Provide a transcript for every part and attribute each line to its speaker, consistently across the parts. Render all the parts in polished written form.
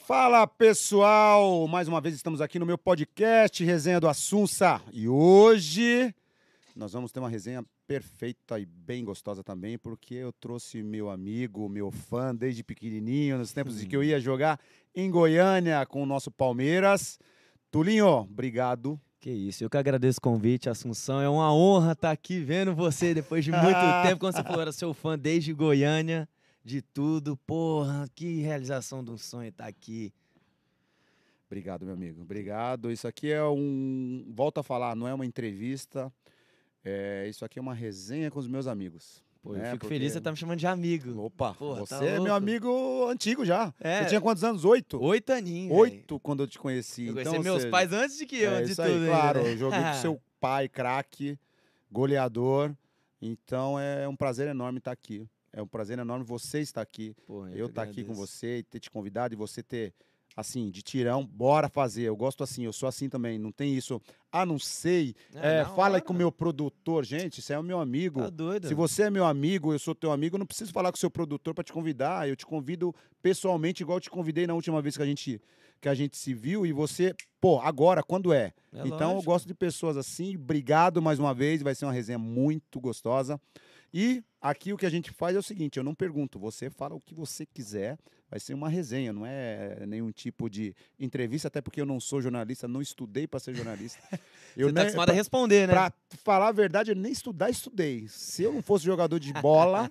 Speaker 1: Fala, pessoal! Mais uma vez estamos aqui no meu podcast Resenha do Assunça. E hoje nós vamos ter uma resenha perfeita e bem gostosa também, porque eu trouxe meu amigo, meu fã desde pequenininho, nos tempos em que eu ia jogar em Goiânia com o nosso Palmeiras. Tulinho, obrigado.
Speaker 2: Que isso, eu que agradeço o convite, Assunção. É uma honra estar aqui vendo você depois de muito tempo. Quando você falou, era seu fã desde Goiânia, de tudo. Porra, que realização de um sonho estar aqui.
Speaker 1: Obrigado, meu amigo. Obrigado. Isso aqui é volto a falar, não é uma entrevista. Isso aqui é uma resenha com os meus amigos.
Speaker 2: Pô, eu fico feliz que você tá me chamando de amigo.
Speaker 1: Opa,
Speaker 2: porra,
Speaker 1: você
Speaker 2: tá
Speaker 1: é meu amigo antigo já.
Speaker 2: É.
Speaker 1: Você tinha quantos anos? 8?
Speaker 2: 8 aninhos.
Speaker 1: 8 quando eu te conheci.
Speaker 2: Eu
Speaker 1: Então,
Speaker 2: conheci meus pais antes de que eu, antes de
Speaker 1: isso
Speaker 2: tudo.
Speaker 1: aí, claro.
Speaker 2: Ainda, né?
Speaker 1: Eu joguei com seu pai, craque, goleador. Então é um prazer enorme estar aqui. É um prazer enorme você estar aqui.
Speaker 2: Porra,
Speaker 1: eu estar aqui com
Speaker 2: agradeço.
Speaker 1: você e ter te convidado e você ter, assim, de tirão, bora fazer. Eu gosto assim, eu sou assim também. Não tem isso, não sei. Fala aí com o meu produtor. Gente, isso aí é o meu amigo.
Speaker 2: Tá doido.
Speaker 1: Se você é meu amigo, eu sou teu amigo, eu não preciso falar com o seu produtor para te convidar. Eu te convido pessoalmente, igual eu te convidei na última vez que a gente se viu. E você, agora, quando é? Então,
Speaker 2: lógico.
Speaker 1: eu gosto de pessoas assim. Obrigado mais uma vez. Vai ser uma resenha muito gostosa. E aqui o que a gente faz é o seguinte, eu não pergunto, você fala o que você quiser, vai ser uma resenha, não é nenhum tipo de entrevista, até porque eu não sou jornalista, não estudei para ser jornalista.
Speaker 2: Você tá acostumado a responder, né?
Speaker 1: Pra falar a verdade, eu nem estudei. Se eu não fosse jogador de bola,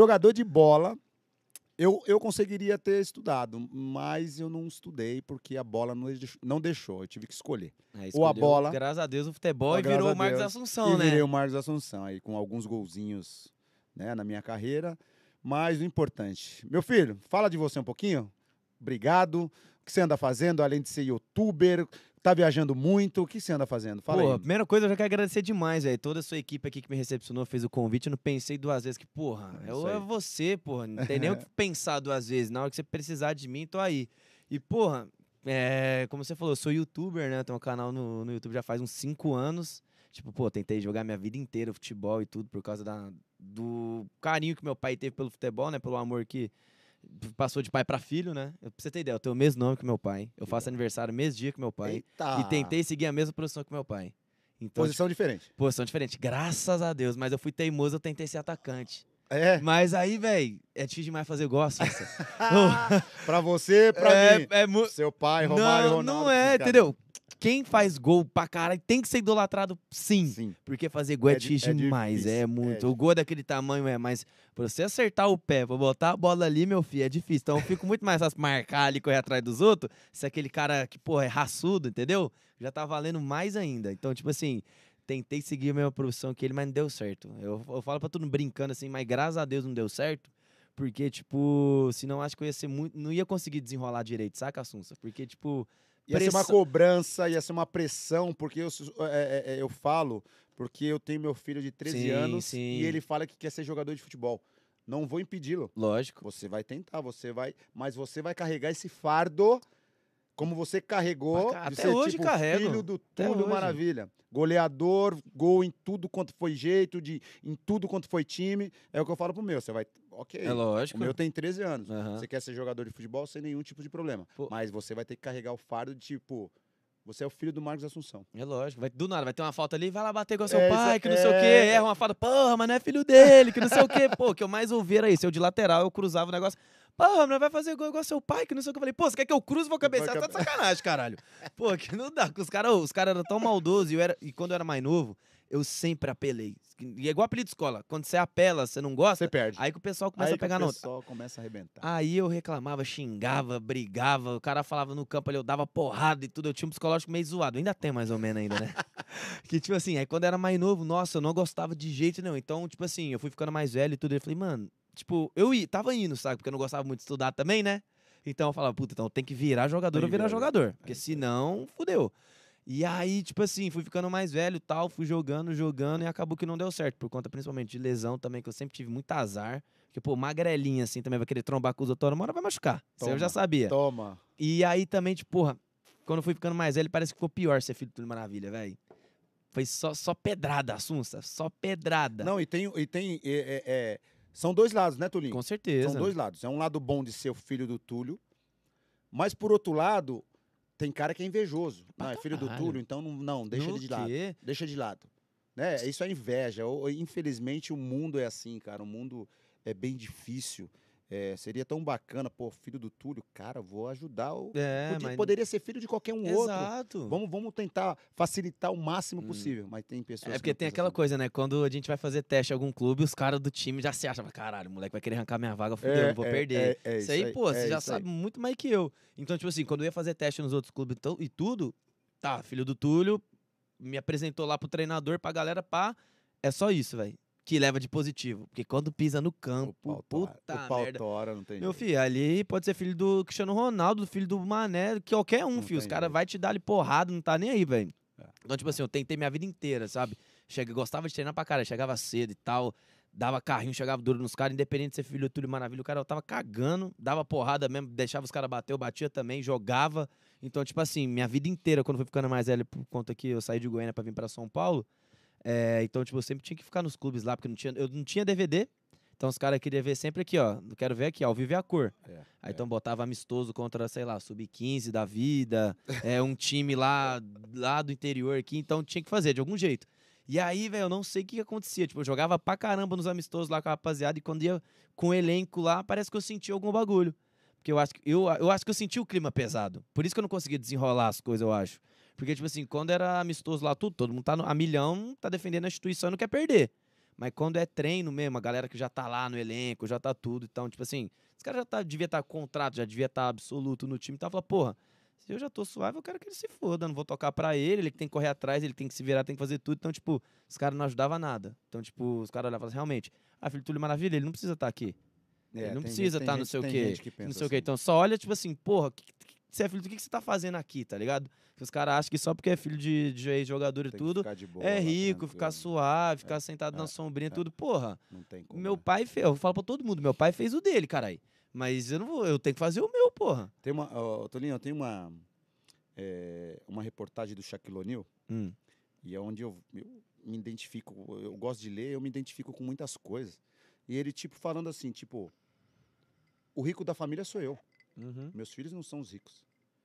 Speaker 1: eu conseguiria ter estudado, mas eu não estudei porque a bola não deixou, eu tive que escolher. Ou a bola...
Speaker 2: Graças a Deus, o futebol e virou o Marcos Assunção, né?
Speaker 1: Virei o Marcos Assunção, aí com alguns golzinhos, né, na minha carreira. Mas o importante... Meu filho, fala de você um pouquinho. Obrigado. O que você anda fazendo, além de ser youtuber? Tá viajando muito? O que você anda fazendo? Fala aí.
Speaker 2: A primeira coisa, eu já quero agradecer demais, velho. Toda a sua equipe aqui que me recepcionou, fez o convite. Eu não pensei duas vezes que, é você, porra. Não tem nem o que pensar duas vezes. Na hora que você precisar de mim, tô aí. E, como você falou, eu sou youtuber, né? Tenho um canal no YouTube já faz uns 5 anos. Tipo, tentei jogar minha vida inteira futebol e tudo por causa do carinho que meu pai teve pelo futebol, né? Pelo amor que passou de pai pra filho, né? Pra você ter ideia, eu tenho o mesmo nome que meu pai. Eu faço aniversário no mesmo dia que meu pai.
Speaker 1: Eita.
Speaker 2: E tentei seguir a mesma profissão que meu pai. Então,
Speaker 1: posição diferente.
Speaker 2: Posição diferente, graças a Deus. Mas eu fui teimoso, eu tentei ser atacante.
Speaker 1: É?
Speaker 2: Mas aí, velho, é difícil demais fazer gol,
Speaker 1: Pra você, pra mim. Seu pai, Romário, Ronaldo.
Speaker 2: Não é, entendeu? Quem faz gol pra caralho tem que ser idolatrado, sim. Porque fazer gol é difícil demais. É muito. O gol é daquele tamanho mas pra você acertar o pé, pra botar a bola ali, meu filho, é difícil. Então eu fico muito mais fácil marcar ali, correr atrás dos outros. Se aquele cara que, é raçudo, entendeu? Já tá valendo mais ainda. Então, tipo assim, tentei seguir a mesma profissão que ele, mas não deu certo. Eu falo pra todo mundo brincando assim, mas graças a Deus não deu certo. Porque, senão acho que eu ia ser muito. Não ia conseguir desenrolar direito, saca, Assunça? Porque,
Speaker 1: ia ser uma cobrança, ia ser uma pressão, porque eu falo, porque eu tenho meu filho de 13 anos e ele fala que quer ser jogador de futebol. Não vou impedi-lo.
Speaker 2: Lógico.
Speaker 1: Você vai tentar, mas você vai carregar esse fardo como você carregou de
Speaker 2: até
Speaker 1: ser
Speaker 2: hoje carrego.
Speaker 1: Filho do Túlio Maravilha. Goleador, gol em tudo quanto foi jeito, em tudo quanto foi time. É o que eu falo pro meu, você vai... Ok,
Speaker 2: é lógico.
Speaker 1: O meu tem 13 anos. Você quer ser jogador de futebol sem nenhum tipo de problema. Mas você vai ter que carregar o fardo de você é o filho do Marcos Assunção.
Speaker 2: É lógico. Do nada, vai ter uma falta ali, vai lá bater com o seu pai, que não sei o quê. Erra uma falta, porra, mas não é filho dele, que não sei o quê. O que eu mais ouvi era isso. Eu de lateral, eu cruzava o negócio. Porra, mas vai fazer gol igual seu pai, que não sei o que. Eu falei, você quer que eu cruze e vou cabecear? Tá de sacanagem, caralho. Que não dá. Os caras eram tão maldosos. E quando eu era mais novo, eu sempre apelei. E é igual apelido de escola. Quando você apela, você não gosta,
Speaker 1: você perde.
Speaker 2: Aí que o pessoal começa a pegar nota.
Speaker 1: O pessoal começa a arrebentar.
Speaker 2: Aí eu reclamava, xingava, brigava. O cara falava no campo ali, eu dava porrada e tudo. Eu tinha um psicológico meio zoado. Ainda tem mais ou menos ainda, né? Que tipo assim, aí quando eu era mais novo, nossa, eu não gostava de jeito nenhum. Então, tipo assim, eu fui ficando mais velho e tudo. Eu falei, mano, tava indo, sabe? Porque eu não gostava muito de estudar também, né? Então eu falava, puta, então tem que virar jogador ou virar jogador. Porque senão, fudeu. E aí, tipo assim, fui ficando mais velho e tal, fui jogando e acabou que não deu certo, por conta principalmente de lesão também, que eu sempre tive muito azar. Porque, magrelinha assim também vai querer trombar com os outros, uma hora vai machucar. Isso eu já sabia.
Speaker 1: Toma.
Speaker 2: E aí também, quando eu fui ficando mais velho, parece que ficou pior ser filho do Túlio Maravilha, velho. Foi só pedrada, Assunça, só pedrada.
Speaker 1: Não, são dois lados, né, Tulinho?
Speaker 2: Com certeza.
Speaker 1: São dois lados. É um lado bom de ser o filho do Túlio, Mas, por outro lado, tem cara que é invejoso.
Speaker 2: Pra
Speaker 1: Não, é filho do
Speaker 2: caralho.
Speaker 1: Túlio, então não, deixa
Speaker 2: No
Speaker 1: ele de lado.
Speaker 2: quê?
Speaker 1: Deixa de lado. Né? Isso é inveja. Infelizmente, o mundo é assim, cara. O mundo é bem difícil. Seria tão bacana, pô, filho do Túlio, cara, vou ajudar.
Speaker 2: Mas...
Speaker 1: Poderia ser filho de qualquer um outro.
Speaker 2: Exato.
Speaker 1: Vamos tentar facilitar o máximo possível. Mas tem pessoas
Speaker 2: porque
Speaker 1: que
Speaker 2: tem
Speaker 1: não
Speaker 2: aquela
Speaker 1: pensam
Speaker 2: coisa, né? Quando a gente vai fazer teste em algum clube, os caras do time já se acham, caralho, o moleque vai querer arrancar minha vaga, fudeu, não vou perder. Isso aí, pô, você já sabe muito mais que eu. Então, tipo assim, quando eu ia fazer teste nos outros clubes e tudo, tá, filho do Túlio, me apresentou lá pro treinador, pra galera, pá, é só isso, velho. Que leva de positivo. Porque quando pisa no campo, puta merda.
Speaker 1: Tora, não tem
Speaker 2: Meu
Speaker 1: jeito.
Speaker 2: filho, ali pode ser filho do Cristiano Ronaldo, filho do Mané, qualquer um,
Speaker 1: Não
Speaker 2: filho. Os
Speaker 1: tem
Speaker 2: caras
Speaker 1: jeito.
Speaker 2: vão te dar ali porrada, não tá nem aí, velho.
Speaker 1: É.
Speaker 2: Então, tipo assim, eu tentei minha vida inteira, sabe? Gostava de treinar pra caralho, chegava cedo e tal, dava carrinho, chegava duro nos caras, independente de ser filho do Túlio Maravilha, o cara eu tava cagando, dava porrada mesmo, deixava os caras bater, eu batia também, jogava. Então, tipo assim, minha vida inteira, quando fui ficando mais velho, por conta que eu saí de Goiânia pra vir pra São Paulo, então, tipo, eu sempre tinha que ficar nos clubes lá, porque eu não tinha DVD. Então os caras queriam ver sempre aqui, ó. Não quero ver aqui, ao vivo é a cor. Aí então botava amistoso contra, sei lá, sub-15 da vida, um time lá do interior aqui, então tinha que fazer de algum jeito. E aí, velho, eu não sei o que acontecia. Tipo, eu jogava pra caramba nos amistosos lá com a rapaziada, e quando ia com o elenco lá, parece que eu sentia algum bagulho. Porque eu acho que eu senti o clima pesado. Por isso que eu não conseguia desenrolar as coisas, eu acho. Porque, tipo assim, quando era amistoso lá, todo mundo tá a milhão, tá defendendo a instituição e não quer perder. Mas quando é treino mesmo, a galera que já tá lá no elenco, já tá tudo. Então, tipo assim, os caras devia estar com contrato, já devia estar absoluto no time. Então, fala, porra, se eu já tô suave, eu quero que ele se foda. Não vou tocar pra ele que tem que correr atrás, ele tem que se virar, tem que fazer tudo. Então, tipo, os caras não ajudavam nada. Então, tipo, os caras olhavam assim, realmente, filho do Túlio Maravilha, ele não precisa estar aqui. Ele não precisa estar não sei o quê. Não sei o quê. Então, só olha, tipo assim, porra, você é filho do que você tá fazendo aqui, tá ligado? Que os caras acham que só porque é filho de ex-jogador e tudo, é rico, ficar suave, ficar sentado na sombrinha e tudo. Porra,
Speaker 1: não tem como,
Speaker 2: meu pai fez, eu falo pra todo mundo, meu pai fez o dele, caralho. Mas eu tenho que fazer o meu, porra.
Speaker 1: Tolinho, eu tenho uma reportagem do Shaquille O'Neal, e é onde eu me identifico, eu gosto de ler, eu me identifico com muitas coisas. E ele, tipo, falando assim, tipo, o rico da família sou eu. Meus filhos não são os ricos.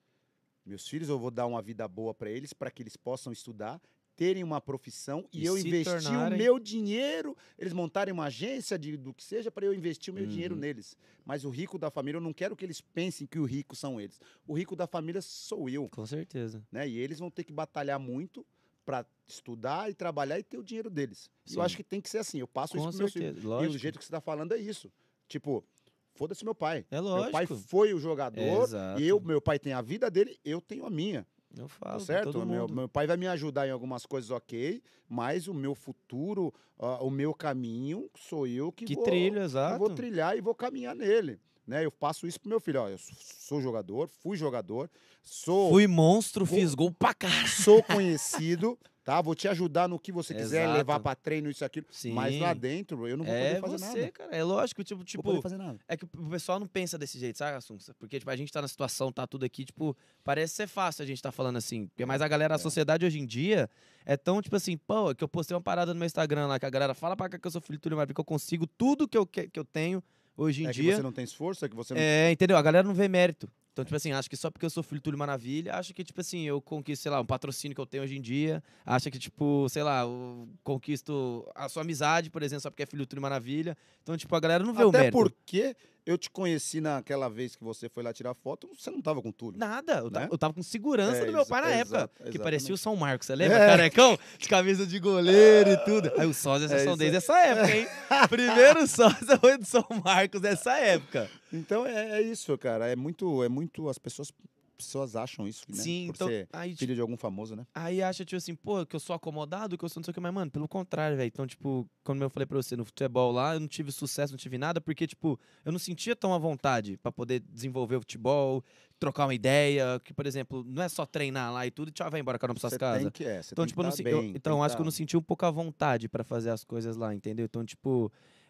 Speaker 1: Meus filhos, eu vou dar uma vida boa para eles, para que eles possam estudar, terem uma profissão e eu investir o meu dinheiro, eles montarem uma agência do que seja, para eu investir o meu dinheiro neles. Mas o rico da família, eu não quero que eles pensem que o rico são eles. O rico da família sou eu.
Speaker 2: Com certeza.
Speaker 1: Né? E eles vão ter que batalhar muito para estudar e trabalhar e ter o dinheiro deles. Eu acho que tem que ser assim. Eu passo isso para meus filhos. E o jeito que você está falando é isso. Tipo, foda-se meu pai.
Speaker 2: É lógico.
Speaker 1: Meu pai foi o jogador e meu pai tem a vida dele, eu tenho a minha.
Speaker 2: Eu falo,
Speaker 1: tá certo? Meu pai vai me ajudar em algumas coisas, ok, mas o meu futuro, o meu caminho, sou eu que vou trilhar e vou caminhar nele. Né? Eu faço isso pro meu filho. Ó, eu sou jogador, fui jogador,
Speaker 2: fui monstro, fiz gol pra caralho.
Speaker 1: Sou conhecido, tá? Vou te ajudar no que você quiser, levar pra treino, isso e aquilo.
Speaker 2: Sim.
Speaker 1: Mas lá dentro eu não vou poder fazer nada.
Speaker 2: Cara, é lógico, tipo,
Speaker 1: vou poder fazer nada.
Speaker 2: É que o pessoal não pensa desse jeito, sabe, Assunça? Porque, tipo, a gente tá na situação, tá tudo aqui, tipo, parece ser fácil a gente tá falando assim. Porque, mas a galera, a sociedade hoje em dia é tão, tipo assim, pô, que eu postei uma parada no meu Instagram lá, que a galera fala pra cá que eu sou filho do Túlio Maravilha, que eu consigo tudo que eu tenho hoje em dia.
Speaker 1: É que você não tem esforço, é que você não...
Speaker 2: entendeu? A galera não vê mérito. Então, tipo assim, acho que só porque eu sou filho do Túlio Maravilha, acho que, tipo assim, eu conquisto, sei lá, um patrocínio que eu tenho hoje em dia, acha que, tipo, sei lá, eu conquisto a sua amizade, por exemplo, só porque é filho do Túlio Maravilha. Então, tipo, a galera não vê o mérito.
Speaker 1: Até porque eu te conheci naquela vez que você foi lá tirar foto, você não tava com Túlio.
Speaker 2: Nada, eu tava com segurança do meu pai na época, que parecia o São Marcos, você lembra?
Speaker 1: É.
Speaker 2: Carecão, de camisa de goleiro e tudo. Aí os sócios são desde essa época, hein? Primeiro sócio foi do São Marcos dessa época.
Speaker 1: Então é isso, cara. É muito. As pessoas acham isso, né?
Speaker 2: Sim,
Speaker 1: por
Speaker 2: então,
Speaker 1: ser
Speaker 2: aí,
Speaker 1: filho de algum famoso, né?
Speaker 2: Aí acha, tipo assim, pô, que eu sou acomodado, que eu sou não sei o que, mas, mano, pelo contrário, velho. Então, tipo, como eu falei pra você, no futebol lá, eu não tive sucesso, não tive nada, porque, tipo, eu não sentia tão à vontade pra poder desenvolver o futebol, trocar uma ideia, que, por exemplo, não é só treinar lá e tudo e tchau, vai embora, cada um pra suas casas. Então, tipo, eu acho que eu não senti um pouco à vontade pra fazer as coisas lá, entendeu? Então, tipo,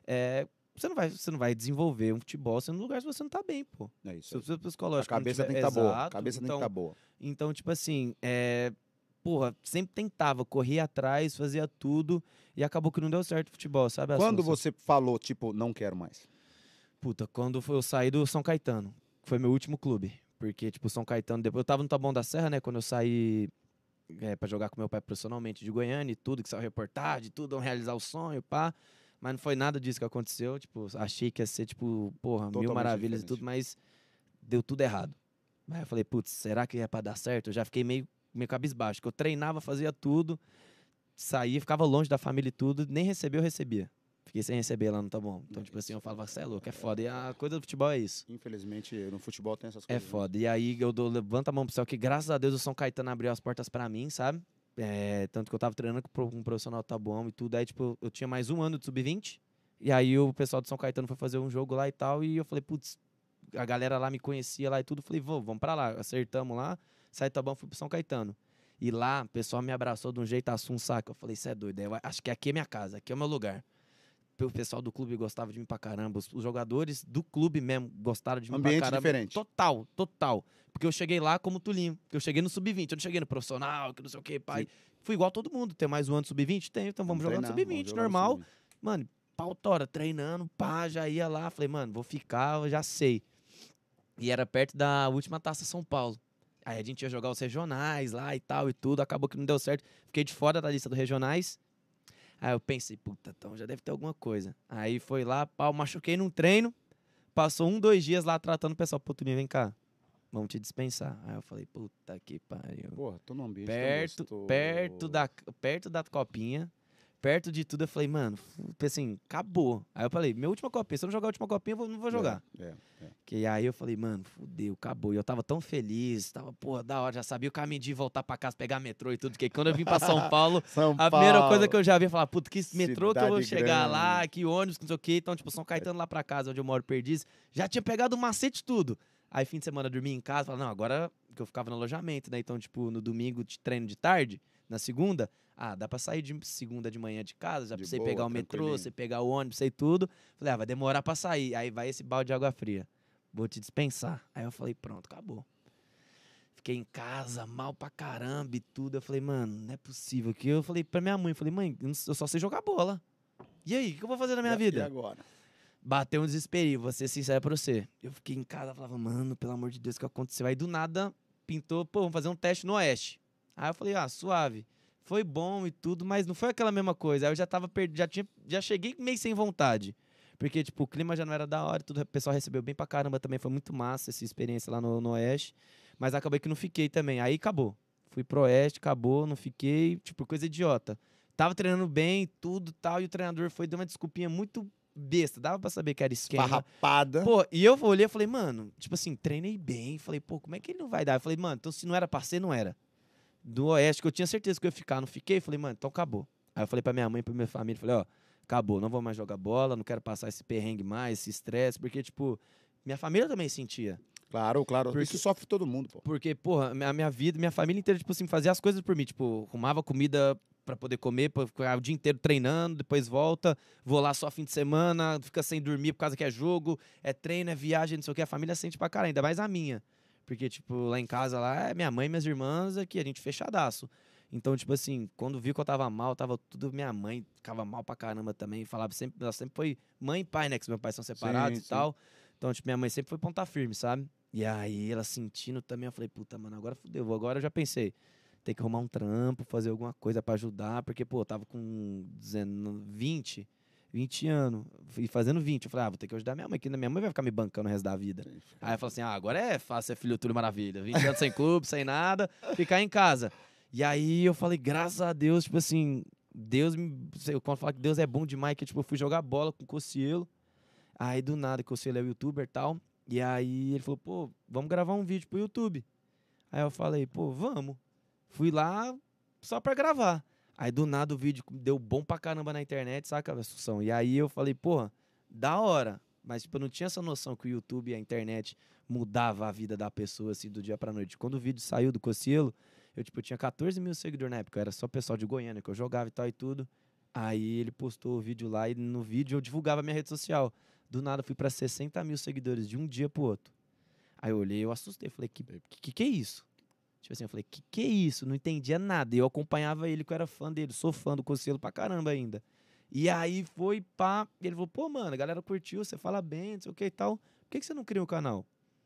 Speaker 2: você não vai desenvolver um futebol sendo num lugar se você não tá bem, pô.
Speaker 1: É isso.
Speaker 2: Seu psicológico
Speaker 1: a cabeça tem que estar boa. A cabeça tem que estar boa.
Speaker 2: Então, tipo assim, porra, sempre tentava, corria atrás, fazia tudo e acabou que não deu certo o futebol, sabe?
Speaker 1: Quando você falou, tipo, não quero mais?
Speaker 2: Puta, quando eu saí do São Caetano, que foi meu último clube. Porque, tipo, São Caetano, depois eu tava no Taboão da Serra, né? Quando eu saí pra jogar com meu pai profissionalmente de Goiânia e tudo, que saiu reportagem, tudo, vamos realizar o sonho, pá. Mas não foi nada disso que aconteceu. Tipo, achei que ia ser, tipo, porra, mil
Speaker 1: Totalmente
Speaker 2: maravilhas e
Speaker 1: diferente.
Speaker 2: tudo, mas deu tudo errado. Aí eu falei, putz, será que é pra dar certo? Eu já fiquei meio cabisbaixo, que eu treinava, fazia tudo, saía, ficava longe da família e tudo, nem receber eu recebia. Fiquei sem receber lá no Taboão. Então, tipo assim, eu falava, você é louco, é foda. E a coisa do futebol é isso.
Speaker 1: Infelizmente, no futebol tem essas
Speaker 2: É
Speaker 1: coisas. né?
Speaker 2: foda. E aí levanto a mão pro céu, que graças a Deus o São Caetano abriu as portas pra mim, sabe? Tanto que eu tava treinando com um profissional do Taboão e tudo. Aí, tipo, eu tinha mais um ano de sub-20. E aí o pessoal do São Caetano foi fazer um jogo lá e tal. E eu falei, putz, a galera lá me conhecia lá e tudo. Falei, vamos pra lá. Acertamos lá. Saí do Taboão, fui pro São Caetano. E lá, o pessoal me abraçou de um jeito um saco. Eu falei, isso é doido. Acho que aqui é minha casa, aqui é o meu lugar. O pessoal do clube gostava de mim pra caramba. Os jogadores do clube mesmo gostaram de mim pra
Speaker 1: Ambiente
Speaker 2: caramba.
Speaker 1: diferente.
Speaker 2: Total, total. Porque eu cheguei lá como Tulinho. Porque eu cheguei no sub-20. Eu não cheguei no profissional, que não sei o que, pai.
Speaker 1: Sim.
Speaker 2: Fui igual todo mundo. Tem mais um ano de sub-20? Tem, então vamos jogar no
Speaker 1: treinar, vamos
Speaker 2: sub-20,
Speaker 1: jogar no
Speaker 2: normal.
Speaker 1: sub-20.
Speaker 2: Mano, pau tora, treinando, pá, já ia lá. Falei, mano, vou ficar, eu já sei. E era perto da última Taça São Paulo. Aí a gente ia jogar os regionais lá e tal e tudo. Acabou que não deu certo. Fiquei de fora da lista dos regionais. Aí eu pensei, puta, então já deve ter alguma coisa. Aí foi lá, pau, machuquei num treino. Passou 2 dias lá tratando o pessoal. Pô, Tuninho, vem cá. Vamos te dispensar. Aí eu falei, puta que pariu.
Speaker 1: Porra, tô num ambiente
Speaker 2: Perto,
Speaker 1: tão gostoso.
Speaker 2: perto da copinha, perto de tudo, eu falei, mano, assim, acabou. Aí eu falei, minha última copinha, se eu não jogar a última copinha, eu não vou jogar.
Speaker 1: É.
Speaker 2: Que aí eu falei, mano, fudeu, acabou. E eu tava tão feliz, tava, porra, da hora, já sabia o caminho de voltar pra casa, pegar metrô e tudo, porque quando eu vim pra São Paulo,
Speaker 1: São
Speaker 2: a primeira
Speaker 1: Paulo.
Speaker 2: coisa que eu já vi, falar, puta, que metrô que eu vou
Speaker 1: Cidade
Speaker 2: chegar
Speaker 1: grande.
Speaker 2: lá, que ônibus, que não sei o quê. Então, tipo, São Caetano lá pra casa, onde eu moro, Perdiz, já tinha pegado o macete tudo. Aí, fim de semana, eu dormia em casa, falava, não, agora que eu ficava no alojamento, né? Então, tipo, no domingo, de treino de tarde, na segunda, dá pra sair de segunda de manhã de casa, já
Speaker 1: De
Speaker 2: pra você
Speaker 1: boa,
Speaker 2: pegar o metrô,
Speaker 1: tranquilinho.
Speaker 2: você pegar o ônibus, sei tudo. Falei, vai demorar pra sair. Aí vai esse balde de água fria. Vou te dispensar. Aí eu falei, pronto, acabou. Fiquei em casa, mal pra caramba e tudo. Eu falei, mano, não é possível. Que eu falei pra minha mãe, falei, mãe, eu só sei jogar bola. E aí, o que eu vou fazer na minha
Speaker 1: E
Speaker 2: vida?
Speaker 1: agora?
Speaker 2: Bateu um desespero, vou ser sincero pra você. Eu fiquei em casa, falava, mano, pelo amor de Deus, o que aconteceu? Aí do nada, pintou, pô, vamos fazer um teste no Oeste. Aí eu falei, suave. Foi bom e tudo, mas não foi aquela mesma coisa. Aí eu já tava já cheguei meio sem vontade. Porque, tipo, o clima já não era da hora, tudo, o pessoal recebeu bem pra caramba também, foi muito massa essa experiência lá no Oeste. Mas acabei que não fiquei também. Aí acabou. Fui pro Oeste, acabou, não fiquei, tipo, coisa idiota. Tava treinando bem, tudo tal, e o treinador deu uma desculpinha muito besta. Dava pra saber que era esquema.
Speaker 1: Esfarrapada.
Speaker 2: Pô, e eu olhei e falei, mano, tipo assim, treinei bem. Falei, pô, como é que ele não vai dar? Eu falei, mano, então se não era pra ser, não era. Do Oeste, que eu tinha certeza que eu ia ficar, não fiquei. Falei, mano, então acabou. Aí eu falei pra minha mãe, pra minha família, falei, ó, acabou, não vou mais jogar bola, não quero passar esse perrengue mais, esse estresse, porque, tipo, minha família também sentia.
Speaker 1: Claro.
Speaker 2: Porque-
Speaker 1: Isso sofre todo mundo, pô.
Speaker 2: Porque, porra, a minha vida, minha família inteira, tipo assim, fazia as coisas por mim. Tipo, arrumava comida pra poder comer, pra ficar o dia inteiro treinando, depois volta, vou lá só fim de semana, fica sem dormir por causa que é jogo, é treino, é viagem, não sei o que. A família sente pra caralho, ainda mais a minha. Porque, tipo, lá em casa, lá, é minha mãe e minhas irmãs aqui, a gente fechadaço. Então, tipo assim, quando viu que eu tava mal, tava tudo. Minha mãe ficava mal pra caramba também. Falava sempre, ela sempre foi mãe e pai, né? Que meus pais são separados
Speaker 1: Sim,
Speaker 2: e tal. Então, tipo, minha mãe sempre foi ponta firme, sabe? E aí, ela sentindo também, eu falei, puta, mano, agora fudeu. Agora eu já pensei, tem que arrumar um trampo, fazer alguma coisa pra ajudar. Porque, pô, eu tava com 20 anos e fazendo 20. Eu falei, vou ter que ajudar minha mãe, que minha mãe vai ficar me bancando o resto da vida. Aí eu falei assim, agora é fácil ser filho tudo maravilha. 20 anos sem clube, sem nada, ficar em casa. E aí eu falei, graças a Deus, tipo assim, Deus me. Quando falar que Deus é bom demais, que tipo, eu fui jogar bola com o Cossielo. Aí do nada, o Cossielo é youtuber e tal. E aí ele falou, pô, vamos gravar um vídeo pro YouTube. Aí eu falei, pô, vamos. Fui lá só pra gravar. Aí do nada o vídeo deu bom pra caramba na internet, saca, Assunção? E aí eu falei, porra, da hora. Mas, tipo, eu não tinha essa noção que o YouTube e a internet mudava a vida da pessoa, assim, do dia pra noite. Quando o vídeo saiu do Cossielo, eu tinha 14 mil seguidores na época. Eu era só pessoal de Goiânia, que eu jogava e tal e tudo. Aí ele postou o vídeo lá e no vídeo eu divulgava a minha rede social. Do nada eu fui pra 60 mil seguidores de um dia pro outro. Aí eu olhei, eu assustei. Falei, que é isso? Tipo assim, eu falei, que é isso? Não entendia nada. E eu acompanhava ele, que eu era fã dele. Sou fã do Cossielo pra caramba ainda. E aí foi pá. E ele falou, pô, mano, a galera curtiu, você fala bem, não sei o que e tal. Por que você não cria um canal?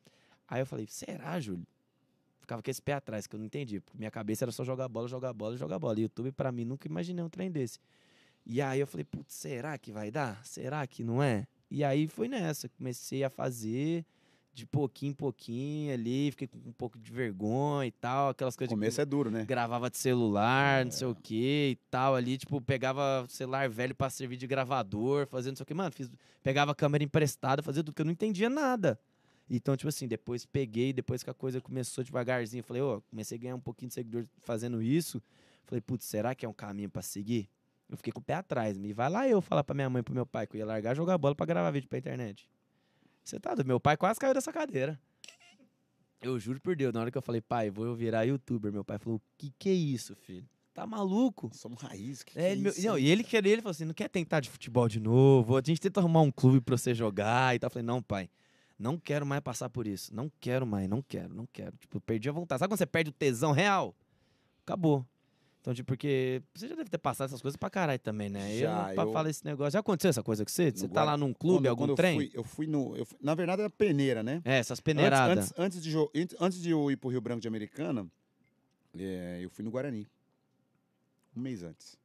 Speaker 2: Aí eu falei, será, Júlio? Ficava com esse pé atrás, que eu não entendi. Porque minha cabeça era só jogar bola, jogar bola, jogar bola. E YouTube, pra mim, nunca imaginei um trem desse. E aí eu falei, putz, será que vai dar? Será que não é? E aí foi nessa. Comecei a fazer de pouquinho em pouquinho ali. Fiquei com um pouco de vergonha e tal. Aquelas
Speaker 1: O
Speaker 2: coisas de
Speaker 1: começo é duro, né?
Speaker 2: gravava de celular, não sei o que e tal ali, tipo, pegava celular velho pra servir de gravador, fazendo não sei o que, mano, pegava a câmera emprestada, fazia tudo, que eu não entendia nada. Então, tipo assim, depois peguei, depois que a coisa começou devagarzinho, falei, comecei a ganhar um pouquinho de seguidor fazendo isso, falei, putz, será que é um caminho pra seguir? Eu fiquei com o pé atrás, me vai lá eu falar pra minha mãe e pro meu pai que eu ia largar jogar bola pra gravar vídeo pra internet. Você tá doido? Meu pai quase caiu dessa cadeira. Eu juro por Deus, na hora que eu falei, pai, vou eu virar youtuber, meu pai falou, o que é isso, filho? Tá maluco?
Speaker 1: Somos raiz, que
Speaker 2: É,
Speaker 1: é isso?
Speaker 2: não,
Speaker 1: hein?
Speaker 2: e ele falou assim, não quer tentar de futebol de novo? A gente tenta arrumar um clube pra você jogar e tal. Eu falei, não, pai, não quero mais passar por isso. Não quero mais, não quero. Tipo, perdi a vontade. Sabe quando você perde o tesão real? Acabou. Então, tipo, porque você já deve ter passado essas coisas pra caralho também, né?
Speaker 1: Já,
Speaker 2: Pra falar esse negócio. Já aconteceu essa coisa com você? Você
Speaker 1: no
Speaker 2: tá lá num clube, algum
Speaker 1: quando
Speaker 2: trem?
Speaker 1: eu fui na verdade era peneira, né?
Speaker 2: É, essas peneiradas.
Speaker 1: Antes de eu ir pro Rio Branco de Americana, eu fui no Guarani. Um mês antes.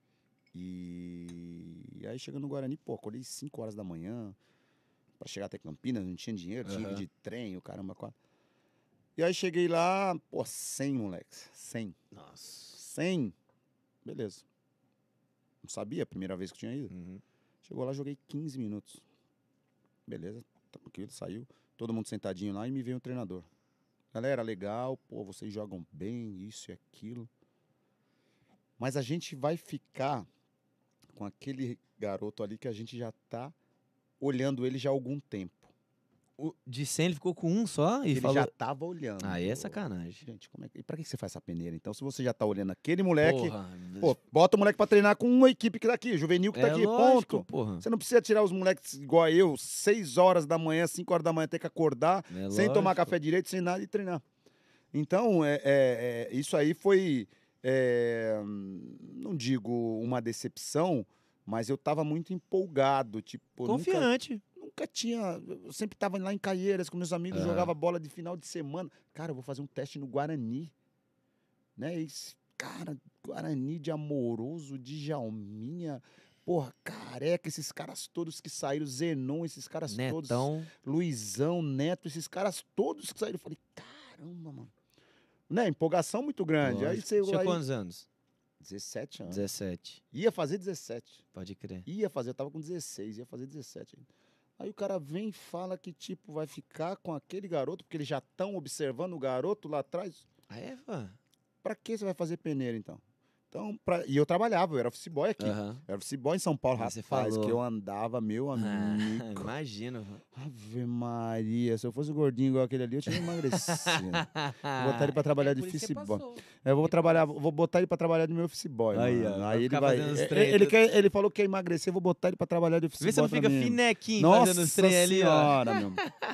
Speaker 1: E aí chegando no Guarani, pô, acordei 5 horas da manhã pra chegar até Campinas, não tinha dinheiro, tinha que ir de trem, o caramba, quatro. E aí cheguei lá, pô, 100 moleques, 100.
Speaker 2: Nossa.
Speaker 1: 100. Beleza. Não sabia, a primeira vez que eu tinha ido.
Speaker 2: Uhum.
Speaker 1: Chegou lá, joguei 15 minutos. Beleza, tranquilo, saiu. Todo mundo sentadinho lá e me veio um treinador. Galera, legal, pô, vocês jogam bem, isso e aquilo. Mas a gente vai ficar com aquele garoto ali que a gente já tá olhando ele já há algum tempo.
Speaker 2: De 100 ele ficou com um só e
Speaker 1: Ele
Speaker 2: falou...
Speaker 1: já tava olhando.
Speaker 2: Aí é sacanagem.
Speaker 1: Gente, e pra que você faz essa peneira? Então, se você já tá olhando aquele moleque,
Speaker 2: Porra.
Speaker 1: pô, bota o moleque pra treinar com uma equipe que tá aqui, juvenil que tá
Speaker 2: É
Speaker 1: aqui,
Speaker 2: lógico,
Speaker 1: ponto.
Speaker 2: porra.
Speaker 1: Você não precisa tirar os moleques igual a eu, 6 horas da manhã, 5 horas da manhã, ter que acordar,
Speaker 2: É
Speaker 1: sem tomar
Speaker 2: lógico.
Speaker 1: café direito, sem nada e treinar. Então, isso aí foi, não digo uma decepção, mas eu tava muito empolgado, tipo,
Speaker 2: Confiante.
Speaker 1: nunca tinha, eu sempre tava lá em Caieiras com meus amigos, jogava bola de final de semana. Cara, eu vou fazer um teste no Guarani, né? Cara, Guarani de Amoroso, de Jalminha, porra, Careca, esses caras todos que saíram, Zenon, esses caras todos,
Speaker 2: Netão.
Speaker 1: Luizão, Neto, esses caras todos que saíram. Eu falei, caramba, mano. Né? Empolgação muito grande. Aí
Speaker 2: Lógico.
Speaker 1: você.
Speaker 2: Tinha
Speaker 1: Aí,
Speaker 2: quantos anos?
Speaker 1: 17 anos.
Speaker 2: 17.
Speaker 1: Ia fazer 17.
Speaker 2: Pode crer.
Speaker 1: Eu tava com 16, ia fazer 17 ainda. Aí o cara vem e fala que, tipo, vai ficar com aquele garoto, porque eles já estão observando o garoto lá atrás.
Speaker 2: Ah, é, pô?
Speaker 1: Pra que você vai fazer peneira, então? Então, e eu trabalhava, eu era office boy aqui.
Speaker 2: Aham.
Speaker 1: Eu era office boy em São Paulo,
Speaker 2: Aí você
Speaker 1: rapaz,
Speaker 2: falou.
Speaker 1: que eu andava, meu amigo.
Speaker 2: Imagino.
Speaker 1: Ave Maria, se eu fosse gordinho igual aquele ali, eu tinha emagrecido. Vou botar ele pra trabalhar de
Speaker 3: por isso que
Speaker 1: office boy.
Speaker 3: passou.
Speaker 1: Eu vou botar ele pra trabalhar de meu office boy.
Speaker 2: Aí,
Speaker 1: mano.
Speaker 2: ó,
Speaker 1: Aí
Speaker 2: vai
Speaker 1: ele
Speaker 2: ficar
Speaker 1: vai.
Speaker 2: fazendo os trem.
Speaker 1: Ele falou que quer emagrecer, eu vou botar ele pra trabalhar de office
Speaker 2: Vê se
Speaker 1: boy.
Speaker 2: não fica
Speaker 1: pra mim.
Speaker 2: finequinho
Speaker 1: Nossa
Speaker 2: fazendo os trem ali, ó.
Speaker 1: senhora, meu.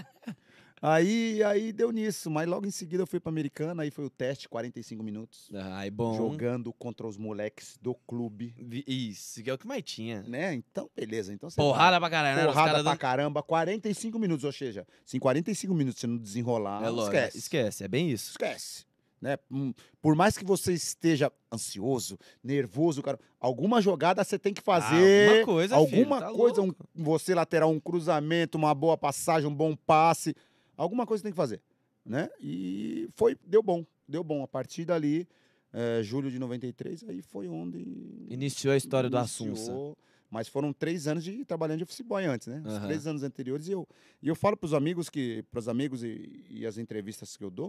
Speaker 1: Aí deu nisso, mas logo em seguida eu fui pra Americana, aí foi o teste, 45 minutos,
Speaker 2: Aí, bom.
Speaker 1: jogando contra os moleques do clube,
Speaker 2: Isso, que é o que mais tinha.
Speaker 1: né? Então, beleza. Então você
Speaker 2: Porrada pra caralho, né? Os
Speaker 1: porrada
Speaker 2: caras
Speaker 1: pra
Speaker 2: dando-
Speaker 1: caramba, 45 minutos, ou seja, se em 45 minutos você não desenrolar,
Speaker 2: É lógico. Esquece, é bem isso.
Speaker 1: Esquece. Né? Por mais que você esteja ansioso, nervoso, cara, alguma jogada você tem que fazer.
Speaker 2: alguma coisa,
Speaker 1: alguma
Speaker 2: filho, tá
Speaker 1: coisa,
Speaker 2: louco.
Speaker 1: você lateral, um cruzamento, uma boa passagem, um bom passe. Alguma coisa você tem que fazer. Né? E deu bom. A partir dali, julho de 93, aí foi onde.
Speaker 2: Iniciou a história do
Speaker 1: iniciou,
Speaker 2: Assunça.
Speaker 1: Mas foram 3 anos de trabalhando de office boy antes, né? Os
Speaker 2: Aham.
Speaker 1: 3 anos anteriores. E eu falo pros amigos e as entrevistas que eu dou,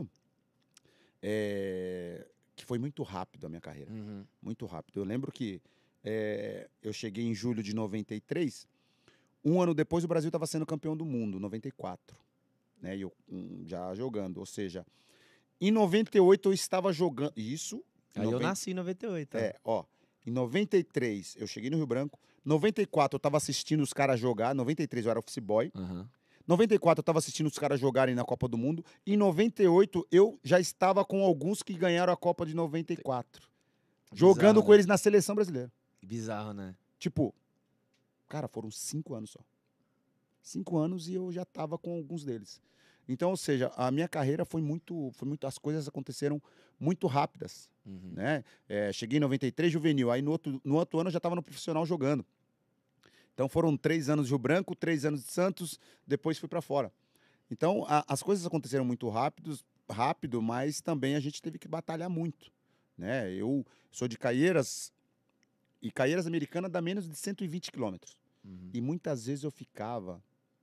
Speaker 1: que foi muito rápido a minha carreira.
Speaker 2: Uhum.
Speaker 1: Muito rápido. Eu lembro que eu cheguei em julho de 93. Um ano depois, o Brasil estava sendo campeão do mundo, 94. Né? E eu já jogando. Ou seja, em 98 eu estava jogando. Isso.
Speaker 2: Aí eu nasci em 98. ó.
Speaker 1: Em 93 eu cheguei no Rio Branco. 94 eu estava assistindo os caras jogar. 93 eu era office boy.
Speaker 2: Aham.
Speaker 1: 94 eu estava assistindo os caras jogarem na Copa do Mundo. Em 98 eu já estava com alguns que ganharam a Copa de 94. Jogando
Speaker 2: Bizarro,
Speaker 1: com
Speaker 2: né?
Speaker 1: eles na seleção brasileira.
Speaker 2: Bizarro, né?
Speaker 1: Tipo, cara, foram 5 anos só. 5 anos e eu já estava com alguns deles. Então, ou seja, a minha carreira as coisas aconteceram muito rápidas,
Speaker 2: Uhum.
Speaker 1: né? Cheguei em 93, juvenil, aí no outro ano eu já estava no profissional jogando. Então foram 3 anos de Rio Branco, 3 anos de Santos, depois fui para fora. Então as coisas aconteceram muito rápido, mas também a gente teve que batalhar muito, né? Eu sou de Caieiras, e Caieiras Americana dá menos de 120 quilômetros.
Speaker 2: Uhum.
Speaker 1: E muitas vezes eu ficava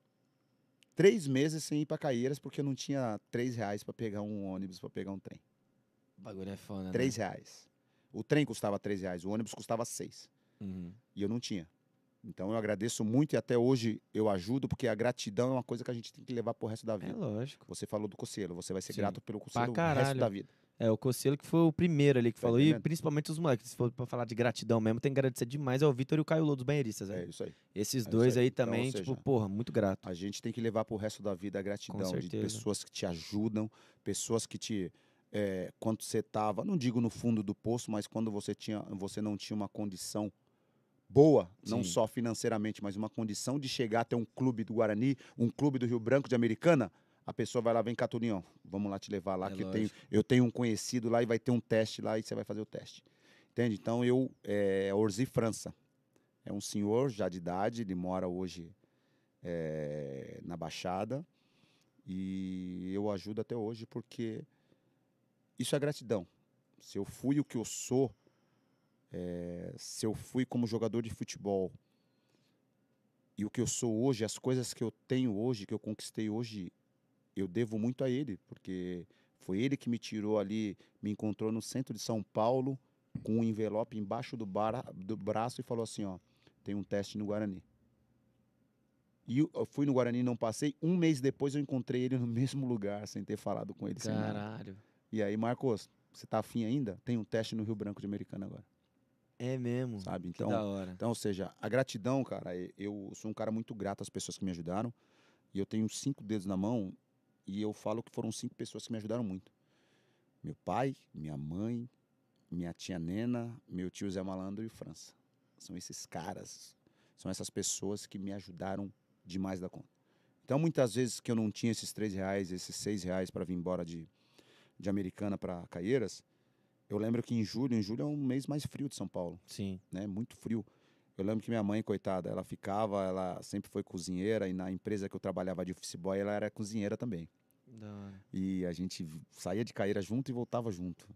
Speaker 1: 3 meses sem ir para Caieiras porque eu não tinha R$ 3 para pegar um ônibus, para pegar um trem.
Speaker 2: O bagulho é foda, né?
Speaker 1: R$ 3. O trem custava R$ 3, o ônibus custava 6.
Speaker 2: Uhum.
Speaker 1: E eu não tinha. Então eu agradeço muito e até hoje eu ajudo, porque a gratidão é uma coisa que a gente tem que levar pro resto da
Speaker 2: É
Speaker 1: vida.
Speaker 2: lógico.
Speaker 1: Você falou do Cossielo, você vai ser
Speaker 2: Sim.
Speaker 1: grato pelo
Speaker 2: Pra
Speaker 1: Cossielo o resto
Speaker 2: caralho.
Speaker 1: da vida.
Speaker 2: O Cossielo que foi o primeiro ali que
Speaker 1: Tá
Speaker 2: falou. E
Speaker 1: entendendo?
Speaker 2: principalmente os moleques. Se for pra falar de gratidão mesmo, tem que agradecer demais ao Vitor e o Caio Lô dos banheiristas,
Speaker 1: É
Speaker 2: velho.
Speaker 1: isso aí.
Speaker 2: Esses
Speaker 1: É
Speaker 2: dois
Speaker 1: isso aí.
Speaker 2: aí
Speaker 1: Então,
Speaker 2: também,
Speaker 1: ou seja,
Speaker 2: tipo, porra, muito grato.
Speaker 1: a gente tem que levar pro resto da vida a gratidão de
Speaker 2: certeza.
Speaker 1: pessoas que te ajudam, pessoas que te... quando você tava, não digo no fundo do poço, mas quando você não tinha uma condição boa, não
Speaker 2: Sim.
Speaker 1: só financeiramente, mas uma condição de chegar até um clube do Guarani, um clube do Rio Branco de Americana, a pessoa vai lá, vem cá, Turinho, vamos lá te levar lá,
Speaker 2: É
Speaker 1: que
Speaker 2: lógico.
Speaker 1: eu tenho um conhecido lá e vai ter um teste lá e você vai fazer o teste. Entende? Então, Orzi França, é um senhor já de idade, ele mora hoje na Baixada e eu ajudo até hoje porque isso é gratidão. Se eu fui o que eu sou, se eu fui como jogador de futebol e o que eu sou hoje, as coisas que eu tenho hoje, que eu conquistei hoje, eu devo muito a ele, porque foi ele que me tirou ali, me encontrou no centro de São Paulo, com um envelope embaixo do braço e falou assim, ó, tem um teste no Guarani. E eu fui no Guarani e não passei, um mês depois eu encontrei ele no mesmo lugar, sem ter falado com ele, sem nada.
Speaker 2: Caralho.
Speaker 1: E aí, Marcos, você tá afim ainda? Tem um teste no Rio Branco de Americana agora.
Speaker 2: É mesmo.
Speaker 1: Sabe?
Speaker 2: Que da hora.
Speaker 1: Então, ou seja, a gratidão, cara, eu sou um cara muito grato às pessoas que me ajudaram. E eu tenho 5 dedos na mão e eu falo que foram 5 pessoas que me ajudaram muito. Meu pai, minha mãe, minha tia Nena, meu tio Zé Malandro e o França. São esses caras, são essas pessoas que me ajudaram demais da conta. Então, muitas vezes que eu não tinha esses R$ 3, esses R$ 6 para vir embora de Americana para Caieiras, eu lembro que em julho é um mês mais frio de São Paulo.
Speaker 2: Sim.
Speaker 1: Né? Muito frio. Eu lembro que minha mãe, coitada, ela sempre foi cozinheira e na empresa que eu trabalhava de office boy, ela era cozinheira também.
Speaker 2: Da hora.
Speaker 1: E a gente saía de Caieiras junto e voltava junto.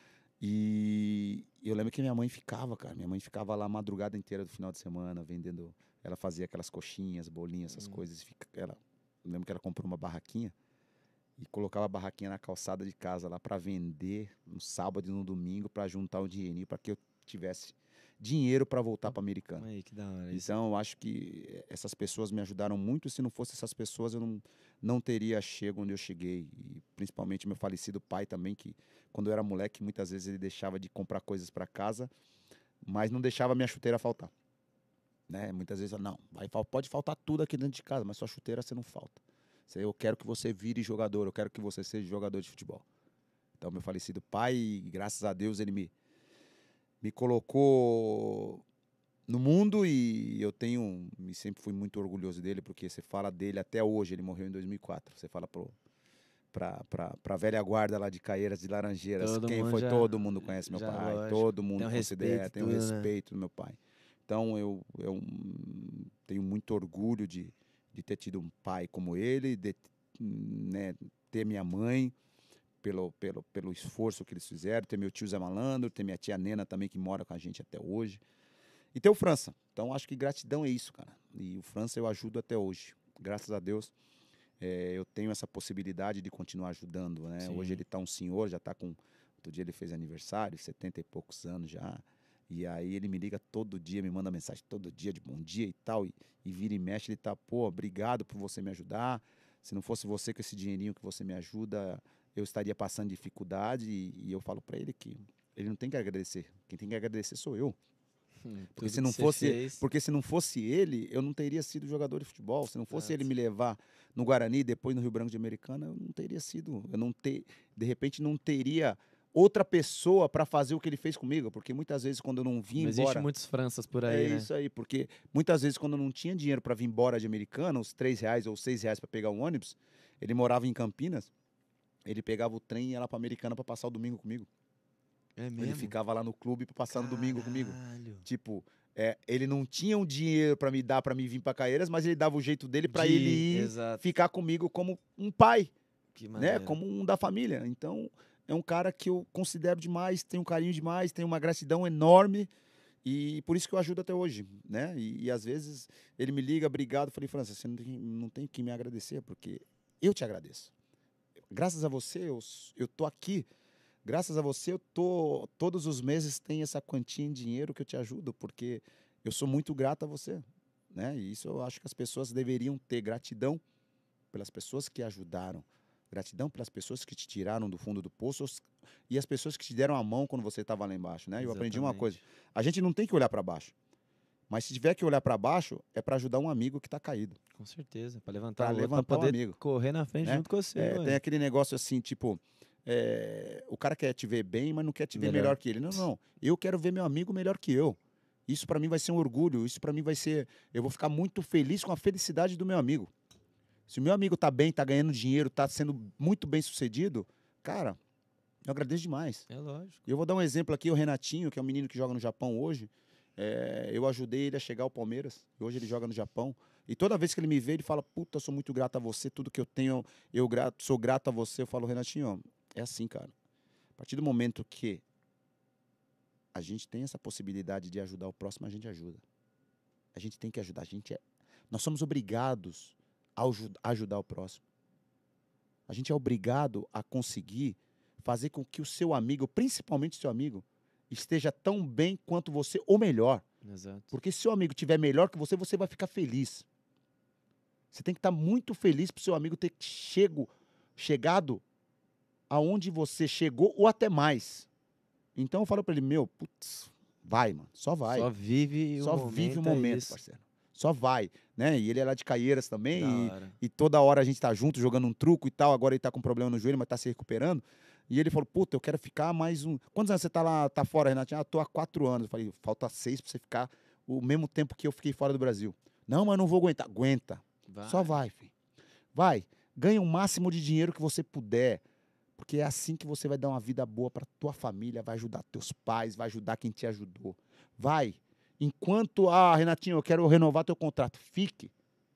Speaker 1: E eu lembro que minha mãe ficava lá a madrugada inteira do final de semana vendendo. Ela fazia aquelas coxinhas, bolinhas, essas coisas. Eu lembro que ela comprou uma barraquinha e colocava a barraquinha na calçada de casa lá para vender no sábado e no domingo para juntar o dinheirinho para que eu tivesse dinheiro para voltar para Americana.
Speaker 2: Aí, que da hora. Isso.
Speaker 1: Então, eu acho que essas pessoas me ajudaram muito. Se não fosse essas pessoas, eu não teria chegado onde eu cheguei. E principalmente meu falecido pai também, que quando eu era moleque, muitas vezes ele deixava de comprar coisas para casa, mas não deixava a minha chuteira faltar. Né? Muitas vezes, não, pode faltar tudo aqui dentro de casa, mas sua chuteira você não falta. Eu quero que você vire jogador, eu quero que você seja jogador de futebol. Então, meu falecido pai, graças a Deus, ele me colocou no mundo e sempre fui muito orgulhoso dele, porque você fala dele até hoje, ele morreu em 2004. Você fala pra velha guarda lá de Caieiras de Laranjeiras, todo mundo conhece meu pai,
Speaker 2: lógico.
Speaker 1: todo mundo
Speaker 2: Tem um
Speaker 1: considera, tem um
Speaker 2: respeito, né?
Speaker 1: respeito do meu pai. Então eu tenho muito orgulho de ter tido um pai como ele, né, ter minha mãe, pelo esforço que eles fizeram, ter meu tio Zé Malandro, ter minha tia Nena também, que mora com a gente até hoje. E ter o França. Então, acho que gratidão é isso, cara. E o França eu ajudo até hoje. Graças a Deus, eu tenho essa possibilidade de continuar ajudando, né?
Speaker 2: Sim.
Speaker 1: Hoje ele está um senhor, já está com... Outro dia ele fez aniversário, 70 e poucos anos já. E aí ele me liga todo dia, me manda mensagem todo dia de bom dia e tal. E vira e mexe, ele tá, pô, obrigado por você me ajudar. Se não fosse você com esse dinheirinho que você me ajuda, eu estaria passando dificuldade. E eu falo para ele que ele não tem que agradecer. Quem tem que agradecer sou eu. Porque se não fosse ele, eu não teria sido jogador de futebol. Se não fosse ele me levar no Guarani, depois no Rio Branco de Americana, eu não teria sido. De repente não teria outra pessoa para fazer o que ele fez comigo, porque muitas vezes quando eu não vim
Speaker 2: Não
Speaker 1: embora...
Speaker 2: existe muitos Franças por aí,
Speaker 1: É
Speaker 2: né?
Speaker 1: isso aí, porque muitas vezes quando eu não tinha dinheiro para vir embora de Americana, os R$ 3 ou R$ 6 para pegar um ônibus, ele morava em Campinas, ele pegava o trem e ia lá para Americana para passar o domingo comigo.
Speaker 2: É
Speaker 1: Ele
Speaker 2: mesmo?
Speaker 1: ficava lá no clube para passar no domingo comigo.
Speaker 2: Caralho.
Speaker 1: Tipo, ele não tinha um dinheiro para me dar para me vir para Caieiras, mas ele dava o jeito dele para ele ir
Speaker 2: Exato.
Speaker 1: ficar comigo como um pai,
Speaker 2: Que
Speaker 1: né?
Speaker 2: maneiro.
Speaker 1: Como um da família. Então, é um cara que eu considero demais, tenho um carinho demais, tenho uma gratidão enorme e por isso que eu ajudo até hoje, né? E às vezes ele me liga, obrigado, eu falei, França, você não tem que me agradecer, porque eu te agradeço. Graças a você, eu tô aqui. Graças a você, eu tô todos os meses tem essa quantia em dinheiro que eu te ajudo, porque eu sou muito grato a você, né? E isso eu acho que as pessoas deveriam ter gratidão pelas pessoas que ajudaram, gratidão pelas pessoas que te tiraram do fundo do poço e as pessoas que te deram a mão quando você estava lá embaixo, né? Eu aprendi uma coisa, a gente não tem que olhar para baixo, mas se tiver que olhar para baixo, é para ajudar um amigo que está caído.
Speaker 2: Com certeza, para levantar
Speaker 1: Pra
Speaker 2: o outro,
Speaker 1: levantar
Speaker 2: pra
Speaker 1: um
Speaker 2: poder
Speaker 1: amigo,
Speaker 2: correr na frente
Speaker 1: né?
Speaker 2: junto com você.
Speaker 1: Tem aquele negócio assim, tipo, o cara quer te ver bem, mas não quer te ver
Speaker 2: Melhor.
Speaker 1: melhor que ele. Não, não. Eu quero ver meu amigo melhor que eu. Isso para mim vai ser um orgulho. Isso para mim vai ser... Eu vou ficar muito feliz com a felicidade do meu amigo. Se o meu amigo tá bem, tá ganhando dinheiro, tá sendo muito bem sucedido, cara, eu agradeço demais.
Speaker 2: É lógico.
Speaker 1: Eu vou dar um exemplo aqui, o Renatinho, que é um menino que joga no Japão hoje. Eu ajudei ele a chegar ao Palmeiras. E hoje ele joga no Japão. E toda vez que ele me vê, ele fala, puta, eu sou muito grato a você, tudo que eu tenho, sou grato a você. Eu falo, Renatinho, é assim, cara. A partir do momento que a gente tem essa possibilidade de ajudar o próximo, a gente ajuda. A gente tem que ajudar. Nós somos obrigados a ajudar o próximo. A gente é obrigado a conseguir fazer com que o seu amigo, principalmente o seu amigo, esteja tão bem quanto você, ou melhor.
Speaker 2: Exato.
Speaker 1: Porque se seu amigo estiver melhor que você vai ficar feliz. Você tem que estar muito feliz para o seu amigo ter chegado aonde você chegou ou até mais. Então eu falo para ele, putz, vai, mano, só vai.
Speaker 2: Só vive
Speaker 1: o momento, parceiro. Só vai, né? E ele é lá de Caieiras também, e toda hora a gente tá junto, jogando um truco e tal. Agora ele tá com problema no joelho, mas tá se recuperando. E ele falou, puta, eu quero ficar mais um... Quantos anos você tá lá, tá fora, Renatinho? Tô há 4 anos. Eu falei, falta 6 pra você ficar o mesmo tempo que eu fiquei fora do Brasil. Não, mas não vou aguentar. Aguenta. Só vai, filho. Vai. Ganha o máximo de dinheiro que você puder. Porque é assim que você vai dar uma vida boa pra tua família, vai ajudar teus pais, vai ajudar quem te ajudou. Vai. Enquanto, Renatinho, eu quero renovar teu contrato. Fique,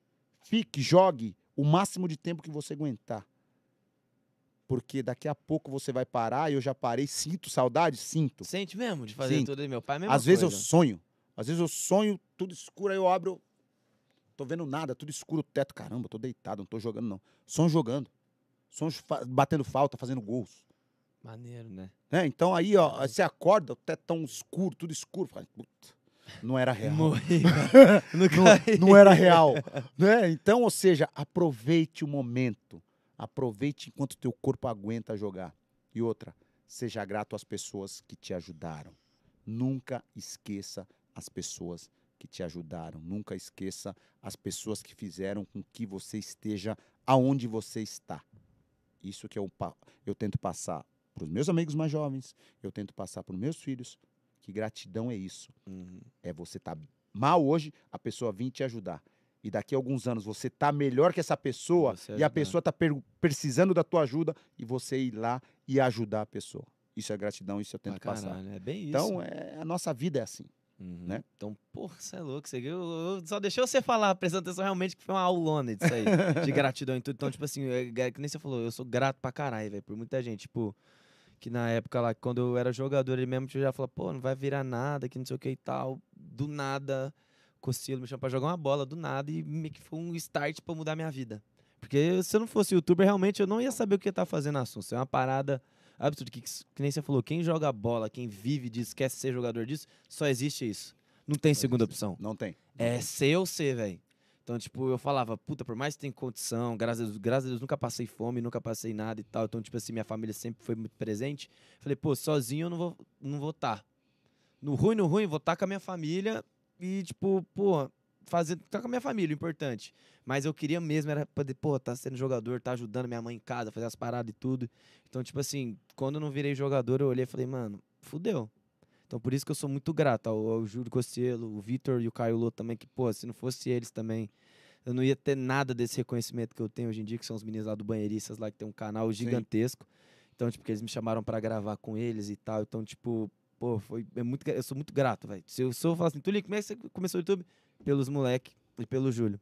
Speaker 1: jogue o máximo de tempo que você aguentar. Porque daqui a pouco você vai parar, eu já parei, sinto saudade? Sinto.
Speaker 2: Sente mesmo de fazer tudo? Meu pai mesmo.
Speaker 1: Às vezes eu sonho, tudo escuro, aí eu abro, tô vendo nada, tudo escuro, o teto, caramba, tô deitado, não tô jogando não. Sonho jogando, sonho batendo falta, fazendo gols.
Speaker 2: Maneiro, né?
Speaker 1: Então aí, você acorda, o teto tão escuro, tudo escuro, fala, puta, não era real.
Speaker 2: Morri.
Speaker 1: não era real. Né? Então, ou seja, aproveite o momento. Aproveite enquanto teu corpo aguenta jogar. E outra, seja grato às pessoas que te ajudaram. Nunca esqueça as pessoas que te ajudaram. Nunca esqueça as pessoas que fizeram com que você esteja aonde você está. Isso que eu tento passar para os meus amigos mais jovens, eu tento passar para os meus filhos, que gratidão é isso. É você estar mal hoje, a pessoa vir te ajudar. E daqui a alguns anos você tá melhor que essa pessoa e a pessoa tá precisando da tua ajuda e você ir lá e ajudar a pessoa. Isso é gratidão, isso eu tento passar.
Speaker 2: É bem isso.
Speaker 1: Então, a nossa vida é assim. Né?
Speaker 2: Então, porra, você é louco. Eu só deixei você falar, prestando atenção realmente que foi uma aulona disso aí, de gratidão e tudo. Então, tipo assim, que nem você falou, eu sou grato pra caralho, velho, por muita gente. Tipo, que na época lá, quando eu era jogador, ele mesmo já falou, pô, não vai virar nada, que não sei o que e tal. Do nada... Cocilo me chamou pra jogar uma bola do nada e meio que foi um start pra mudar minha vida. Porque se eu não fosse youtuber, realmente eu não ia saber o que eu tava fazendo na Assunção. É uma parada absurda. Que nem você falou, quem joga bola, quem vive disso, quer ser jogador disso, só existe isso. Não tem segunda opção.
Speaker 1: Não tem.
Speaker 2: É ser ou ser, velho. Então, tipo, eu falava, puta, por mais que tenha condição, graças a Deus, nunca passei fome, nunca passei nada e tal. Então, tipo assim, minha família sempre foi muito presente. Falei, pô, sozinho eu não vou estar. No ruim, vou estar com a minha família. E, tipo, pô, tá com a minha família, o importante. Mas eu queria mesmo, era poder, pô, tá sendo jogador, tá ajudando minha mãe em casa, fazer as paradas e tudo. Então, tipo assim, quando eu não virei jogador, eu olhei e falei, mano, fudeu. Então, por isso que eu sou muito grato ao Júlio Cossielo, o Vitor e o Caio Lô também, que, pô, se não fosse eles também, eu não ia ter nada desse reconhecimento que eu tenho hoje em dia, que são os meninos lá do Banheiristas, lá que tem um canal gigantesco. Então, tipo, que eles me chamaram pra gravar com eles e tal. Então, tipo, pô, eu sou muito grato, velho. Se eu falar assim, Tulinho, como é que você começou o YouTube? Pelos moleque e pelo Júlio.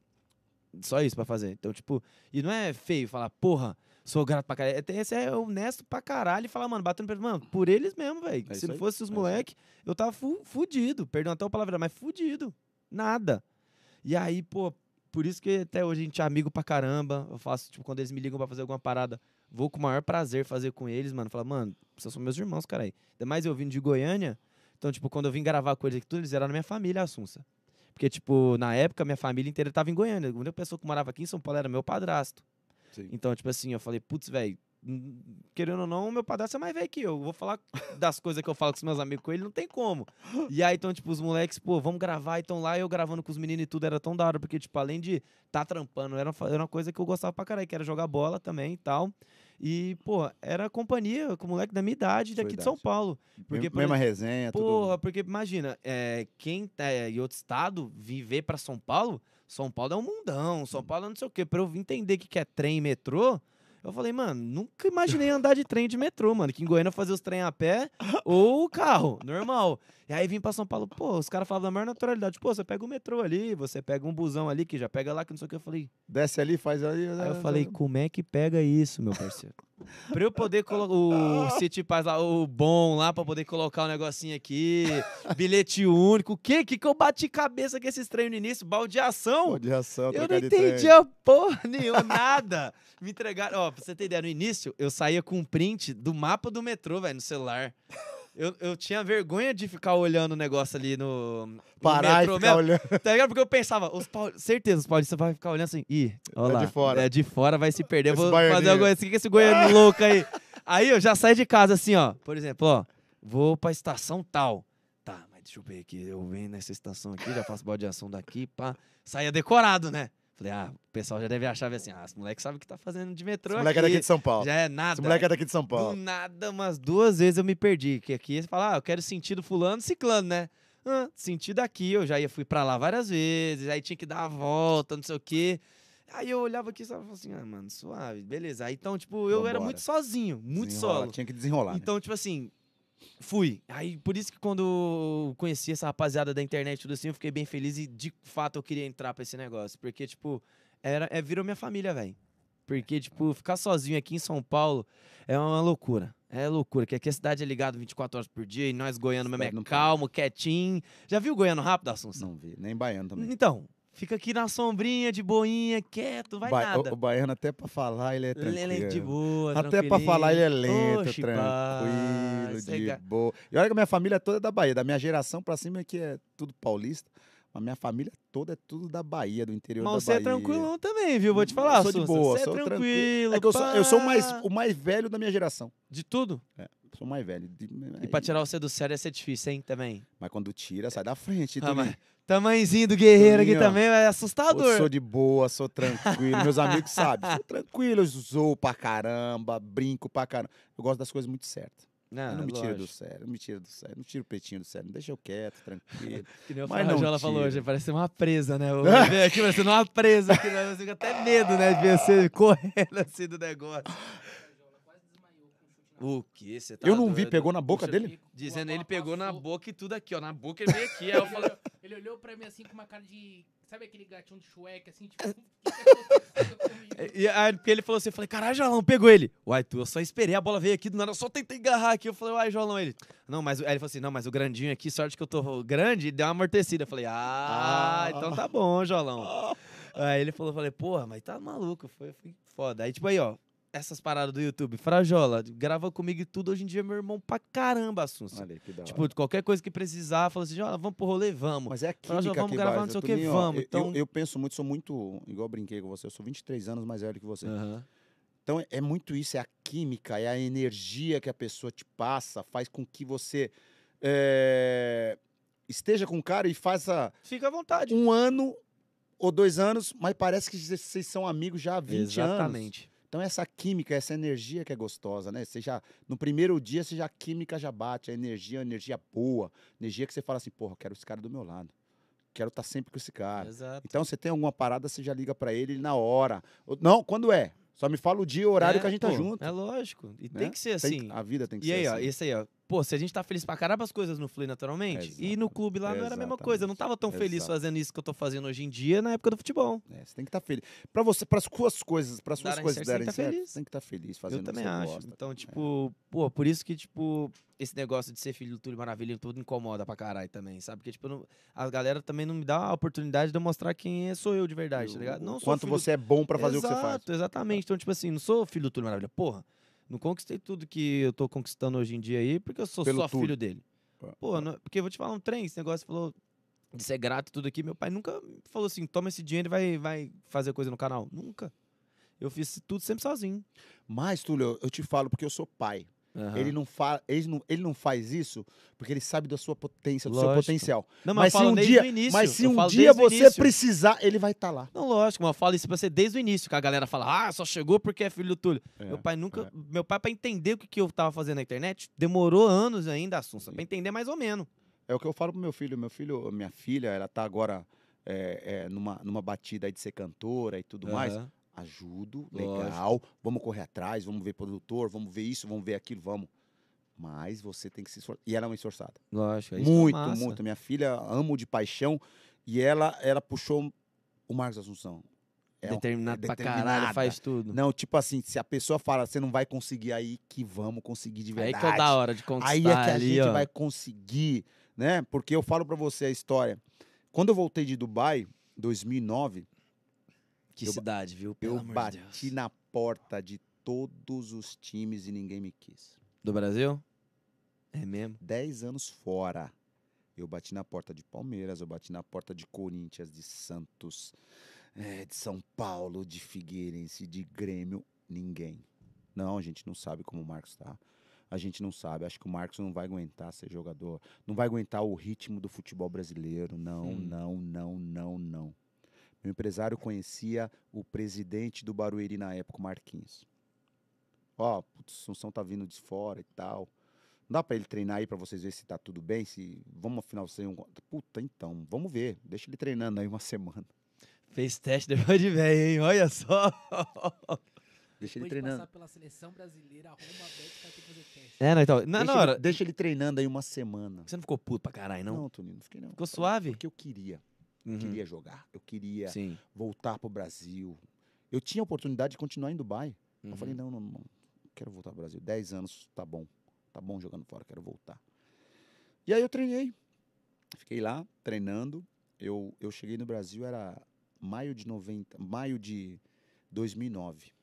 Speaker 2: Só isso pra fazer. Então, tipo, e não é feio falar, porra, sou grato pra caralho. Esse é honesto pra caralho e falar, mano, batendo pra mano, por eles mesmo, velho. Se não fosse os moleque, eu tava fudido. Perdão até a palavra, mas fudido. Nada. E aí, pô, por isso que até hoje a gente é amigo pra caramba. Eu faço, tipo, quando eles me ligam pra fazer alguma parada, vou com o maior prazer fazer com eles, mano. Falar, mano, vocês são meus irmãos, cara aí. Ainda mais eu vindo de Goiânia. Então, tipo, quando eu vim gravar com eles aqui, tudo, eles eram na minha família, Assunça. Porque, tipo, na época, minha família inteira tava em Goiânia. A única pessoa que morava aqui em São Paulo era meu padrasto.
Speaker 1: Sim.
Speaker 2: Então, tipo assim, eu falei, putz, velho, querendo ou não, meu padrasto é mais velho que eu. Vou falar das coisas que eu falo com os meus amigos com ele, não tem como. E aí, então, tipo, os moleques, pô, vamos gravar. Então lá eu gravando com os meninos e tudo era tão da hora, porque, tipo, além de tá trampando, era uma coisa que eu gostava pra caralho, que era jogar bola também e tal. E, pô, era companhia com o moleque da minha idade, daqui de São Paulo. Porque,
Speaker 1: Mesma resenha,
Speaker 2: porra,
Speaker 1: tudo.
Speaker 2: porque imagina, quem tá em outro estado, viver pra São Paulo é um mundão, São Paulo é não sei o quê. Pra eu entender o que é trem e metrô, eu falei, mano, nunca imaginei andar de trem e de metrô, mano. Que em Goiânia eu fazia os trem a pé ou carro, normal. E aí vim pra São Paulo, pô, os caras falavam da maior naturalidade. Pô, você pega o metrô ali, você pega um busão ali, que já pega lá, que não sei o que. Eu falei...
Speaker 1: Desce ali, faz ali...
Speaker 2: Aí eu falei, como é que pega isso, meu parceiro? Pra eu poder colocar o City Pass lá, o bom lá, pra poder colocar um negocinho aqui, bilhete único. O que eu bati cabeça com esses treinos no início? Baldeação?
Speaker 1: Baldeação,
Speaker 2: eu não entendi a porra nenhuma, nada. Me entregaram, ó, pra você ter ideia, no início, eu saía com um print do mapa do metrô, velho, no celular. Eu tinha vergonha de ficar olhando o negócio ali no
Speaker 1: parar
Speaker 2: metrô
Speaker 1: e ficar olhando.
Speaker 2: Tá ligado? Porque eu pensava, certeza, os paulistas vão ficar olhando assim, olha lá,
Speaker 1: de fora.
Speaker 2: de fora vai se perder,
Speaker 1: Esse
Speaker 2: vou
Speaker 1: baianinho.
Speaker 2: fazer alguma coisa, o que esse goiano louco aí? Aí eu já saí de casa assim, ó, por exemplo, ó, vou pra estação tal. Tá, mas deixa eu ver aqui, eu venho nessa estação aqui, já faço baldeação daqui, pá. Saía decorado, né? Falei, o pessoal já deve achar assim, os moleques sabem o que tá fazendo de metrô aqui.
Speaker 1: Esse moleque é daqui de São Paulo.
Speaker 2: Já é nada.
Speaker 1: Esse moleque é daqui de São Paulo.
Speaker 2: Do nada, umas 2 vezes eu me perdi. Que aqui você fala, eu quero sentido fulano, ciclano, né? Sentido aqui, eu já fui pra lá várias vezes, aí tinha que dar a volta, não sei o quê. Aí eu olhava aqui e falava assim, mano, suave, beleza. Aí, então, tipo, eu era muito sozinho, muito solo.
Speaker 1: Tinha que desenrolar.
Speaker 2: Então, tipo assim, fui. Aí, por isso que quando eu conheci essa rapaziada da internet e tudo assim, eu fiquei bem feliz e, de fato, eu queria entrar pra esse negócio. Porque, tipo, virou minha família, velho. Porque, tipo, ficar sozinho aqui em São Paulo é uma loucura. É loucura, que aqui a cidade é ligada 24 horas por dia e nós goiano mesmo é calmo, quietinho. Já viu goiano rápido, Assunção?
Speaker 1: Não vi, nem baiano também.
Speaker 2: Então, fica aqui na sombrinha, de boinha, quieto, vai nada.
Speaker 1: O baiano até pra falar ele é tranquilo.
Speaker 2: Ele é de boa,
Speaker 1: até pra falar ele é lento,
Speaker 2: Oxi,
Speaker 1: tranquilo, de boa. E olha que a minha família toda é da Bahia, da minha geração pra cima que é tudo paulista. A minha família toda é tudo da Bahia, do interior da Bahia.
Speaker 2: Mas você é tranquilão também, viu? Vou te falar,
Speaker 1: eu sou de boa,
Speaker 2: você
Speaker 1: sou
Speaker 2: é tranquilo.
Speaker 1: É que eu sou o mais velho da minha geração.
Speaker 2: De tudo?
Speaker 1: Sou mais velho.
Speaker 2: E pra tirar você do sério ia ser difícil, hein, também?
Speaker 1: Mas quando tira, sai da frente.
Speaker 2: Mas tamanhozinho do guerreiro aqui também é assustador.
Speaker 1: Eu sou de boa, sou tranquilo. Meus amigos sabem, sou tranquilo, eu zoo pra caramba, brinco pra caramba. Eu gosto das coisas muito certas. Não me tira do sério, não tira o peitinho do sério, não deixa eu quieto, tranquilo.
Speaker 2: Que nem o
Speaker 1: Mas
Speaker 2: Frajola falou hoje, parece uma presa, né? Ver aqui parecendo uma presa, aqui, né? Você fica até medo, né, de ver você correndo assim do negócio. O que? Você tá
Speaker 1: eu não
Speaker 2: doido?
Speaker 1: vi, pegou na boca dele?
Speaker 2: Dizendo ele pegou na boca e tudo aqui, ó. Na boca ele veio aqui. Aí eu falei...
Speaker 3: Ele olhou pra mim assim com uma cara de... Sabe aquele gatinho de Shrek, assim, tipo...
Speaker 2: E aí ele falou assim, eu falei, caralho, Jolão, pegou ele. Uai, eu só esperei, a bola veio aqui do nada, eu só tentei agarrar aqui. Eu falei, uai, Jolão, ele... Não, mas... Aí ele falou assim, não, mas o grandinho aqui, sorte que eu tô grande, deu uma amortecida. Eu falei, então tá bom, Jolão. Aí ele falou, falei, porra, mas tá maluco, foi foda. Aí tipo aí, ó, essas paradas do YouTube, Frajola, grava comigo e tudo, hoje em dia é meu irmão pra caramba, Assunção.
Speaker 1: Olha, que da hora.
Speaker 2: Tipo, qualquer coisa que precisar, fala assim, ó, vamos pro rolê, vamos.
Speaker 1: Mas é a
Speaker 2: Frajola,
Speaker 1: química
Speaker 2: vamos
Speaker 1: que
Speaker 2: gravar,
Speaker 1: base,
Speaker 2: não sei o que,
Speaker 1: Toninho,
Speaker 2: vamos. Então...
Speaker 1: Eu penso muito, sou muito, igual eu brinquei com você, eu sou 23 anos mais velho que você.
Speaker 2: Uhum.
Speaker 1: Então é muito isso, é a química, é a energia que a pessoa te passa, faz com que você esteja com o cara e faça
Speaker 2: Fica à vontade.
Speaker 1: um ano ou 2 anos, mas parece que vocês são amigos já há 20 anos.
Speaker 2: Exatamente.
Speaker 1: Então essa química, essa energia que é gostosa, né? No primeiro dia, a química já bate, a energia boa, energia que você fala assim, porra, eu quero esse cara do meu lado. Quero estar sempre com esse cara.
Speaker 2: Exato.
Speaker 1: Então, você tem alguma parada, você já liga pra ele na hora. Não, quando é? Só me fala o dia e o horário que a gente tá
Speaker 2: pô,
Speaker 1: junto.
Speaker 2: É lógico. E
Speaker 1: né?
Speaker 2: tem que ser assim.
Speaker 1: A vida tem que
Speaker 2: E
Speaker 1: ser
Speaker 2: aí,
Speaker 1: assim.
Speaker 2: ó, esse aí, ó. Pô, se a gente tá feliz pra caramba, as coisas não fluem naturalmente. E no clube lá não era a mesma coisa. Eu não tava tão feliz fazendo isso que eu tô fazendo hoje em dia na época do futebol.
Speaker 1: Você tem que estar feliz. Para as suas coisas,
Speaker 2: Darem
Speaker 1: coisas
Speaker 2: certo, você tem
Speaker 1: darem
Speaker 2: que tá
Speaker 1: certo,
Speaker 2: feliz.
Speaker 1: você tem que estar feliz fazendo
Speaker 2: Eu também
Speaker 1: o que você
Speaker 2: acho.
Speaker 1: gosta.
Speaker 2: Então, tipo, pô, por isso que, tipo, esse negócio de ser filho do Túlio Maravilha tudo incomoda pra caralho também, sabe? Porque, tipo, a galera também não me dá a oportunidade de eu mostrar quem sou eu de verdade, tá ligado? Não sou
Speaker 1: Quanto
Speaker 2: filho
Speaker 1: você é bom pra fazer o que você faz.
Speaker 2: Exato, exatamente. Então, tipo assim, não sou filho do Túlio Maravilha. Porra, não conquistei tudo que eu tô conquistando hoje em dia aí porque eu sou
Speaker 1: Pelo
Speaker 2: só
Speaker 1: Túlio.
Speaker 2: filho dele. Pô, porque eu vou te falar um trem, esse negócio falou de ser grato e tudo aqui. Meu pai nunca falou assim, toma esse dinheiro e vai fazer coisa no canal. Nunca. Eu fiz tudo sempre sozinho.
Speaker 1: Mas, Túlio, eu te falo porque eu sou pai. Ele não faz isso porque ele sabe da sua potência, do seu
Speaker 2: Lógico.
Speaker 1: potencial.
Speaker 2: Não,
Speaker 1: Mas
Speaker 2: eu falo desde o início.
Speaker 1: Mas se
Speaker 2: Eu
Speaker 1: um
Speaker 2: falo
Speaker 1: dia
Speaker 2: desde o
Speaker 1: você
Speaker 2: início.
Speaker 1: precisar, ele vai estar lá.
Speaker 2: Não, lógico, mas eu falo isso pra você desde o início, que a galera fala, só chegou porque é filho do Túlio.
Speaker 1: É,
Speaker 2: Meu pai Meu pai, pra entender o que eu tava fazendo na internet, demorou anos ainda, Assunção,
Speaker 1: Sim.
Speaker 2: pra entender mais ou menos.
Speaker 1: É o que eu falo pro meu filho. Minha filha, ela tá agora numa batida aí de ser cantora e tudo mais.
Speaker 2: Aham.
Speaker 1: Ajudo,
Speaker 2: Lógico.
Speaker 1: legal. Vamos correr atrás, vamos ver produtor, vamos ver isso, vamos ver aquilo, vamos. Mas você tem que se esforçar. E ela é uma esforçada.
Speaker 2: Lógico, é isso que é
Speaker 1: Muito,
Speaker 2: massa.
Speaker 1: muito. Minha filha amo de paixão e ela puxou o Marcos Assunção.
Speaker 2: Determinado pra caralho, faz tudo.
Speaker 1: Não, tipo assim, se a pessoa fala, você não vai conseguir aí, que vamos conseguir de verdade.
Speaker 2: Aí que é da hora de conquistar
Speaker 1: Aí é que a
Speaker 2: ali,
Speaker 1: gente
Speaker 2: ó.
Speaker 1: vai conseguir, né? Porque eu falo pra você a história. Quando eu voltei de Dubai, 2009,
Speaker 2: Que
Speaker 1: eu-
Speaker 2: cidade, viu? Pelo
Speaker 1: eu
Speaker 2: amor de
Speaker 1: bati
Speaker 2: Deus.
Speaker 1: na porta de todos os times e ninguém me quis.
Speaker 2: Do Brasil? É mesmo?
Speaker 1: 10 anos fora. Eu bati na porta de Palmeiras, eu bati na porta de Corinthians, de Santos, de São Paulo, de Figueirense, de Grêmio. Ninguém. Não, a gente não sabe como o Marcos tá. A gente não sabe. Acho que o Marcos não vai aguentar ser jogador. Não vai aguentar o ritmo do futebol brasileiro. Não, não, não, não, não. Meu empresário conhecia o presidente do Barueri na época, o Marquinhos. Ó, putz, o Assunção tá vindo de fora e tal. Não dá pra ele treinar aí pra vocês verem se tá tudo bem? Se vamos afinal ser um. Puta, então, vamos ver. Deixa ele treinando aí uma semana.
Speaker 2: Fez teste depois de velho, hein? Olha só.
Speaker 1: Deixa ele
Speaker 3: Depois de
Speaker 1: treinando.
Speaker 3: passar pela seleção brasileira, arruma a bet vai ter que fazer teste.
Speaker 2: É, não, então. Na hora.
Speaker 1: Deixa ele treinando aí uma semana.
Speaker 2: Você não ficou puto pra caralho, não?
Speaker 1: Não, Toninho, não fiquei não.
Speaker 2: Ficou suave?
Speaker 1: Porque eu queria.
Speaker 2: Uhum.
Speaker 1: Queria jogar. Eu queria
Speaker 2: Sim.
Speaker 1: voltar pro Brasil. Eu tinha a oportunidade de continuar em Dubai.
Speaker 2: Uhum.
Speaker 1: Eu falei, não quero voltar pro Brasil. 10 anos, tá bom. Tá bom jogando fora, quero voltar. E aí eu treinei. Fiquei lá, treinando. Eu cheguei no Brasil, era maio de 2009.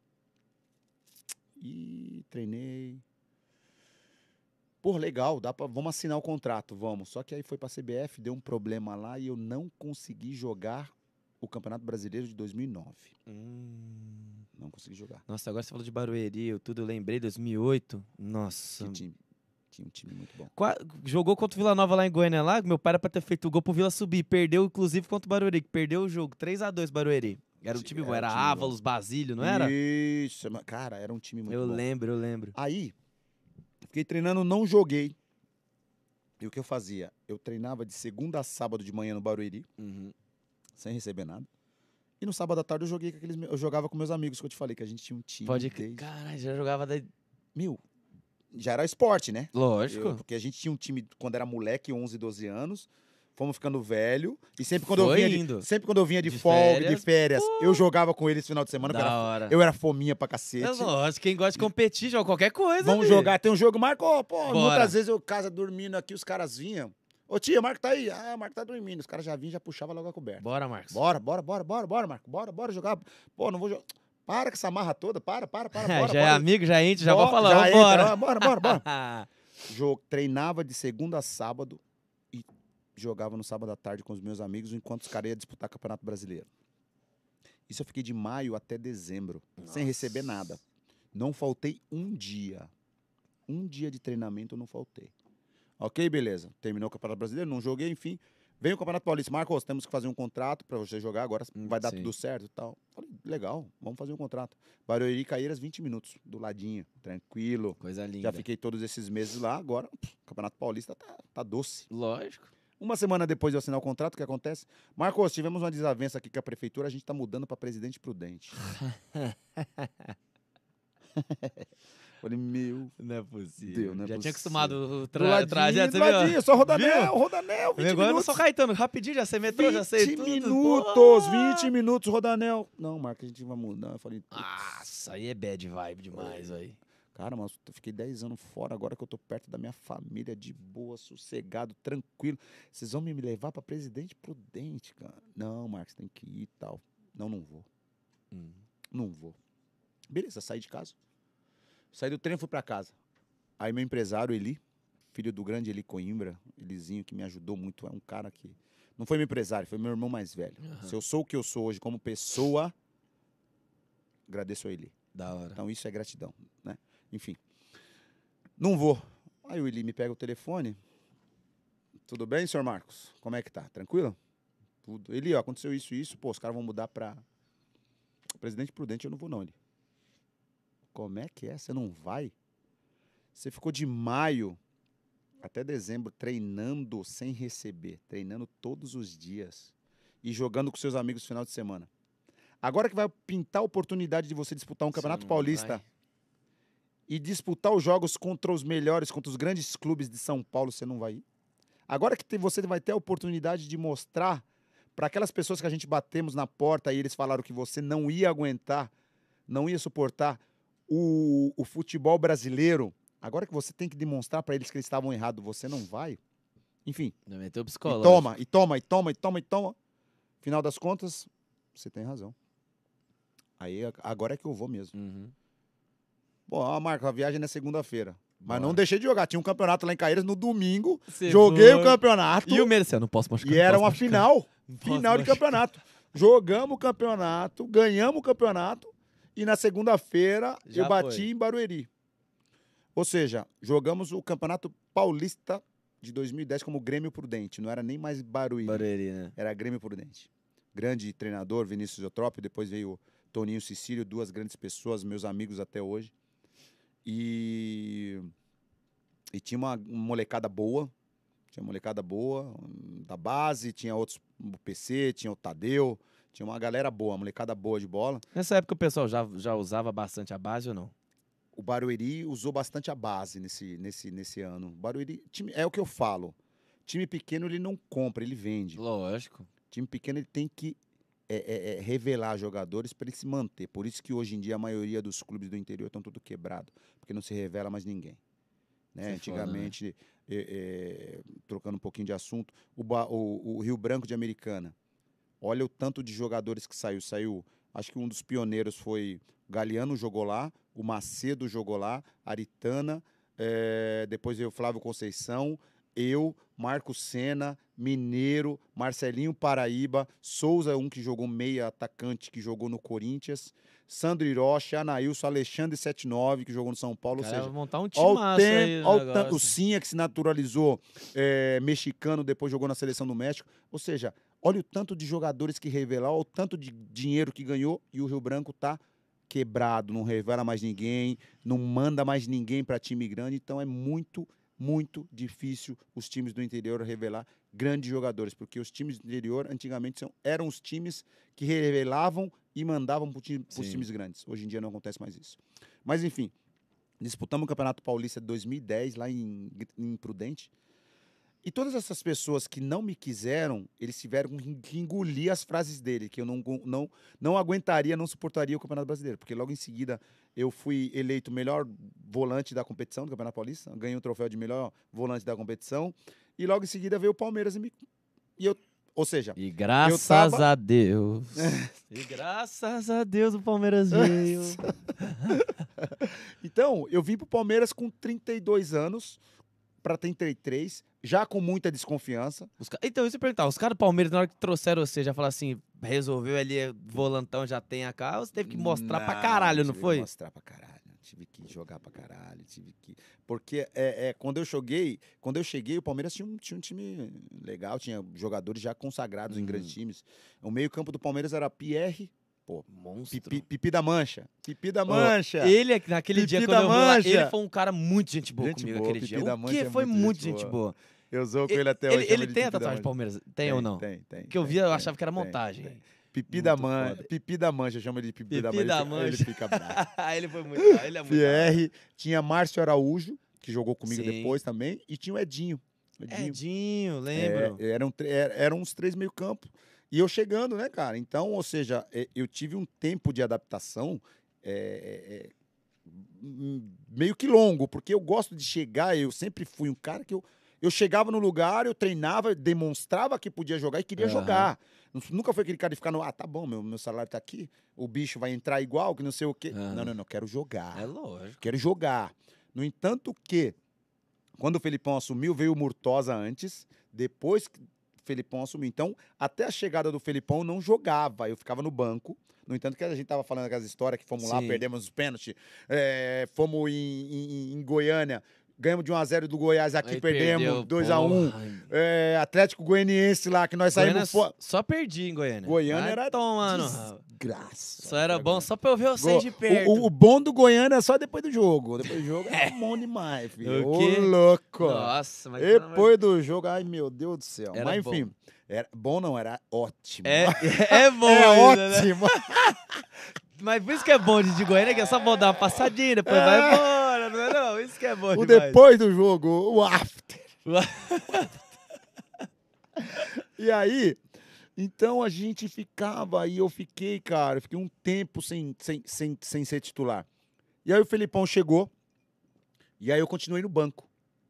Speaker 1: E treinei. Pô, legal, vamos assinar o contrato, vamos. Só que aí foi pra CBF, deu um problema lá e eu não consegui jogar o Campeonato Brasileiro de 2009. Não consegui jogar.
Speaker 2: Nossa, agora você falou de Barueri, eu lembrei, 2008. Nossa.
Speaker 1: Tinha um time muito bom.
Speaker 2: Jogou contra o Vila Nova lá em Goiânia, lá. Meu pai era pra ter feito o gol pro Vila subir. Perdeu, inclusive, contra o Barueri, que perdeu o jogo. 3-2 Barueri. Era um time bom, era Ávalos, Basílio, não era?
Speaker 1: Isso, cara, era um time muito bom.
Speaker 2: Eu lembro.
Speaker 1: Aí, fiquei treinando, não joguei. E o que eu fazia? Eu treinava de segunda a sábado de manhã no Barueri, sem receber nada. E no sábado à tarde eu jogava com meus amigos, que eu te falei, que a gente tinha um time.
Speaker 2: Pode. Caralho, já jogava daí.
Speaker 1: Já era esporte, né?
Speaker 2: Lógico.
Speaker 1: Porque a gente tinha um time quando era moleque, 11, 12 anos. Fomos ficando velho. E sempre quando eu vinha de folga, de férias, eu jogava com eles no final de semana.
Speaker 2: Da hora.
Speaker 1: Eu era fominha pra cacete.
Speaker 2: É lógico, quem gosta de competir, joga qualquer coisa.
Speaker 1: Vamos jogar, tem um jogo, Marco,
Speaker 2: Bora.
Speaker 1: muitas vezes eu casa dormindo aqui, os caras vinham. Ô tia, Marco tá aí. Ah, Marco tá dormindo. Os caras já vinham, já puxava logo a coberta.
Speaker 2: Bora, Marcos.
Speaker 1: Bora, Marco. Bora jogar. Pô, não vou jogar. Para com essa marra toda, para. Bora,
Speaker 2: Já é amigo, já entra, já vou falar,
Speaker 1: já
Speaker 2: vambora.
Speaker 1: Entra, bora. Treinava de segunda a sábado e jogava no sábado à tarde com os meus amigos, enquanto os caras iam disputar Campeonato Brasileiro. Isso eu fiquei de maio até dezembro, sem receber nada. Não faltei um dia. Um dia de treinamento eu não faltei. Ok, beleza. Terminou o Campeonato Brasileiro, não joguei, enfim. Vem o Campeonato Paulista. Marcos, temos que fazer um contrato pra você jogar agora. Vai dar
Speaker 2: Sim.
Speaker 1: tudo certo e tal. Falei, legal, vamos fazer um contrato. Barueri e Caieiras, 20 minutos, do ladinho, tranquilo.
Speaker 2: Coisa linda.
Speaker 1: Já fiquei todos esses meses lá, agora o Campeonato Paulista tá doce.
Speaker 2: Lógico.
Speaker 1: Uma semana depois de eu assinar o contrato, o que acontece? Marcos, tivemos uma desavença aqui com a prefeitura, a gente tá mudando pra Presidente Prudente. Falei, meu
Speaker 2: Não é possível.
Speaker 1: Deus, não é
Speaker 2: Já tinha
Speaker 1: possível.
Speaker 2: acostumado o
Speaker 1: do ladinho,
Speaker 2: trajeto,
Speaker 1: do
Speaker 2: você viu?
Speaker 1: ladinho, só rodanel,
Speaker 2: Viu?
Speaker 1: rodanel, 20
Speaker 2: Agora eu
Speaker 1: minutos.
Speaker 2: sou Caetano, rapidinho, já sei metrô, já sei
Speaker 1: 20
Speaker 2: tudo.
Speaker 1: minutos,
Speaker 2: Pô!
Speaker 1: 20 minutos, rodanel. Não, Marcos, a gente vai mudar. Eu falei, putz.
Speaker 2: Nossa, aí é bad vibe demais, velho.
Speaker 1: Cara, mas eu fiquei 10 anos fora, agora que eu tô perto da minha família, de boa, sossegado, tranquilo. Vocês vão me levar pra Presidente Prudente, cara. Não, Marcos, tem que ir e tal. Não, não vou. Não vou. Beleza, saí de casa. Saí do treino e fui pra casa. Aí meu empresário, Eli, filho do grande Eli Coimbra, Elizinho, que me ajudou muito, é um cara que... Não foi meu empresário, foi meu irmão mais velho.
Speaker 2: Aham.
Speaker 1: Se eu sou o que eu sou hoje como pessoa, agradeço a Eli.
Speaker 2: Da hora.
Speaker 1: Então isso é gratidão, né? Enfim, não vou. Aí o Eli me pega o telefone. Tudo bem, senhor Marcos? Como é que tá? Tranquilo? Tudo. Eli, ó, aconteceu isso e isso. Pô, os caras vão mudar pra Presidente Prudente, eu não vou não, Eli. Como é que é? Você não vai? Você ficou de maio até dezembro treinando sem receber, treinando todos os dias e jogando com seus amigos no final de semana. Agora que vai pintar a oportunidade de você disputar um Campeonato
Speaker 2: Você não
Speaker 1: Paulista
Speaker 2: vai.
Speaker 1: e disputar os jogos contra os melhores, contra os grandes clubes de São Paulo, você não vai ir? Agora que você vai ter a oportunidade de mostrar para aquelas pessoas que a gente batemos na porta e eles falaram que você não ia aguentar, não ia suportar o futebol brasileiro, agora que você tem que demonstrar para eles que eles estavam errados, você não vai? Enfim,
Speaker 2: Já meteu
Speaker 1: e
Speaker 2: psicológico.
Speaker 1: toma, e toma, e toma, e toma, e toma. Final das contas, você tem razão. Aí agora é que eu vou mesmo.
Speaker 2: Uhum.
Speaker 1: Bom, ó, Marco, a viagem é na segunda-feira. Mas
Speaker 2: Bora.
Speaker 1: não deixei de jogar. Tinha um campeonato lá em Caieiras no domingo.
Speaker 2: Você
Speaker 1: Joguei
Speaker 2: foi.
Speaker 1: o campeonato.
Speaker 2: E o Merecel, não posso machucar.
Speaker 1: E
Speaker 2: não
Speaker 1: era
Speaker 2: posso
Speaker 1: uma
Speaker 2: machucar.
Speaker 1: final.
Speaker 2: Não posso
Speaker 1: Final de
Speaker 2: machucar.
Speaker 1: campeonato. Jogamos o campeonato, ganhamos o campeonato. E na segunda-feira
Speaker 2: Já
Speaker 1: eu bati
Speaker 2: foi.
Speaker 1: em Barueri. Ou seja, jogamos o Campeonato Paulista de 2010 como Grêmio Prudente. Não era nem mais Barueri.
Speaker 2: Barueri, né?
Speaker 1: Era Grêmio Prudente. Grande treinador, Vinícius Eutrópio. Depois veio Toninho Cecílio, duas grandes pessoas, meus amigos até hoje. E tinha uma molecada boa. Tinha molecada boa da base, tinha outros, o PC, tinha o Tadeu. Tinha uma galera boa, molecada boa de bola.
Speaker 2: Nessa época o pessoal já usava bastante a base ou não?
Speaker 1: O Barueri usou bastante a base nesse ano. O Barueri, é o que eu falo. Time pequeno ele não compra, ele vende.
Speaker 2: Lógico.
Speaker 1: Time pequeno ele tem que revelar jogadores para ele se manter. Por isso que hoje em dia a maioria dos clubes do interior estão tudo quebrado, porque não se revela mais ninguém. Né?
Speaker 2: Isso é foda,
Speaker 1: Antigamente, trocando um pouquinho de assunto, o Rio Branco de Americana. Olha o tanto de jogadores que saiu. Acho que um dos pioneiros foi Galeano, jogou lá, o Macedo jogou lá, Aritana, depois veio o Flávio Conceição, eu, Marco Senna, Mineiro, Marcelinho Paraíba, Souza, um que jogou meia atacante, que jogou no Corinthians, Sandro Hiroshi, Anailson, Alexandre 79, que jogou no São Paulo.
Speaker 2: Cara,
Speaker 1: Ou seja,
Speaker 2: vai montar um
Speaker 1: Olha
Speaker 2: timaço aí.
Speaker 1: o Sinha, que se naturalizou mexicano, depois jogou na seleção do México. Ou seja, olha o tanto de jogadores que revelaram, o tanto de dinheiro que ganhou, e o Rio Branco tá quebrado, não revela mais ninguém, não manda mais ninguém para time grande. Então é muito, muito difícil os times do interior revelar grandes jogadores, porque os times do interior antigamente eram os times que revelavam e mandavam para os times grandes. Hoje em dia não acontece mais isso. Mas enfim, disputamos o Campeonato Paulista de 2010 lá em Prudente. E todas essas pessoas que não me quiseram, eles tiveram que engolir as frases dele, que eu não aguentaria, não suportaria o Campeonato Brasileiro. Porque logo em seguida eu fui eleito melhor volante da competição do Campeonato Paulista, ganhei o troféu de melhor volante da competição, e logo em seguida veio o Palmeiras ou seja...
Speaker 2: E graças a Deus. E graças a Deus o Palmeiras veio.
Speaker 1: Então, eu vim pro Palmeiras com 32 anos, para 33, já com muita desconfiança.
Speaker 2: Então, isso eu ia perguntar, os caras do Palmeiras, na hora que trouxeram você, já falaram assim, resolveu ali, volantão, já tem a cara, ou você teve que mostrar pra caralho, não
Speaker 1: tive que
Speaker 2: foi?
Speaker 1: mostrar pra caralho. Tive que jogar pra caralho, tive que... Porque quando eu cheguei, o Palmeiras tinha um time legal, tinha jogadores já consagrados em grandes times. O meio-campo do Palmeiras era Pierre, pô,
Speaker 2: Monstro.
Speaker 1: Pipi da Mancha. Pipi da
Speaker 2: Ó,
Speaker 1: Mancha.
Speaker 2: Ele, naquele dia,
Speaker 1: Pipi
Speaker 2: quando
Speaker 1: da
Speaker 2: eu vou lá,
Speaker 1: Mancha.
Speaker 2: ele foi um cara muito gente boa
Speaker 1: Gente
Speaker 2: comigo
Speaker 1: boa,
Speaker 2: aquele
Speaker 1: Pipi
Speaker 2: dia.
Speaker 1: da
Speaker 2: O
Speaker 1: Mancha
Speaker 2: que
Speaker 1: é
Speaker 2: foi
Speaker 1: muito
Speaker 2: muito
Speaker 1: gente
Speaker 2: gente
Speaker 1: boa.
Speaker 2: boa.
Speaker 1: Eu zoo com ele até hoje.
Speaker 2: Ele
Speaker 1: chamo de
Speaker 2: tem a
Speaker 1: Pipi da
Speaker 2: tatuagem do
Speaker 1: Mancha.
Speaker 2: Palmeiras? Tem ou não?
Speaker 1: Tem.
Speaker 2: Que eu vi, eu achava que era montagem.
Speaker 1: tem.
Speaker 2: Muito
Speaker 1: Pipi da Mancha, chama ele de Pipi da
Speaker 2: Pipi
Speaker 1: Mancha.
Speaker 2: da Mancha.
Speaker 1: Ele fica bravo.
Speaker 2: Ele foi muito bom, ele é muito
Speaker 1: Pierre, tinha Márcio Araújo, que jogou comigo
Speaker 2: Sim.
Speaker 1: depois também, e tinha o Edinho.
Speaker 2: Edinho, lembro.
Speaker 1: Eram uns 3 meio-campo. E eu chegando, né, cara? Então, ou seja, eu tive um tempo de adaptação meio que longo, porque eu gosto de chegar, eu sempre fui um cara que eu chegava no lugar, eu treinava, demonstrava que podia jogar e queria jogar. Nunca foi aquele cara de ficar tá bom, meu salário tá aqui, o bicho vai entrar igual, que não sei o quê. Não, quero jogar.
Speaker 2: É lógico.
Speaker 1: Quero jogar. No entanto que, quando o Felipão assumiu, veio o Murtosa antes, depois que o Felipão assumiu. Então, até a chegada do Felipão, eu não jogava, eu ficava no banco. No entanto que a gente tava falando aquelas histórias que fomos lá,
Speaker 2: Sim.
Speaker 1: perdemos os pênaltis, fomos em Goiânia, ganhamos de 1-0 do Goiás, aqui
Speaker 2: Aí
Speaker 1: perdemos
Speaker 2: perdeu,
Speaker 1: 2-1. Atlético Goianiense lá, que nós
Speaker 2: Goiânia
Speaker 1: saímos fora.
Speaker 2: só perdi em Goiânia.
Speaker 1: Goiânia
Speaker 2: Vai
Speaker 1: era
Speaker 2: tomando.
Speaker 1: desgraça.
Speaker 2: Só era bom só pra eu ver vocês de perto.
Speaker 1: O bom do Goiânia é só depois do jogo. Depois do jogo é bom demais, filho.
Speaker 2: O
Speaker 1: Ô,
Speaker 2: quê?
Speaker 1: louco.
Speaker 2: Nossa, mas
Speaker 1: Depois do jogo, ai meu Deus do céu.
Speaker 2: Era
Speaker 1: Mas enfim, era bom não, era ótimo.
Speaker 2: é bom
Speaker 1: É
Speaker 2: ainda, né?
Speaker 1: ótimo.
Speaker 2: Mas por isso que é bom de Goiânia, que é só bom dar uma passadinha, depois vai embora, não é não? Isso que é bom
Speaker 1: O
Speaker 2: demais.
Speaker 1: depois do jogo, o after. E aí, então a gente ficava, e eu fiquei, cara, eu fiquei um tempo sem ser titular. E aí o Felipão chegou, e aí eu continuei no banco.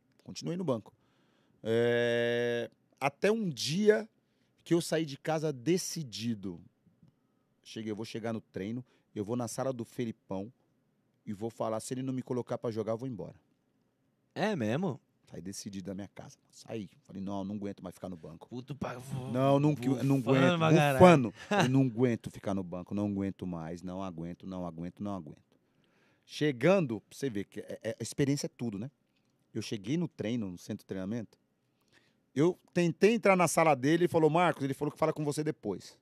Speaker 1: Até um dia que eu saí de casa decidido. Eu vou chegar no treino, eu vou na sala do Felipão e vou falar, se ele não me colocar pra jogar, eu vou embora.
Speaker 2: É mesmo?
Speaker 1: Saí decidido da minha casa. Saí. Falei, não aguento mais ficar no banco.
Speaker 2: Puto pavô.
Speaker 1: Não aguento. Bufano. Eu não aguento ficar no banco, não aguento mais, não aguento. Chegando, pra você ver que a experiência é tudo, né? Eu cheguei no treino, no centro de treinamento, eu tentei entrar na sala dele e falou, Marcos, ele falou que fala com você depois.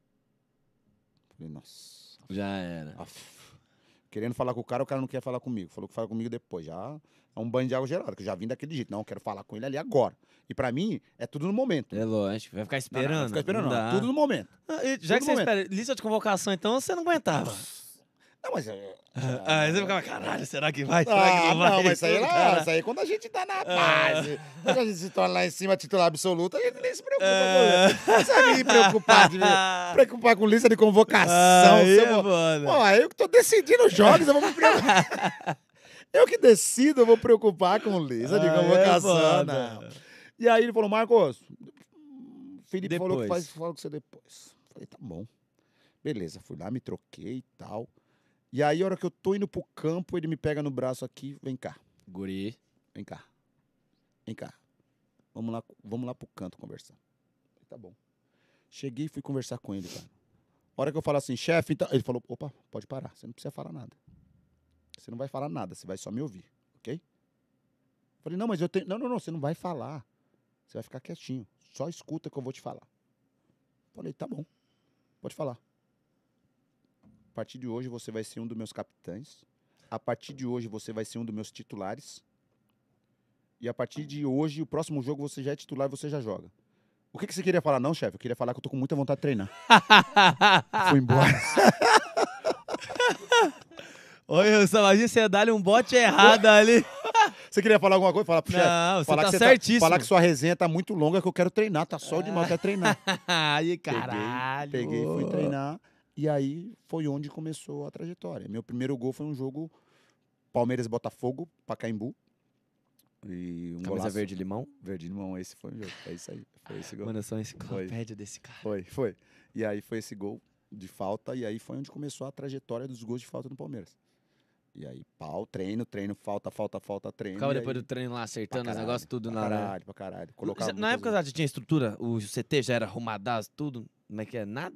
Speaker 1: Falei, nossa.
Speaker 2: Já era.
Speaker 1: Querendo falar com o cara não quer falar comigo. Falou que fala comigo depois. Já é um banho de água gelada, que eu já vim daquele jeito. Não, eu quero falar com ele ali agora. E pra mim, é tudo no momento.
Speaker 2: É lógico, vai ficar esperando.
Speaker 1: Não vai ficar esperando,
Speaker 2: não
Speaker 1: não.
Speaker 2: dá.
Speaker 1: Tudo no momento.
Speaker 2: Já
Speaker 1: Tudo
Speaker 2: que você
Speaker 1: no
Speaker 2: espera, lista de convocação, então você não aguentava.
Speaker 1: Não, mas...
Speaker 2: Aí você ficava, caralho, será que vai? Será que não vai?
Speaker 1: Não, mas isso aí,
Speaker 2: Cara.
Speaker 1: isso aí é quando a gente tá na base. Quando a gente se torna lá em cima titular absoluto, a gente nem se preocupa com isso. Você vai me preocupar com lista de convocação.
Speaker 2: Aí é
Speaker 1: Pô,
Speaker 2: foda.
Speaker 1: eu que tô decidindo os jogos, eu vou me preocupar. Eu que decido, eu vou preocupar com lista de convocação. Não. E aí ele falou, Marcos, o Felipe falou que fala com você depois. Falei, tá bom. Beleza, fui lá, me troquei e tal. E aí, a hora que eu tô indo pro campo, ele me pega no braço aqui, vem cá.
Speaker 2: Guri.
Speaker 1: Vem cá. Vamos lá pro canto conversar. Falei, tá bom. Cheguei e fui conversar com ele, cara. A hora que eu falo assim, chefe, então... Ele falou, opa, pode parar, você não precisa falar nada. Você não vai falar nada, você vai só me ouvir, ok? Falei, não, mas eu tenho... Não, você não vai falar. Você vai ficar quietinho. Só escuta que eu vou te falar. Falei, tá bom. Pode falar. A partir de hoje você vai ser um dos meus capitães. A partir de hoje você vai ser um dos meus titulares. E a partir de hoje, o próximo jogo você já é titular e você já joga. O que você queria falar? Não, chefe, eu queria falar que eu tô com muita vontade de treinar. Fui embora.
Speaker 2: Oi, eu só imagina você dar-lhe um bote errado ali.
Speaker 1: Você queria falar alguma coisa? Fala pro chefe.
Speaker 2: Não, você
Speaker 1: Falar
Speaker 2: tá
Speaker 1: que
Speaker 2: certíssimo.
Speaker 1: Falar que sua resenha tá muito longa, que eu quero treinar. Tá sol demais, eu quero treinar.
Speaker 2: Aí, caralho.
Speaker 1: Peguei, fui treinar. E aí foi onde começou a trajetória. Meu primeiro gol foi um jogo Palmeiras e Botafogo, Pacaembu. E um
Speaker 2: Camisa
Speaker 1: golaço.
Speaker 2: verde e limão?
Speaker 1: Verde e limão, esse foi o jogo. É isso aí. Foi esse gol.
Speaker 2: Mano, eu sou uma enciclopédia desse cara.
Speaker 1: Foi. E aí foi esse gol de falta. E aí foi onde começou a trajetória dos gols de falta no Palmeiras. E aí, treino, falta, treino.
Speaker 2: Ficava depois do treino lá acertando os negócios tudo na hora.
Speaker 1: Pra caralho.
Speaker 2: Na época já tinha estrutura? O CT já era arrumadaço, tudo? Como é que é? Nada?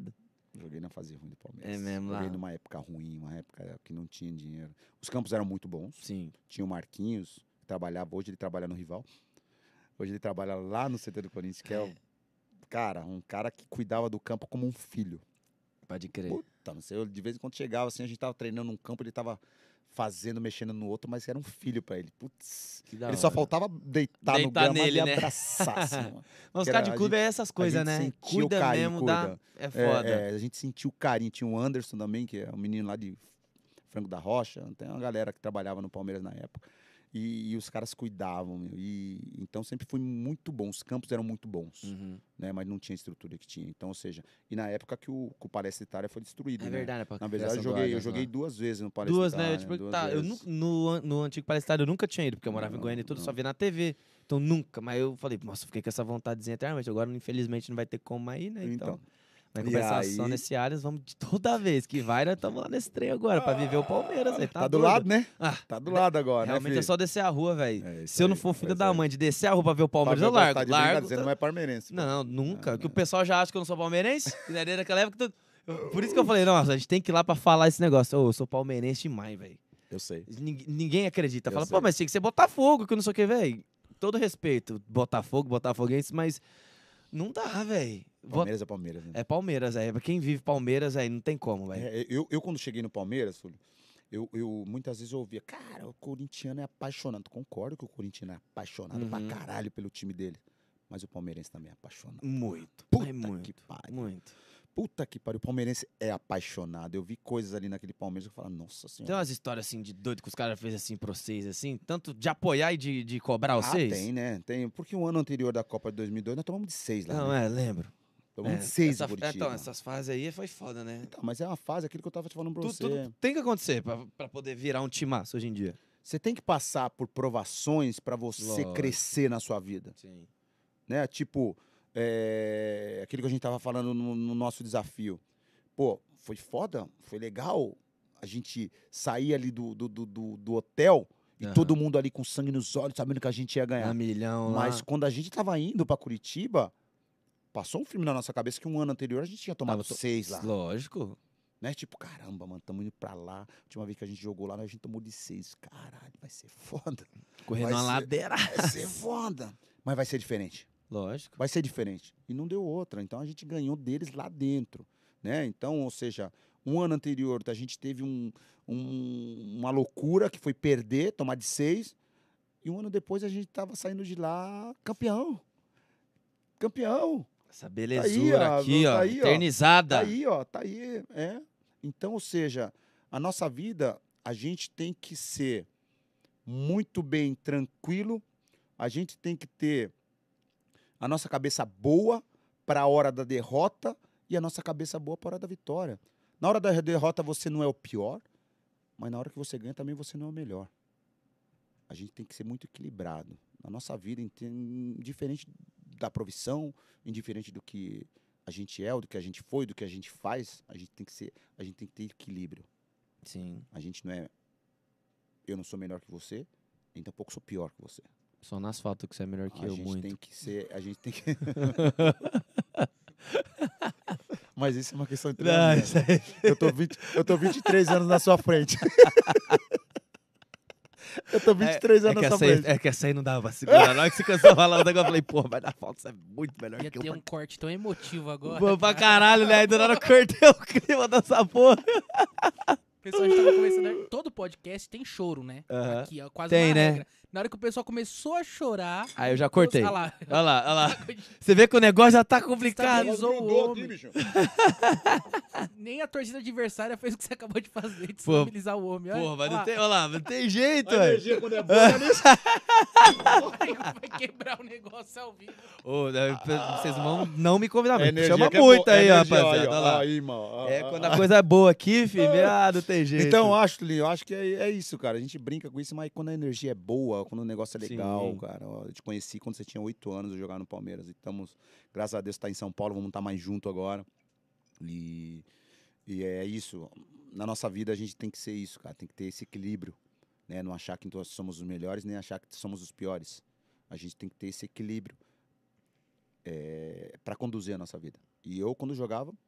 Speaker 1: Joguei na fase ruim do Palmeiras.
Speaker 2: É mesmo,
Speaker 1: Joguei
Speaker 2: lá.
Speaker 1: numa época ruim, uma época que não tinha dinheiro. Os campos eram muito bons.
Speaker 2: Sim.
Speaker 1: Tinha o Marquinhos, que trabalhava, hoje ele trabalha no Rival. Hoje ele trabalha lá no CT do Corinthians, que é o cara, um cara que cuidava do campo como um filho.
Speaker 2: Pode crer.
Speaker 1: Puta, não sei, eu, de vez em quando chegava assim, a gente tava treinando num campo, ele tava fazendo, mexendo no outro, mas era um filho pra ele. Putz,
Speaker 2: Que da
Speaker 1: ele só
Speaker 2: hora.
Speaker 1: faltava deitar no
Speaker 2: Deitar
Speaker 1: grama
Speaker 2: nele,
Speaker 1: e
Speaker 2: né?
Speaker 1: abraçar, assim, mano.
Speaker 2: Mas os
Speaker 1: Que
Speaker 2: caras
Speaker 1: era-
Speaker 2: de clube é essas coisas,
Speaker 1: gente
Speaker 2: né?
Speaker 1: sentia o
Speaker 2: Cuida
Speaker 1: carinho,
Speaker 2: mesmo,
Speaker 1: cuida.
Speaker 2: é foda.
Speaker 1: A gente sentiu o carinho. Tinha o Anderson também, que é um menino lá de Franco da Rocha. Tem uma galera que trabalhava no Palmeiras na época. E os caras cuidavam, meu. Então sempre foi muito bom. Os campos eram muito bons,
Speaker 2: Uhum.
Speaker 1: né? Mas não tinha a estrutura que tinha. Então, ou seja, e na época que o Palestra Itália foi destruído,
Speaker 2: É
Speaker 1: né?
Speaker 2: verdade,
Speaker 1: Na verdade, eu joguei 2 vezes no Palestra
Speaker 2: duas, né?
Speaker 1: Itália.
Speaker 2: Eu, tipo,
Speaker 1: duas
Speaker 2: tá, eu
Speaker 1: vezes.
Speaker 2: no antigo Palestário eu nunca tinha ido, porque eu morava em
Speaker 1: Não,
Speaker 2: Goiânia e tudo,
Speaker 1: não.
Speaker 2: só via na TV. Então nunca. Mas eu falei, nossa, fiquei com essa vontadezinha eternamente. Agora, infelizmente, não vai ter como aí, né? Então. Vai
Speaker 1: E
Speaker 2: compensação
Speaker 1: aí-
Speaker 2: nesse Allianz, vamos de toda vez que vai, nós estamos lá nesse trem agora, pra viver o Palmeiras. Aí,
Speaker 1: Tá do
Speaker 2: doido?
Speaker 1: lado, né?
Speaker 2: Ah,
Speaker 1: Tá do lado agora,
Speaker 2: realmente
Speaker 1: né,
Speaker 2: é só descer a rua, velho.
Speaker 1: É isso
Speaker 2: Se eu não
Speaker 1: aí,
Speaker 2: for
Speaker 1: é
Speaker 2: filho
Speaker 1: isso
Speaker 2: da
Speaker 1: aí.
Speaker 2: mãe de descer a rua pra ver o Palmeiras, eu
Speaker 1: Fábio
Speaker 2: largo.
Speaker 1: tá de brincadeira,
Speaker 2: Largo.
Speaker 1: você não é palmeirense. pô.
Speaker 2: Não, nunca.
Speaker 1: Não,
Speaker 2: Que o
Speaker 1: não.
Speaker 2: pessoal já acha que eu não sou palmeirense. Que naquela época. Por isso que eu falei, nossa, a gente tem que ir lá pra falar esse negócio. Ô, eu sou palmeirense demais, velho.
Speaker 1: Eu sei.
Speaker 2: Ninguém acredita.
Speaker 1: Eu
Speaker 2: Fala,
Speaker 1: sei.
Speaker 2: pô, mas tinha que ser Botafogo, que eu não sei o que, velho. Todo respeito, botafoguense, mas não dá, velho.
Speaker 1: Palmeiras é Palmeiras, né?
Speaker 2: É Palmeiras, aí. Pra quem vive Palmeiras, aí não tem como, velho.
Speaker 1: Eu, quando cheguei no Palmeiras, Túlio, eu muitas vezes eu ouvia, cara, o corintiano é apaixonado. Concordo que o corintiano é apaixonado pra
Speaker 2: Uhum.
Speaker 1: caralho pelo time dele. Mas o palmeirense também é apaixonado.
Speaker 2: Muito.
Speaker 1: Puta
Speaker 2: mas muito.
Speaker 1: que pariu.
Speaker 2: Muito.
Speaker 1: Puta que pariu. O palmeirense é apaixonado. Eu vi coisas ali naquele Palmeiras que eu falo, nossa
Speaker 2: Tem
Speaker 1: senhora.
Speaker 2: umas histórias assim de doido que os caras fez assim pra vocês, assim, tanto de apoiar e de cobrar vocês?
Speaker 1: Tem, né? Tem. Porque o ano anterior da Copa de 2002, nós tomamos de 6 lá.
Speaker 2: Não,
Speaker 1: né?
Speaker 2: lembro.
Speaker 1: Tomamos de 6
Speaker 2: essa,
Speaker 1: do Curitiba.
Speaker 2: então, essas fases aí foi foda, né?
Speaker 1: Então, mas é uma fase, aquilo que eu tava te falando pra você.
Speaker 2: Tudo tem que acontecer pra poder virar um timaço hoje em dia.
Speaker 1: Você tem que passar por provações pra você
Speaker 2: Lógico.
Speaker 1: crescer na sua vida.
Speaker 2: Sim.
Speaker 1: Né? Tipo, aquilo que a gente tava falando no nosso desafio. Pô, foi foda, foi legal a gente sair ali do hotel e
Speaker 2: Aham.
Speaker 1: todo mundo ali com sangue nos olhos, sabendo que a gente ia ganhar.
Speaker 2: A milhão lá.
Speaker 1: Mas quando a gente tava indo pra Curitiba, passou um filme na nossa cabeça que um ano anterior a gente tinha tomado 6 lá.
Speaker 2: Lógico.
Speaker 1: Né? Tipo, caramba, mano, estamos indo pra lá. A última vez que a gente jogou lá, a gente tomou de 6. Caralho, vai ser foda.
Speaker 2: Correndo
Speaker 1: Vai
Speaker 2: uma
Speaker 1: ser-
Speaker 2: ladeira.
Speaker 1: Vai ser foda. Mas vai ser diferente.
Speaker 2: Lógico.
Speaker 1: Vai ser diferente. E não deu outra. Então a gente ganhou deles lá dentro. Né? Então, ou seja, um ano anterior a gente teve uma loucura que foi perder, tomar de 6. E um ano depois a gente tava saindo de lá campeão. Campeão.
Speaker 2: Essa belezura
Speaker 1: ó,
Speaker 2: aqui, ó,
Speaker 1: tá aí, ó.
Speaker 2: eternizada.
Speaker 1: Tá aí, ó, tá aí, é. Então, ou seja, a nossa vida, a gente tem que ser muito bem tranquilo, a gente tem que ter a nossa cabeça boa para a hora da derrota e a nossa cabeça boa para a hora da vitória. Na hora da derrota você não é o pior, mas na hora que você ganha também você não é o melhor. A gente tem que ser muito equilibrado. Na nossa vida, indiferente da profissão, indiferente do que a gente é, ou do que a gente foi, do que a gente faz, a gente tem que ter equilíbrio.
Speaker 2: Sim.
Speaker 1: A gente não é, eu não sou melhor que você, nem tampouco sou pior que você.
Speaker 2: Só nas fotos que você é melhor que
Speaker 1: A
Speaker 2: eu,
Speaker 1: gente
Speaker 2: muito.
Speaker 1: tem que ser, a gente tem que Mas isso é uma questão de
Speaker 2: Não,
Speaker 1: treinamento.
Speaker 2: isso aí-
Speaker 1: Eu tô 23 anos na sua frente. Eu tô 23 anos na sua frente.
Speaker 2: É que essa aí não dava pra segurar. Na hora que você começou a falar o negócio, eu falei, porra, vai dar falta, você é muito melhor
Speaker 3: Ia
Speaker 2: que eu.
Speaker 3: ter um corte tão emotivo agora.
Speaker 2: Pô, pra caralho, né? Aí do nada eu cortei o clima dessa porra.
Speaker 3: O pessoal a gente tava conversando. Todo podcast tem choro, né?
Speaker 2: Aham.
Speaker 3: Aqui, ó, quase
Speaker 2: Tem,
Speaker 3: uma
Speaker 2: né?
Speaker 3: regra. Na hora que o pessoal começou a chorar.
Speaker 2: Aí eu já cortei.
Speaker 3: Olha lá.
Speaker 2: Olha lá, olha lá. Você vê que o negócio já tá complicado.
Speaker 3: Estabilizou o
Speaker 1: Grudou
Speaker 3: homem.
Speaker 1: bicho.
Speaker 3: Nem a torcida adversária fez o que você acabou de fazer, de
Speaker 2: Pô,
Speaker 3: estabilizar o homem.
Speaker 2: Porra, mas
Speaker 3: olha
Speaker 2: não
Speaker 3: lá.
Speaker 2: tem, olha lá, não tem jeito,
Speaker 1: A
Speaker 2: velho.
Speaker 1: energia quando é boa, é nisso.
Speaker 3: Vai quebrar o negócio ao vivo.
Speaker 2: Ô, vocês vão não me convidar, mas
Speaker 1: Energia
Speaker 2: chama
Speaker 1: que é
Speaker 2: muito
Speaker 1: boa,
Speaker 2: aí,
Speaker 1: energia,
Speaker 2: rapaziada. Olha lá.
Speaker 1: Aí, mano.
Speaker 2: É, quando a coisa é boa aqui, filho, não tem jeito.
Speaker 1: Então, eu acho que é isso, cara. A gente brinca com isso, mas quando a energia é boa, quando o negócio é legal,
Speaker 2: Sim.
Speaker 1: cara. Eu te conheci quando você tinha 8 anos, eu jogava no Palmeiras. E estamos, graças a Deus, tá em São Paulo, vamos estar mais junto agora. E é isso. Na nossa vida, a gente tem que ser isso, cara. Tem que ter esse equilíbrio, né? Não achar que nós somos os melhores, nem achar que somos os piores. A gente tem que ter esse equilíbrio para conduzir a nossa vida. E eu, quando jogava,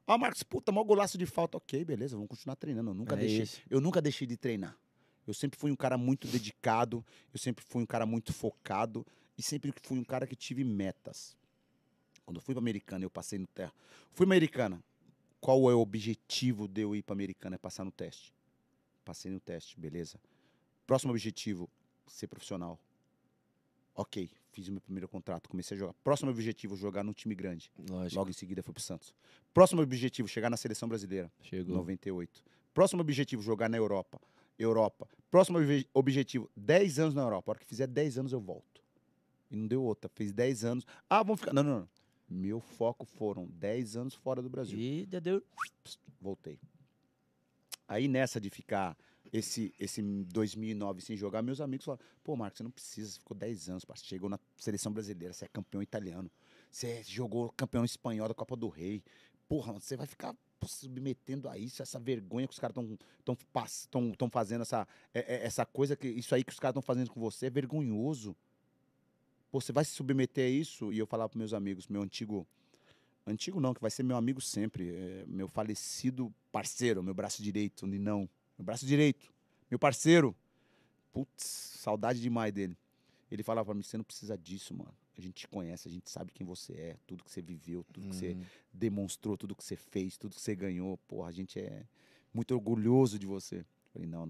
Speaker 1: Ah, Marcos, puta, mó golaço de falta. Ok, beleza, vamos continuar treinando.
Speaker 2: Isso.
Speaker 1: Eu nunca deixei de treinar. Eu sempre fui um cara muito dedicado, eu sempre fui um cara muito focado e sempre fui um cara que tive metas. Quando eu fui pra Americana, eu passei no terra. Fui Americana. Qual é o objetivo de eu ir pra Americana? É passar no teste. Passei no teste, beleza. Próximo objetivo, ser profissional. Ok, fiz o meu primeiro contrato, comecei a jogar. Próximo objetivo, jogar num time grande.
Speaker 2: Lógico.
Speaker 1: Logo em seguida fui pro Santos. Próximo objetivo, chegar na seleção brasileira.
Speaker 2: Chegou.
Speaker 1: 98. Próximo objetivo, jogar na Europa. Próximo objetivo, 10 anos na Europa. A hora que fizer 10 anos eu volto. E não deu outra. Fez 10 anos. Ah, vamos ficar. Não. Meu foco foram 10 anos fora do Brasil.
Speaker 2: E já deu.
Speaker 1: Voltei. Aí nessa de ficar esse 2009 sem jogar, meus amigos falaram, pô, Marcos, você não precisa, você ficou 10 anos, parceiro. Chegou na seleção brasileira, você é campeão italiano, você jogou campeão espanhol da Copa do Rei. Porra, você vai ficar submetendo a isso, essa vergonha que os caras estão fazendo, essa coisa, isso aí que os caras estão fazendo com você é vergonhoso. Pô, você vai se submeter a isso? E eu falava pros meus amigos, meu antigo não, que vai ser meu amigo sempre, meu falecido parceiro, meu braço direito, Ninão, meu braço direito, meu parceiro, putz, saudade demais dele. Ele falava pra mim, você não precisa disso, mano. A gente te conhece, a gente sabe quem você é, tudo que você viveu, tudo que você demonstrou, tudo que você fez, tudo que você ganhou. Porra, a gente é muito orgulhoso de você. Eu falei, não.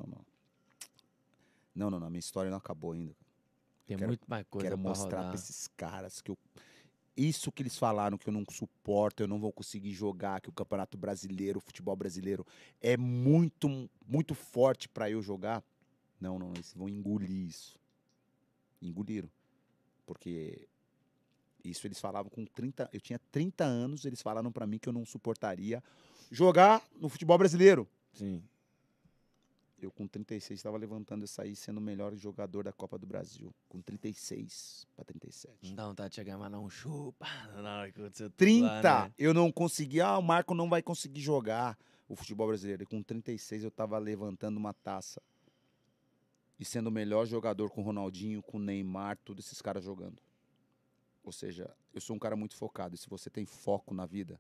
Speaker 1: Minha história não acabou ainda.
Speaker 2: Tem muito mais coisa
Speaker 1: Quero
Speaker 2: pra
Speaker 1: mostrar
Speaker 2: rodar.
Speaker 1: pra esses caras que isso que eles falaram que eu não suporto, eu não vou conseguir jogar, que o Campeonato Brasileiro, o futebol brasileiro é muito, muito forte pra eu jogar. Não, eles vão engolir isso. Engoliram. Porque isso eles falavam com 30... Eu tinha 30 anos, eles falaram pra mim que eu não suportaria jogar no futebol brasileiro.
Speaker 2: Sim.
Speaker 1: Eu com 36 estava levantando isso aí, sendo o melhor jogador da Copa do Brasil. Com 36 para 37.
Speaker 2: Não dá vontade de chegar, mas não chupa. Na hora que aconteceu tudo
Speaker 1: 30,
Speaker 2: lá, né?
Speaker 1: eu não consegui. O Marco não vai conseguir jogar o futebol brasileiro. E com 36 eu estava levantando uma taça. E sendo o melhor jogador com o Ronaldinho, com o Neymar, todos esses caras jogando. Ou seja, eu sou um cara muito focado. E se você tem foco na vida,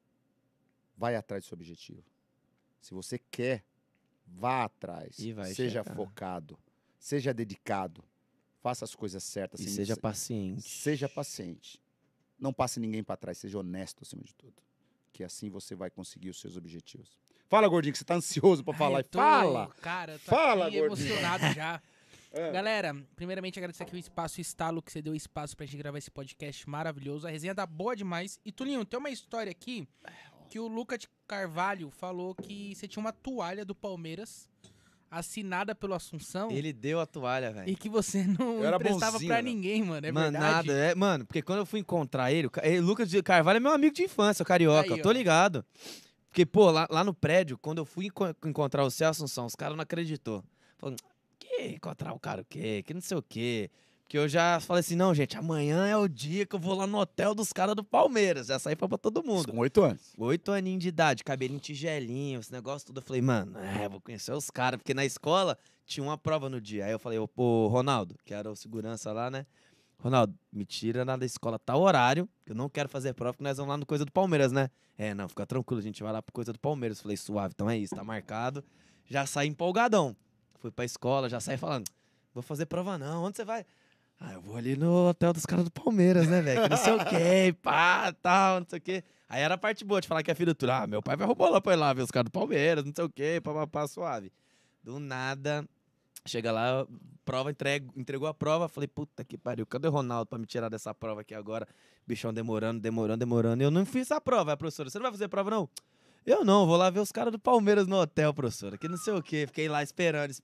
Speaker 1: vai atrás do seu objetivo. Se você quer, vá atrás.
Speaker 2: E vai
Speaker 1: seja
Speaker 2: chegar.
Speaker 1: focado. Seja dedicado. Faça as coisas certas.
Speaker 2: E
Speaker 1: sem-
Speaker 2: seja paciente.
Speaker 1: Seja paciente. Não passe ninguém para trás. Seja honesto acima de tudo. Que assim você vai conseguir os seus objetivos. Fala, gordinho, que você tá ansioso para falar.
Speaker 3: Ai, eu tô-
Speaker 1: Fala!
Speaker 3: Cara, eu tô
Speaker 1: Fala,
Speaker 3: aqui
Speaker 1: gordinho.
Speaker 3: emocionado já.
Speaker 1: É.
Speaker 3: Galera, primeiramente agradecer aqui o espaço Estalo, que você deu espaço pra gente gravar esse podcast maravilhoso. A resenha tá boa demais. E, Tulinho, tem uma história aqui que o Lucas de Carvalho falou que você tinha uma toalha do Palmeiras assinada pelo Assunção
Speaker 2: Ele deu a toalha, velho.
Speaker 3: e que você não
Speaker 1: Eu era
Speaker 3: emprestava
Speaker 1: bonzinho,
Speaker 3: pra
Speaker 1: né?
Speaker 3: ninguém, mano. É
Speaker 2: Mano,
Speaker 3: verdade?
Speaker 2: nada. Mano, porque quando eu fui encontrar ele, Lucas de Carvalho é meu amigo de infância, o carioca.
Speaker 3: Aí,
Speaker 2: Eu tô
Speaker 3: ó.
Speaker 2: ligado. Porque, pô, lá no prédio, quando eu fui encontrar o Cé Assunção, os caras não acreditou. Falando, que encontrar o cara o quê? Que não sei o quê. Porque eu já falei assim, não, gente, amanhã é o dia que eu vou lá no hotel dos caras do Palmeiras. Já saí pra todo mundo.
Speaker 1: Com 8 anos.
Speaker 2: 8 aninhos de idade, cabelinho tigelinho, esse negócio tudo. Eu falei, mano, vou conhecer os caras. Porque na escola tinha uma prova no dia. Aí eu falei, ô Ronaldo, que era o segurança lá, né? Ronaldo, me tira lá da escola tal horário, que eu não quero fazer prova, porque nós vamos lá no Coisa do Palmeiras, né? Não, fica tranquilo, a gente vai lá pro Coisa do Palmeiras. Falei, suave, então é isso, tá marcado. Já saí empolgadão. Fui pra escola, já saí falando, vou fazer prova não, onde você vai? Eu vou ali no hotel dos caras do Palmeiras, né, velho? Que não sei o quê, pá, tal, não sei o quê. Aí era a parte boa de falar que é filho tudo. Meu pai vai roubar lá pra ir lá ver os caras do Palmeiras, não sei o quê, pá, suave. Do nada, chega lá, prova, entregou a prova. Falei, puta que pariu, cadê o Ronaldo pra me tirar dessa prova aqui agora? Bichão demorando. E eu não fiz a prova, professora. Você não vai fazer prova, não? Eu não, vou lá ver os caras do Palmeiras no hotel, professora. Que não sei o quê. Fiquei lá esperando.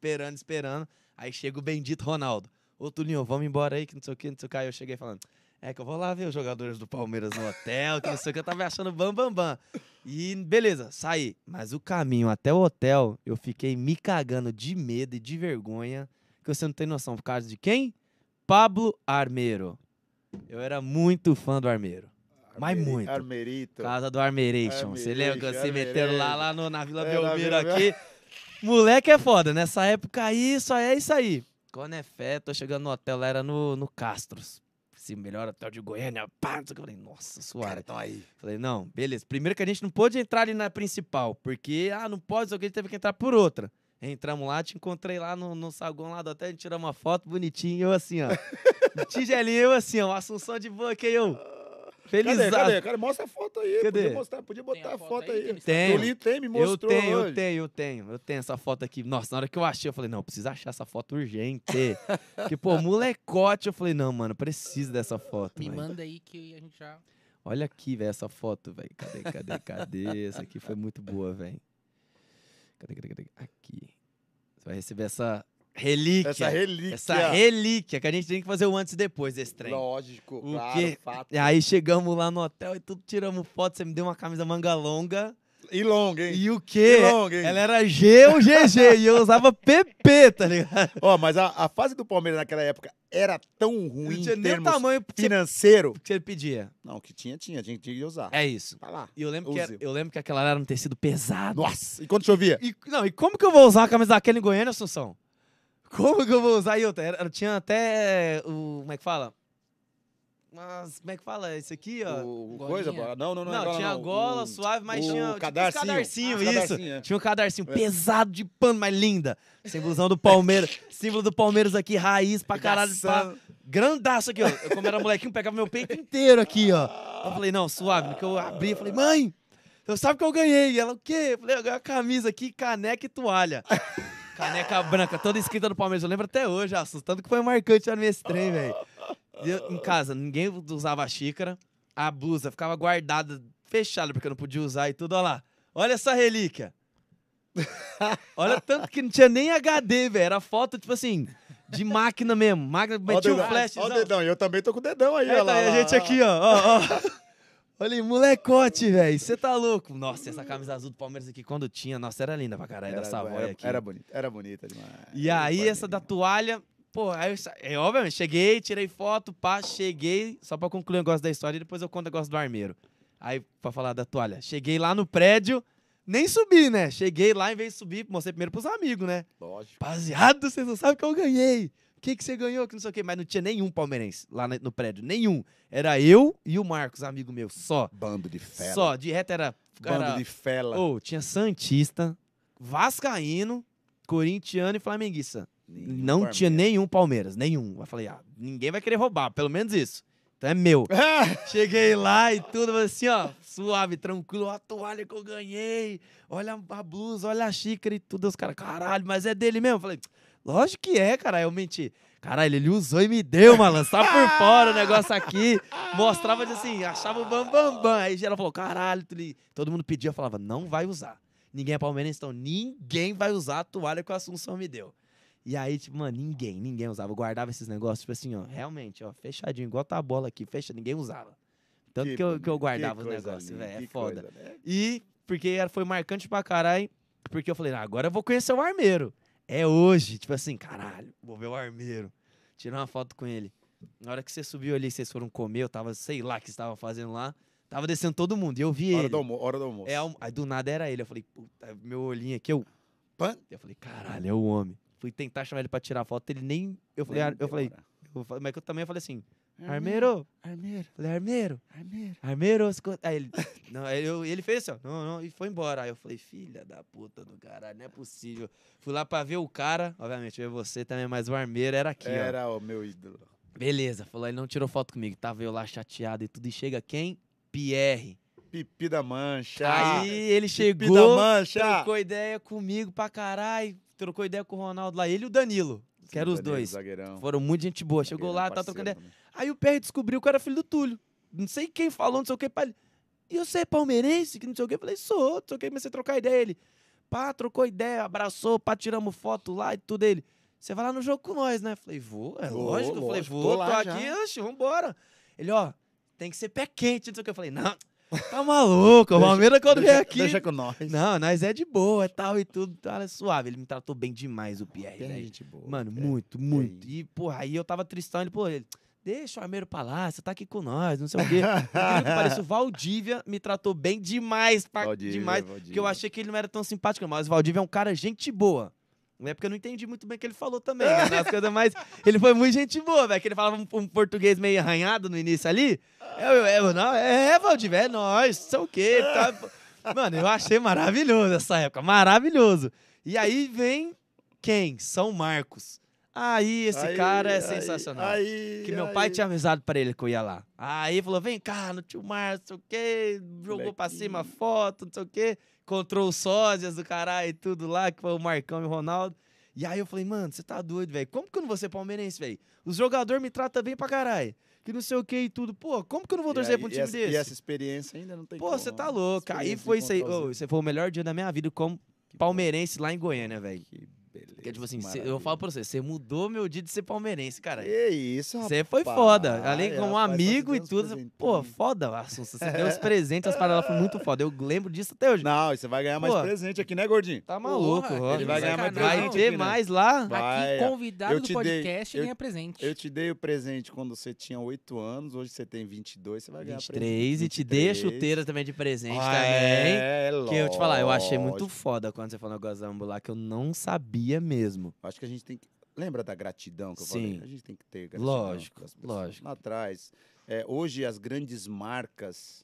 Speaker 2: Aí chega o bendito Ronaldo. Ô, Tulinho, vamos embora aí, que não sei o quê, não sei o quê. Aí eu cheguei falando, que eu vou lá ver os jogadores do Palmeiras no hotel, que não sei o que. Eu tava achando bam. E beleza, saí. Mas o caminho até o hotel, eu fiquei me cagando de medo e de vergonha, que você não tem noção. Por causa de quem? Pablo Armeiro. Eu era muito fã do Armeiro. Mas muito.
Speaker 1: Armerito.
Speaker 2: Casa do Armeiration. Você lembra que você meteram lá na Vila
Speaker 1: Na
Speaker 2: Belmiro
Speaker 1: Vila
Speaker 2: aqui? Moleque é foda. Nessa época aí, só é isso aí. Quando é fé, tô chegando no hotel, lá era no Castros. esse melhor hotel de Goiânia, pá, não sei o que. Eu falei, nossa, suave.
Speaker 1: Cara, então aí.
Speaker 2: Falei, não, beleza. Primeiro que a gente não pôde entrar ali na principal, porque, não pode, só que a gente teve que entrar por outra. Entramos lá, te encontrei lá no saguão lá do hotel, a gente tirou uma foto bonitinha, eu assim, ó. Tigelinho, eu assim, ó, uma Assunção de boa, que eu... Feliz.
Speaker 1: Cadê? Cara, mostra a foto aí.
Speaker 2: Cadê?
Speaker 1: Podia botar a foto
Speaker 3: aí,
Speaker 1: aí.
Speaker 2: Tem.
Speaker 1: O Linho tem, me mostrou
Speaker 2: Eu tenho essa foto aqui. Nossa, na hora que eu achei, eu falei, não, preciso achar essa foto urgente. Porque, pô, molecote, eu falei, não, mano, preciso dessa foto.
Speaker 3: Me
Speaker 2: véio.
Speaker 3: manda aí que a gente já...
Speaker 2: Olha aqui, velho, essa foto, velho. Cadê? Essa aqui foi muito boa, velho. Cadê? Aqui. Você vai receber essa relíquia. Essa relíquia, que a gente tem que fazer o antes e depois desse trem.
Speaker 1: Lógico,
Speaker 2: O
Speaker 1: claro,
Speaker 2: quê?
Speaker 1: fato.
Speaker 2: E aí chegamos lá no hotel e tudo, tiramos foto. Você me deu uma camisa manga longa.
Speaker 1: E longa, hein?
Speaker 2: E o quê?
Speaker 1: E longa, hein?
Speaker 2: Ela era G ou GG e eu usava PP, tá ligado?
Speaker 1: Ó, mas a fase do Palmeiras naquela época era tão ruim
Speaker 2: Não tinha
Speaker 1: em
Speaker 2: nem o
Speaker 1: termos
Speaker 2: tamanho
Speaker 1: financeiro.
Speaker 2: que ele pedia.
Speaker 1: Não, que tinha, a gente tinha que usar.
Speaker 2: É isso.
Speaker 1: Tá lá.
Speaker 2: E eu lembro,
Speaker 1: Use.
Speaker 2: eu lembro que aquela era um tecido pesado.
Speaker 1: Nossa, e quando chovia?
Speaker 2: E como que eu vou usar uma camisa daquela em Goiânia, Assunção? Como que eu vou usar? E outra, tinha até o... Como é que fala? Mas, como é que fala? Esse aqui, ó.
Speaker 1: O
Speaker 3: Golinha.
Speaker 1: coisa, pô. Não,
Speaker 2: Não, tinha gola suave, mas
Speaker 1: o
Speaker 2: tinha
Speaker 1: cadarcinho.
Speaker 2: tipo, cadarcinho,
Speaker 1: Ah,
Speaker 2: isso.
Speaker 1: cadarcinho, é.
Speaker 2: Tinha um cadarcinho pesado de pano, mas linda. Símbolozão do Palmeiras. Símbolo do Palmeiras aqui, raiz pra caralho. Pá. Grandaço aqui, ó. Eu, como era molequinho, pegava meu peito inteiro aqui, ó. Eu falei, não, suave. No que eu abri, eu falei, mãe, você sabe que eu ganhei? E ela, o quê? Eu falei, eu ganhei uma camisa aqui, caneca e toalha. Caneca branca, toda escrita do Palmeiras. Eu lembro até hoje, assustando que foi marcante nesse trem, velho. Em casa, ninguém usava a xícara. A blusa ficava guardada, fechada, porque eu não podia usar e tudo. Olha lá. Olha essa relíquia. Olha tanto que não tinha nem HD, velho. Era foto, tipo assim, de máquina mesmo. Máquina, metia um flash.
Speaker 1: Olha o dedão, e eu também tô com o dedão aí,
Speaker 2: Aí
Speaker 1: ó lá.
Speaker 2: tá a gente aqui, ó. Olha aí, molecote, velho. Você tá louco. Nossa, essa camisa azul do Palmeiras aqui, quando tinha, nossa, era linda pra caralho, da Savoy aqui.
Speaker 1: Era bonita demais.
Speaker 2: E aí, essa da toalha, pô, aí eu, obviamente, cheguei, tirei foto, pá, cheguei, só pra concluir o negócio da história e depois eu conto o negócio do armeiro. Aí, pra falar da toalha, cheguei lá no prédio, nem subi, né? Cheguei lá, em vez de subir, mostrei primeiro pros amigos, né?
Speaker 1: Lógico.
Speaker 2: Rapaziada, vocês não sabem que eu ganhei. O que você ganhou? Que não sei o quê. Mas não tinha nenhum palmeirense lá no prédio. Nenhum. Era eu e o Marcos, amigo meu. Só.
Speaker 1: Bando de fela.
Speaker 2: Só. De reto era...
Speaker 1: Bando de fela.
Speaker 2: Tinha santista, vascaíno, corintiano e flamenguista. Não tinha nenhum Palmeiras. Nenhum. Eu falei, ninguém vai querer roubar. Pelo menos isso. Então é meu. Cheguei lá e tudo, assim, ó, suave, tranquilo. Olha a toalha que eu ganhei. Olha a blusa, olha a xícara e tudo. Os caras, caralho, mas é dele mesmo? Eu falei, lógico que é, cara. Eu menti. Caralho, ele usou e me deu, malandro. Tá por fora o negócio aqui. Mostrava assim, achava o bam. Aí geral falou, caralho. Todo mundo pedia, eu falava, não vai usar. Ninguém é palmeirense, então ninguém vai usar a toalha que o Assunção me deu. E aí, tipo, mano, ninguém usava. Eu guardava esses negócios, tipo assim, ó, realmente, ó, fechadinho, igual tá a bola aqui, fecha, ninguém usava. Tanto que eu guardava os negócios, velho, é foda.
Speaker 1: Coisa, né?
Speaker 2: E porque foi marcante pra caralho, porque eu falei, agora eu vou conhecer o armeiro. É hoje, tipo assim, caralho, vou ver o armeiro. Tirar uma foto com ele. Na hora que você subiu ali, vocês foram comer, eu tava, sei lá o que estava fazendo lá, tava descendo todo mundo, e eu vi ele.
Speaker 1: Hora do almoço.
Speaker 2: Aí do nada era ele, eu falei, puta, meu olhinho aqui, eu falei, caralho, é o homem. Fui tentar chamar ele pra tirar foto, ele nem... Mas eu também falei assim, Armeiro. Falei, Armeiro. Aí ele... Não, aí ele fez assim, ó, não, e foi embora. Aí eu falei, filha da puta do caralho, não é possível. Fui lá pra ver o cara, obviamente, ver você também, mas o Armeiro era aqui, ó.
Speaker 1: Era o meu ídolo.
Speaker 2: Beleza, falou, ele não tirou foto comigo, tava eu lá chateado e tudo, e chega quem? Pierre.
Speaker 1: Pipi da Mancha.
Speaker 2: Aí ele chegou,
Speaker 1: da Mancha.
Speaker 2: trocou ideia comigo pra caralho, trocou ideia com o Ronaldo lá, ele e o Danilo, que eram os dois.
Speaker 1: Zagueirão.
Speaker 2: Foram muito gente boa. Chegou lá, tá trocando ideia.
Speaker 1: Também.
Speaker 2: Aí o PR descobriu que eu era filho do Túlio. Não sei quem falou, não sei o que, pra ele. E você é palmeirense? Que não sei o que. Eu falei, sou, não sei o que, comecei a trocar ideia. Ele, pá, trocou ideia, abraçou, pá, tiramos foto lá e tudo. Ele, você vai lá no jogo com nós, né? Eu falei, vou, é lógico. Eu falei, vou, tô aqui, oxe, vambora. Ele, ó, tem que ser pé quente, não sei o que. Eu falei, não, tá maluco, o Palmeiras quando vem aqui.
Speaker 1: Deixa com nós.
Speaker 2: Não, nós é de boa e tal e tudo, tá suave. Ele me tratou bem demais, o Pierre, velho.
Speaker 1: Gente boa.
Speaker 2: Mano, muito. E, porra, aí eu tava tristão, ele, deixa o Armeiro pra lá, você tá aqui com nós, não sei o quê. Parece o Valdívia me tratou bem demais, demais. Porque eu achei que ele não era tão simpático, mas o Valdívia é um cara gente boa. Uma época eu não entendi muito bem o que ele falou também, né? Nas coisas mais... Ele foi muito gente boa, velho. Que ele falava um português meio arranhado no início ali. Não, Valdir, é nóis, não sei o quê. Tá. Mano, eu achei maravilhoso essa época, maravilhoso. E aí vem quem? São Marcos. Aí esse cara é sensacional. Que meu pai tinha avisado pra ele que eu ia lá. Aí falou, vem cá, no tio Marcos, não sei o quê. Jogou pra cima a foto, não sei o quê. Encontrou os sósias do caralho e tudo lá, que foi o Marcão e o Ronaldo. E aí eu falei, mano, você tá doido, velho. Como que eu não vou ser palmeirense, velho? Os jogadores me tratam bem pra caralho. Que não sei o que e tudo. Pô, como que eu não vou torcer pra um time desse?
Speaker 1: E essa experiência ainda não tem
Speaker 2: Pô, você tá louco. Aí foi isso aí. Esse foi o melhor dia da minha vida como palmeirense lá em Goiânia, velho. Porque, tipo assim, eu falo pra você mudou meu dia de ser palmeirense, cara.
Speaker 1: Que isso, rapaz.
Speaker 2: Você foi foda. Além como um amigo e tudo. Pô, foda, Assunção. Você deu os presentes, as paradas foram muito foda. Eu lembro disso até hoje.
Speaker 1: Não, e você vai ganhar mais presente aqui, né, gordinho?
Speaker 2: Tá maluco,
Speaker 3: Porra,
Speaker 1: ele vai ganhar mais presente.
Speaker 2: Vai ter
Speaker 1: aqui, né?
Speaker 2: mais lá.
Speaker 3: Aqui, convidado do podcast ganha presente.
Speaker 1: Eu te dei o presente quando você tinha 8 anos, hoje você tem 22, você vai ganhar
Speaker 2: 23,
Speaker 1: presente.
Speaker 2: e te dei a chuteira também de presente também.
Speaker 1: É,
Speaker 2: que eu te falar, eu achei muito foda quando você falou o negócio da Ambu lá, que eu não sabia mesmo.
Speaker 1: Acho que a gente tem que... Lembra da gratidão que eu
Speaker 2: Sim.
Speaker 1: falei? A gente tem que ter gratidão.
Speaker 2: Lógico,
Speaker 1: das pessoas.
Speaker 2: lógico.
Speaker 1: Lá atrás, hoje as grandes marcas,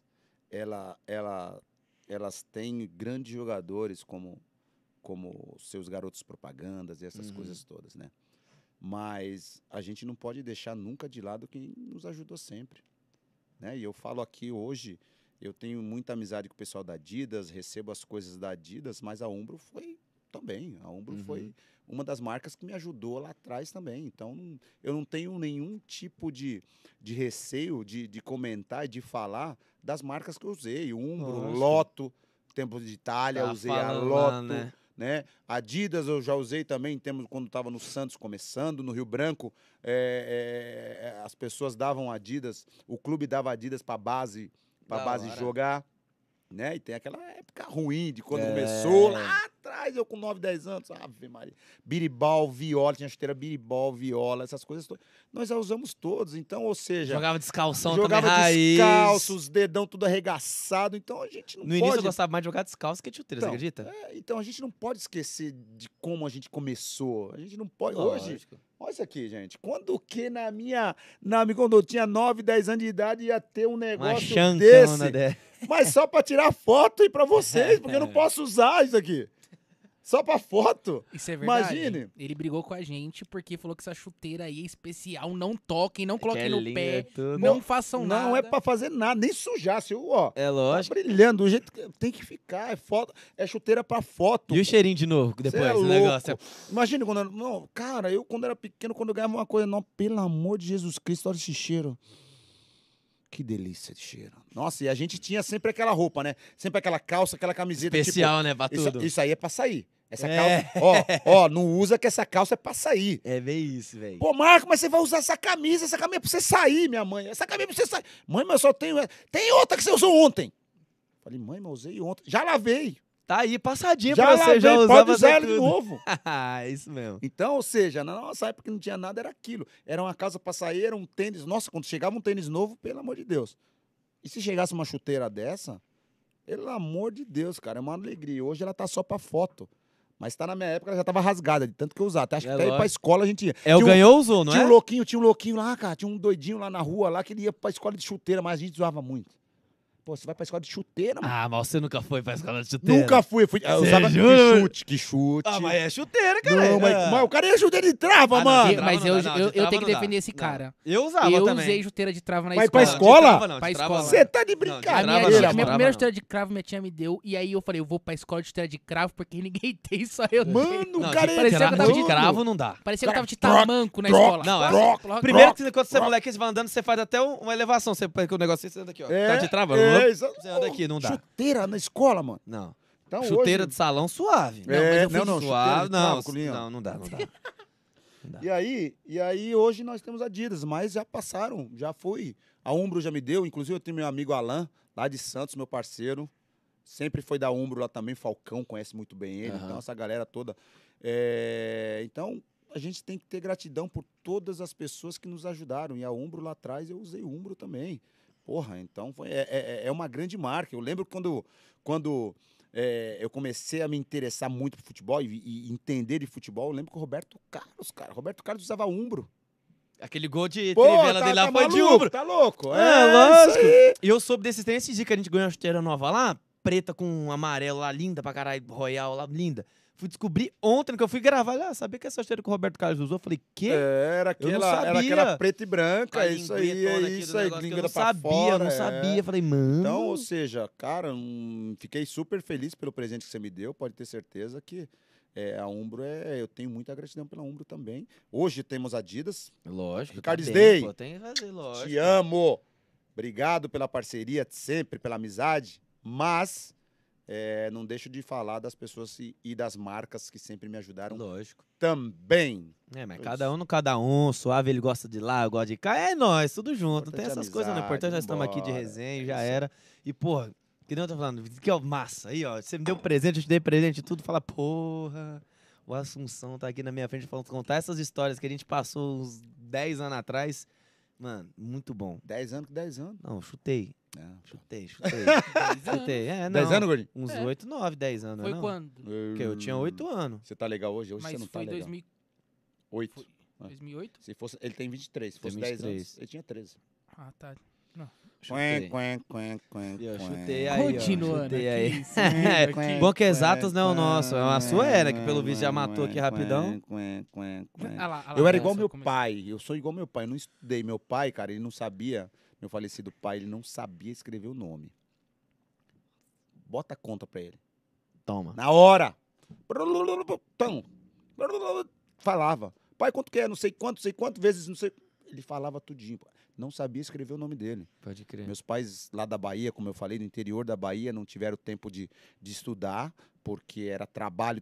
Speaker 1: elas têm grandes jogadores como seus garotos propagandas e essas coisas todas, né? Mas a gente não pode deixar nunca de lado quem nos ajudou sempre, né? E eu falo aqui hoje, eu tenho muita amizade com o pessoal da Adidas, recebo as coisas da Adidas, mas a Umbro foi também. A Umbro foi uma das marcas que me ajudou lá atrás também. Então, eu não tenho nenhum tipo de receio de comentar e de falar das marcas que eu usei. Umbro, Lotto, tempo de Itália, usei a Lotto.
Speaker 2: Lá,
Speaker 1: né? Adidas eu já usei também, quando estava no Santos começando, no Rio Branco, as pessoas davam Adidas, o clube dava Adidas para base jogar, né? E tem aquela época ruim de quando começou, lá atrás, eu com 9, 10 anos, Ave Maria, biribol, viola, tinha chuteira biribol, viola, essas coisas todas. Nós já usamos todos, então, ou seja...
Speaker 2: Jogava descalção
Speaker 1: jogava
Speaker 2: também, raiz.
Speaker 1: descalço, os dedão tudo arregaçado, então a gente não
Speaker 2: no
Speaker 1: pode...
Speaker 2: início eu gostava mais de jogar descalço que de chuteira,
Speaker 1: então,
Speaker 2: você acredita?
Speaker 1: Então a gente não pode esquecer de como a gente começou. A gente não pode...
Speaker 2: Lógico.
Speaker 1: Hoje, olha isso aqui, gente. Quando quando eu tinha 9, 10 anos de idade, ia ter um negócio desse. Mas só para tirar foto e para vocês, porque eu não posso usar isso aqui. Só pra foto.
Speaker 3: Isso é verdade.
Speaker 1: Imagine.
Speaker 3: Ele brigou com a gente porque falou que essa chuteira aí é especial. Não toquem, não coloquem no pé. Não façam nada.
Speaker 1: Não é pra fazer nada, nem sujar. Ó,
Speaker 2: é lógico.
Speaker 1: Tá brilhando do jeito que tem que ficar. É foto, é chuteira pra foto.
Speaker 2: E o cheirinho de novo, depois do negócio?
Speaker 1: Imagina quando eu quando era pequeno, quando eu ganhava uma coisa, não, pelo amor de Jesus Cristo, olha esse cheiro. Que delícia de cheiro. Nossa, e a gente tinha sempre aquela roupa, né? Sempre aquela calça, aquela camiseta.
Speaker 2: Especial, né? Pra tudo.
Speaker 1: Isso aí é pra sair. Essa calça, não usa que essa calça é pra sair.
Speaker 2: É bem isso, velho.
Speaker 1: Pô, Marco, mas você vai usar essa camisa é pra você sair, minha mãe. Essa camisa é pra você sair. Mãe, mas eu só tenho... Tem outra que você usou ontem. Falei, mãe, mas eu usei ontem. Já lavei.
Speaker 2: Tá aí, passadinha
Speaker 1: já
Speaker 2: pra você,
Speaker 1: lavei,
Speaker 2: já usar.
Speaker 1: Pode usar ela de novo.
Speaker 2: É isso mesmo.
Speaker 1: Então, ou seja, na nossa época não tinha nada, era aquilo. Era uma calça pra sair, era um tênis. Nossa, quando chegava um tênis novo, pelo amor de Deus. E se chegasse uma chuteira dessa, pelo amor de Deus, cara, é uma alegria. Hoje ela tá só pra foto. Mas tá na minha época, ela já tava rasgada, de tanto que eu usava. Acho que até ir pra escola a gente ia.
Speaker 2: O ganhou, usou, não é?
Speaker 1: Tinha um louquinho lá, cara. Tinha um doidinho lá na rua, lá, que ele ia pra escola de chuteira, mas a gente usava muito. Pô, você vai pra escola de chuteira, mano?
Speaker 2: Ah, mas você nunca foi pra escola de chuteira?
Speaker 1: Nunca fui. Eu usava que chute.
Speaker 2: Ah, mas é chuteira, cara.
Speaker 1: Não, mas o cara ia chuteira de trava, mano.
Speaker 3: Mas eu tenho que defender esse cara.
Speaker 2: Eu usava também.
Speaker 3: Eu usei chuteira de trava na
Speaker 1: escola.
Speaker 3: Mas
Speaker 1: pra escola?
Speaker 3: Pra escola.
Speaker 1: Você tá de brincadeira.
Speaker 3: Minha primeira chuteira de cravo minha tia me deu. E aí eu falei, eu vou pra escola de chuteira de cravo porque ninguém tem, só eu tenho.
Speaker 1: Mano, o cara
Speaker 2: parecia que eu tava de cravo, não dá.
Speaker 3: Parecia que eu tava de tamanco na escola.
Speaker 2: Não, primeiro que quando você é moleque, você vai andando, você faz até uma elevação. Você pega o negócio, você anda aqui, ó. Tá de trava. Você anda aqui, não dá.
Speaker 1: Chuteira na escola, mano.
Speaker 2: Não.
Speaker 1: Então,
Speaker 2: chuteira
Speaker 1: hoje...
Speaker 2: de salão suave.
Speaker 1: Não,
Speaker 2: suave.
Speaker 1: Não
Speaker 2: dá.
Speaker 1: E aí hoje nós temos Adidas, mas já passaram, já foi. A Umbro já me deu, inclusive eu tenho meu amigo Alan, lá de Santos, meu parceiro. Sempre foi da Umbro lá também, Falcão conhece muito bem ele, então essa galera toda. Então, a gente tem que ter gratidão por todas as pessoas que nos ajudaram. E a Umbro lá atrás, eu usei Umbro também. Porra, então é uma grande marca. Eu lembro quando eu comecei a me interessar muito por futebol e entender de futebol, eu lembro que o Roberto Carlos usava Umbro.
Speaker 2: Aquele gol de
Speaker 1: Pô,
Speaker 2: trivela dele lá foi de Umbro.
Speaker 1: Tá louco.
Speaker 2: É,
Speaker 1: lógico.
Speaker 2: lógico. E eu soube desse trem esses dias que a gente ganhou uma chuteira nova lá, preta com um amarelo lá, linda pra caralho, royal lá, linda. Fui descobrir ontem que eu fui gravar, sabia que essa chuteira que o Roberto Carlos usou? Eu falei, quê?
Speaker 1: Era
Speaker 2: Eu não
Speaker 1: aquela
Speaker 2: sabia.
Speaker 1: preta e branca,
Speaker 2: A
Speaker 1: é isso aí,
Speaker 2: linguetona aqui do negócio que eu
Speaker 1: língua
Speaker 2: não
Speaker 1: pra
Speaker 2: sabia,
Speaker 1: fora.
Speaker 2: eu não sabia. Falei, mano...
Speaker 1: Então, ou seja, cara, fiquei super feliz pelo presente que você me deu, pode ter certeza que a Umbro eu tenho muita gratidão pela Umbro também. Hoje temos Adidas.
Speaker 2: Lógico,
Speaker 1: Ricardo
Speaker 2: tá bem,
Speaker 1: Day,
Speaker 2: pô, tem que fazer, lógico.
Speaker 1: te amo. Obrigado pela parceria sempre, pela amizade, mas não deixo de falar das pessoas e das marcas que sempre me ajudaram
Speaker 2: Lógico.
Speaker 1: também.
Speaker 2: Mas cada um no cada um, suave, ele gosta de lá, eu gosto de cá, é nós, tudo junto, não tem
Speaker 1: Importante
Speaker 2: essas coisas, não. O importante nós estamos aqui de
Speaker 1: vambora,
Speaker 2: resenha,
Speaker 1: é
Speaker 2: já
Speaker 1: isso aí.
Speaker 2: era. E, porra, que nem eu tô falando, que ó, massa, aí, ó, você me deu presente, eu te dei presente e tudo, fala, porra, o Assunção tá aqui na minha frente falando, contar essas histórias que a gente passou uns 10 anos atrás, mano, muito bom.
Speaker 1: 10 anos.
Speaker 2: Não, chutei.
Speaker 1: Não.
Speaker 2: Chutei.
Speaker 3: 10 anos.
Speaker 2: Chutei,
Speaker 1: 10
Speaker 2: não.
Speaker 1: anos, gordinho?
Speaker 2: Uns
Speaker 3: É.
Speaker 2: 8, 9, 10 anos,
Speaker 3: Foi
Speaker 2: não?
Speaker 3: quando?
Speaker 2: Porque eu tinha 8 anos.
Speaker 1: Você tá legal hoje? Hoje
Speaker 3: Mas
Speaker 1: você não tá
Speaker 3: foi
Speaker 1: legal.
Speaker 3: 2000,
Speaker 1: 8.
Speaker 3: foi 2008?
Speaker 1: Se fosse, ele tem 23. Se
Speaker 2: Tem
Speaker 1: fosse 10 anos,
Speaker 2: 23.
Speaker 1: ele tinha 13.
Speaker 3: Ah, tá.
Speaker 2: Chutei.
Speaker 1: E
Speaker 2: Eu chutei aí, ó.
Speaker 3: Continuando
Speaker 2: Chutei
Speaker 3: aqui,
Speaker 2: aí.
Speaker 3: seguindo aqui.
Speaker 2: Bom que exatos não é o nosso, é a sua era, que pelo visto já matou aqui rapidão.
Speaker 3: Ah lá,
Speaker 1: Eu era igual
Speaker 3: nossa,
Speaker 1: meu
Speaker 3: começou.
Speaker 1: pai. Eu sou igual meu pai. Eu não estudei. Meu pai, cara, ele não sabia. Meu falecido pai, ele não sabia escrever o nome. Bota a conta pra ele.
Speaker 2: Toma.
Speaker 1: Na hora. Então, falava. Pai, quanto que é? Não sei quantas vezes, não sei. Ele falava tudinho. Não sabia escrever o nome dele.
Speaker 2: Pode crer.
Speaker 1: Meus pais lá da Bahia, como eu falei, do interior da Bahia, não tiveram tempo de estudar, porque era trabalho.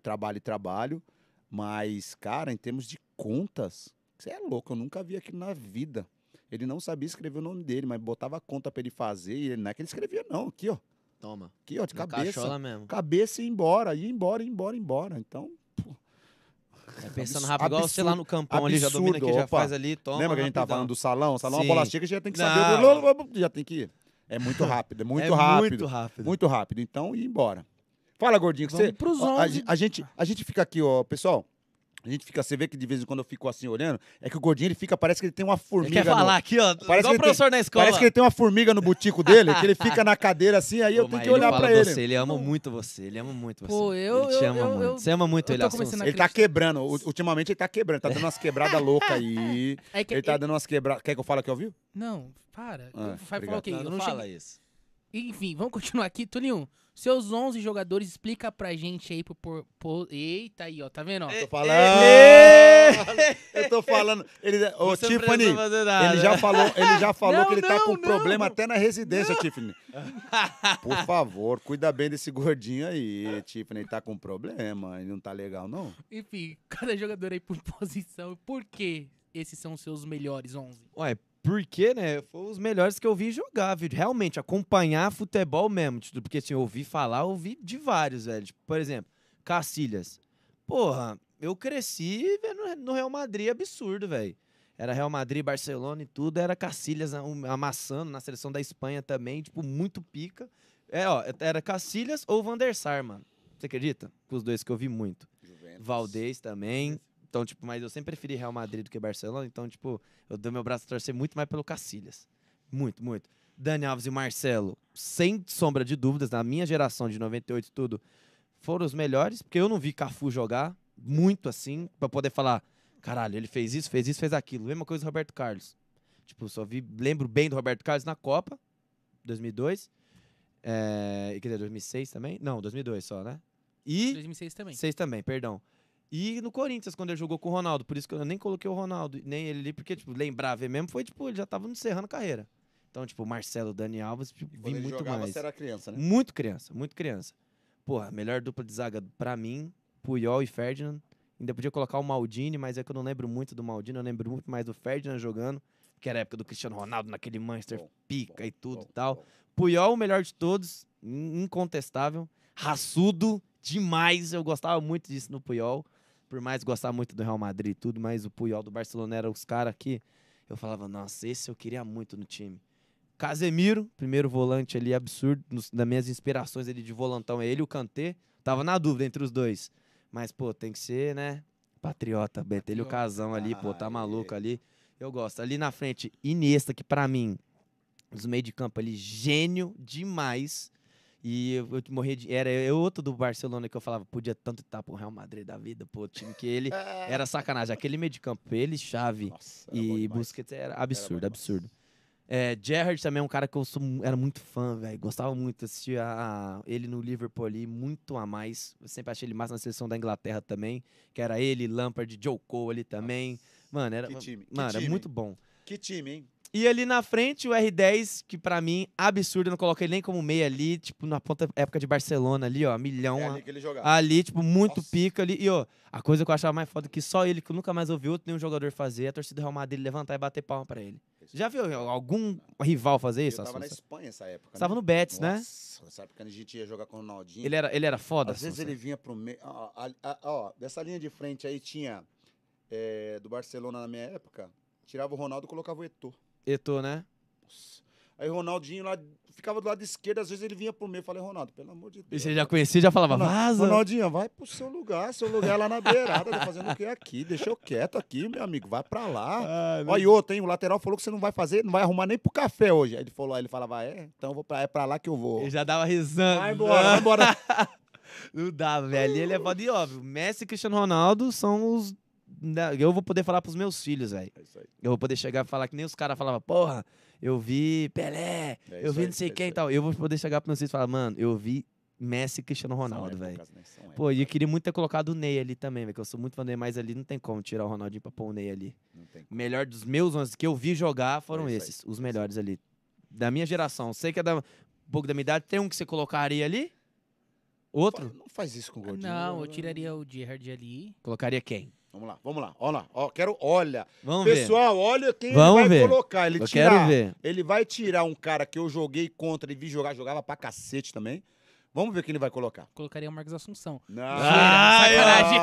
Speaker 1: Mas, cara, em termos de contas, você é louco, eu nunca vi aquilo na vida. Ele não sabia escrever o nome dele, mas botava a conta pra ele fazer, e não é que ele escrevia, não. Aqui, ó.
Speaker 2: Toma.
Speaker 1: Aqui, ó, de
Speaker 2: Na
Speaker 1: cabeça.
Speaker 2: cachola mesmo.
Speaker 1: Cabeça e ia embora. Então,
Speaker 2: Pensando rápido, igual você lá no campão ali, já
Speaker 1: absurdo,
Speaker 2: domina aqui, já
Speaker 1: opa.
Speaker 2: faz ali, toma.
Speaker 1: lembra que a gente tava
Speaker 2: rapidão.
Speaker 1: falando do salão? O salão, a
Speaker 2: Sim.
Speaker 1: bola chica, já tem que
Speaker 2: Não.
Speaker 1: saber. Já tem que ir. É muito rápido, é muito
Speaker 2: É
Speaker 1: rápido.
Speaker 2: muito rápido.
Speaker 1: Muito rápido. Então, ia embora. Fala, gordinho, que
Speaker 3: Vamos
Speaker 1: você.
Speaker 3: pros
Speaker 1: ó,
Speaker 3: 11.
Speaker 1: a gente fica aqui, ó, pessoal. A gente fica, você vê que de vez em quando eu fico assim olhando, é que o gordinho ele fica, parece que ele tem uma
Speaker 2: Ele
Speaker 1: formiga.
Speaker 2: quer falar aqui, ó,
Speaker 1: Parece
Speaker 2: igual
Speaker 1: que
Speaker 2: o
Speaker 1: ele
Speaker 2: professor na escola.
Speaker 1: Parece que ele tem uma formiga no butico dele, que ele fica na cadeira assim, aí eu
Speaker 2: Pô,
Speaker 1: tenho
Speaker 2: mas
Speaker 1: que olhar
Speaker 2: fala
Speaker 1: pra ele.
Speaker 2: Você, ele ama muito você, ele ama muito você.
Speaker 3: Pô,
Speaker 2: ele te ama muito. Você ama muito
Speaker 3: eu
Speaker 2: ele,
Speaker 3: tô
Speaker 2: Assunção.
Speaker 3: começando a
Speaker 1: Ele tá quebrando, ultimamente ele tá quebrando, tá dando umas quebradas loucas aí.
Speaker 3: É que-
Speaker 1: Ele tá dando umas quebradas. Quer que eu fale aqui ao vivo?
Speaker 3: Não, para.
Speaker 1: Ah,
Speaker 3: Vai
Speaker 1: obrigado.
Speaker 3: falar o quê?
Speaker 2: Não,
Speaker 3: Eu
Speaker 2: não
Speaker 3: não
Speaker 2: fala
Speaker 3: cheguei...
Speaker 2: isso.
Speaker 3: Enfim, vamos continuar aqui. Tulinho, seus 11 jogadores, explica pra gente aí Eita aí, ó, tá vendo? Ó?
Speaker 1: Tô falando. Eu tô falando. Ô,
Speaker 2: Você não
Speaker 1: Tiffany,
Speaker 2: precisa fazer nada.
Speaker 1: ele já falou
Speaker 3: Não,
Speaker 1: que ele tá
Speaker 3: não,
Speaker 1: com
Speaker 3: não.
Speaker 1: problema até na residência, Tiffany. Por favor, cuida bem desse gordinho aí, Tiffany. Ele tá com problema, ele não tá legal, não.
Speaker 3: Enfim, cada jogador aí por posição. Por que esses são os seus melhores 11?
Speaker 2: Ué, porque, né? Foi os melhores que eu vi jogar, viu? Realmente, acompanhar futebol mesmo. Tipo, porque, assim, eu ouvi falar, eu ouvi de vários, velho. Tipo, por exemplo, Cacilhas. Porra, eu cresci vendo no Real Madrid, absurdo, velho. Era Real Madrid, Barcelona e tudo. Era Cacilhas amassando na seleção da Espanha também, tipo, muito pica. Era Cacilhas ou Van der Sar, mano. Você acredita? Os dois que eu vi muito. Valdez também. Então, tipo, mas eu sempre preferi Real Madrid do que Barcelona. Então, tipo, eu dou meu braço a torcer muito mais pelo Cacilhas. Muito, muito. Dani Alves e Marcelo, sem sombra de dúvidas, na minha geração de 98 e tudo, foram os melhores. Porque eu não vi Cafu jogar muito assim, pra poder falar, caralho, ele fez isso, fez aquilo. Mesma coisa do Roberto Carlos. Tipo, lembro bem do Roberto Carlos na Copa, 2002. Quer dizer, 2006 também? Não, 2002 só, né? E
Speaker 3: 2006 também.
Speaker 2: 6 também, perdão. E no Corinthians, quando ele jogou com o Ronaldo. Por isso que eu nem coloquei o Ronaldo, nem ele ali, porque, tipo, lembrar, ver mesmo, foi, tipo, ele já tava encerrando a carreira. Então, tipo, Marcelo, Dani Alves, tipo, vi muito mais.
Speaker 1: Você era criança, né?
Speaker 2: Muito criança, muito criança. Porra, melhor dupla de zaga pra mim, Puyol e Ferdinand. Ainda podia colocar o Maldini, mas é que eu não lembro muito do Maldini, eu lembro muito mais do Ferdinand jogando, que era a época do Cristiano Ronaldo, naquele Manchester pica e tudo e tal. Puyol, o melhor de todos, incontestável. Raçudo, demais, eu gostava muito disso no Puyol. Por mais gostar muito do Real Madrid e tudo, mas o Puyol do Barcelona era os caras que eu falava, nossa, esse eu queria muito no time. Casemiro, primeiro volante ali, absurdo. Das minhas inspirações ali de volantão é ele e o Kanté. Tava na dúvida entre os dois. Mas, pô, tem que ser, né? Patriota. Meter ele o casão ali, pô, tá maluco ali. Eu gosto. Ali na frente, Iniesta, que pra mim, dos meio de campo ali, gênio demais. E eu morri de... Era eu outro do Barcelona que eu falava, podia tanto estar pro Real Madrid da vida, pô, time que ele era sacanagem. Aquele meio de campo, ele, Xavi
Speaker 1: Nossa, era bom
Speaker 2: e
Speaker 1: demais.
Speaker 2: Busquets, era absurdo,
Speaker 1: Era bom
Speaker 2: absurdo. Gerrard também é um cara que eu era muito fã, velho. Gostava muito, assistia ele no Liverpool ali, muito a mais. Eu sempre achei ele mais na seleção da Inglaterra também, que era ele, Lampard, Joe Cole ali também. Mano, era,
Speaker 1: Que time, que
Speaker 2: mano, era
Speaker 1: time.
Speaker 2: muito bom.
Speaker 1: Que time, hein?
Speaker 2: E ali na frente, o R10, que pra mim, absurdo, eu não coloquei nem como meia ali, tipo, na ponta época de Barcelona ali, ó, milhão.
Speaker 1: É ali que ele jogava.
Speaker 2: Ali, tipo, muito
Speaker 1: Nossa.
Speaker 2: pica ali. E, ó, a coisa que eu achava mais foda que só ele, que eu nunca mais ouvi outro nenhum jogador fazer, é a torcida do Real Madrid levantar e bater palma pra ele. Já viu algum rival fazer isso,
Speaker 1: Eu tava na
Speaker 2: Assunção?
Speaker 1: Espanha nessa época.
Speaker 2: Você tava
Speaker 1: né?
Speaker 2: no Betis, né?
Speaker 1: Nossa, nessa época a gente ia jogar com o Ronaldinho.
Speaker 2: Ele era foda,
Speaker 1: Às vezes
Speaker 2: Assunção?
Speaker 1: ele vinha pro meio. Ó, dessa linha de frente aí tinha do Barcelona na minha época. Tirava o Ronaldo e colocava o Eto'o.
Speaker 2: Eto'o, né?
Speaker 1: Nossa. Aí o Ronaldinho lá ficava do lado esquerdo, às vezes ele vinha pro meio. Eu falei, Ronaldo, pelo amor de
Speaker 2: E
Speaker 1: Deus.
Speaker 2: você já conhecia, já falava, vaza.
Speaker 1: Ronaldinho, vai pro seu lugar é lá na beirada, tá fazendo o que aqui? Deixa eu quieto aqui, meu amigo, vai pra lá. Ó, e outro, hein? O lateral falou que você não vai fazer, não vai arrumar nem pro café hoje. Aí ele falava, então eu vou é pra lá que eu vou.
Speaker 2: Ele já dava risando.
Speaker 1: Vai embora.
Speaker 2: Não dava, velho. Ali ele é foda e óbvio. Messi e Cristiano Ronaldo são os... Eu vou poder falar pros meus filhos, velho.
Speaker 1: É isso aí.
Speaker 2: Eu vou poder chegar e falar que nem os caras falavam, porra, eu vi Pelé,
Speaker 1: É
Speaker 2: eu
Speaker 1: isso
Speaker 2: vi
Speaker 1: aí,
Speaker 2: não sei
Speaker 1: é
Speaker 2: quem e
Speaker 1: isso
Speaker 2: tal. Eu vou poder chegar pros meus filhos e falar, mano, eu vi Messi e Cristiano Ronaldo, velho. Pô, e eu queria muito ter colocado o Ney ali também, velho, que eu sou muito fã dele, mas ali não tem como tirar o Ronaldinho pra pôr o Ney ali.
Speaker 1: Não tem
Speaker 2: O melhor dos meus 11 que eu vi jogar foram
Speaker 1: É isso aí,
Speaker 2: esses, os melhores ali. Da minha geração. Sei que é um pouco da minha idade. Tem um que você colocaria ali? Outro?
Speaker 1: Não faz isso com o Gordinho.
Speaker 3: Não, eu tiraria o Gerrard ali.
Speaker 2: Colocaria quem?
Speaker 1: Vamos lá. Ó, olha.
Speaker 2: Vamos ver.
Speaker 1: Pessoal, olha quem
Speaker 2: Vamos
Speaker 1: ele vai
Speaker 2: ver.
Speaker 1: colocar.
Speaker 2: Eu quero ver.
Speaker 1: Ele vai tirar um cara que eu joguei contra e vi jogar, jogava pra cacete também. Vamos ver quem ele vai colocar.
Speaker 3: Colocaria o Marcos Assunção.
Speaker 1: Não.
Speaker 3: Sacanagem.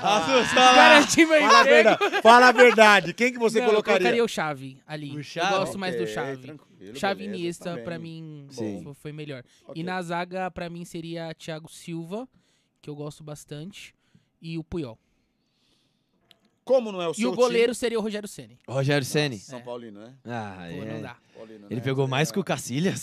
Speaker 3: Garanti meu emprego.
Speaker 1: Fala a verdade. Quem que você
Speaker 3: Não, eu
Speaker 1: colocaria?
Speaker 3: colocaria o Xavi ali.
Speaker 2: O Xavi?
Speaker 3: Eu gosto mais do
Speaker 1: Ok,
Speaker 3: Xavi.
Speaker 1: tranquilo,
Speaker 3: Xavi e
Speaker 1: beleza,
Speaker 3: Iniesta,
Speaker 1: tá bem.
Speaker 3: pra mim,
Speaker 2: Sim.
Speaker 3: foi melhor.
Speaker 1: Ok.
Speaker 3: E na zaga, pra mim, seria Thiago Silva, que eu gosto bastante, e o Puyol.
Speaker 1: Como não é o
Speaker 3: E
Speaker 1: seu
Speaker 3: o goleiro seria o Rogério Ceni.
Speaker 2: Rogério
Speaker 1: time?
Speaker 2: Ceni.
Speaker 1: São Paulino, né?
Speaker 2: Ah,
Speaker 3: Pô, não
Speaker 2: é.
Speaker 3: dá.
Speaker 1: Paulino,
Speaker 2: Ele
Speaker 1: né?
Speaker 2: pegou mais que o Cacilhas?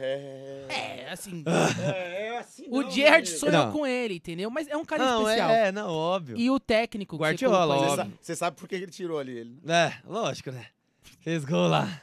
Speaker 1: É
Speaker 3: Assim,
Speaker 1: assim.
Speaker 3: o
Speaker 1: não,
Speaker 3: Gerrard
Speaker 1: meu
Speaker 3: sonhou
Speaker 2: Não.
Speaker 3: com ele, entendeu? Mas é um cara
Speaker 2: Não,
Speaker 3: especial.
Speaker 2: não, óbvio.
Speaker 3: E o técnico que você
Speaker 2: Guardiola,
Speaker 3: colocou aí-
Speaker 2: óbvio.
Speaker 1: Você sabe por que ele tirou ali ele?
Speaker 2: Lógico, né? Fez gol lá.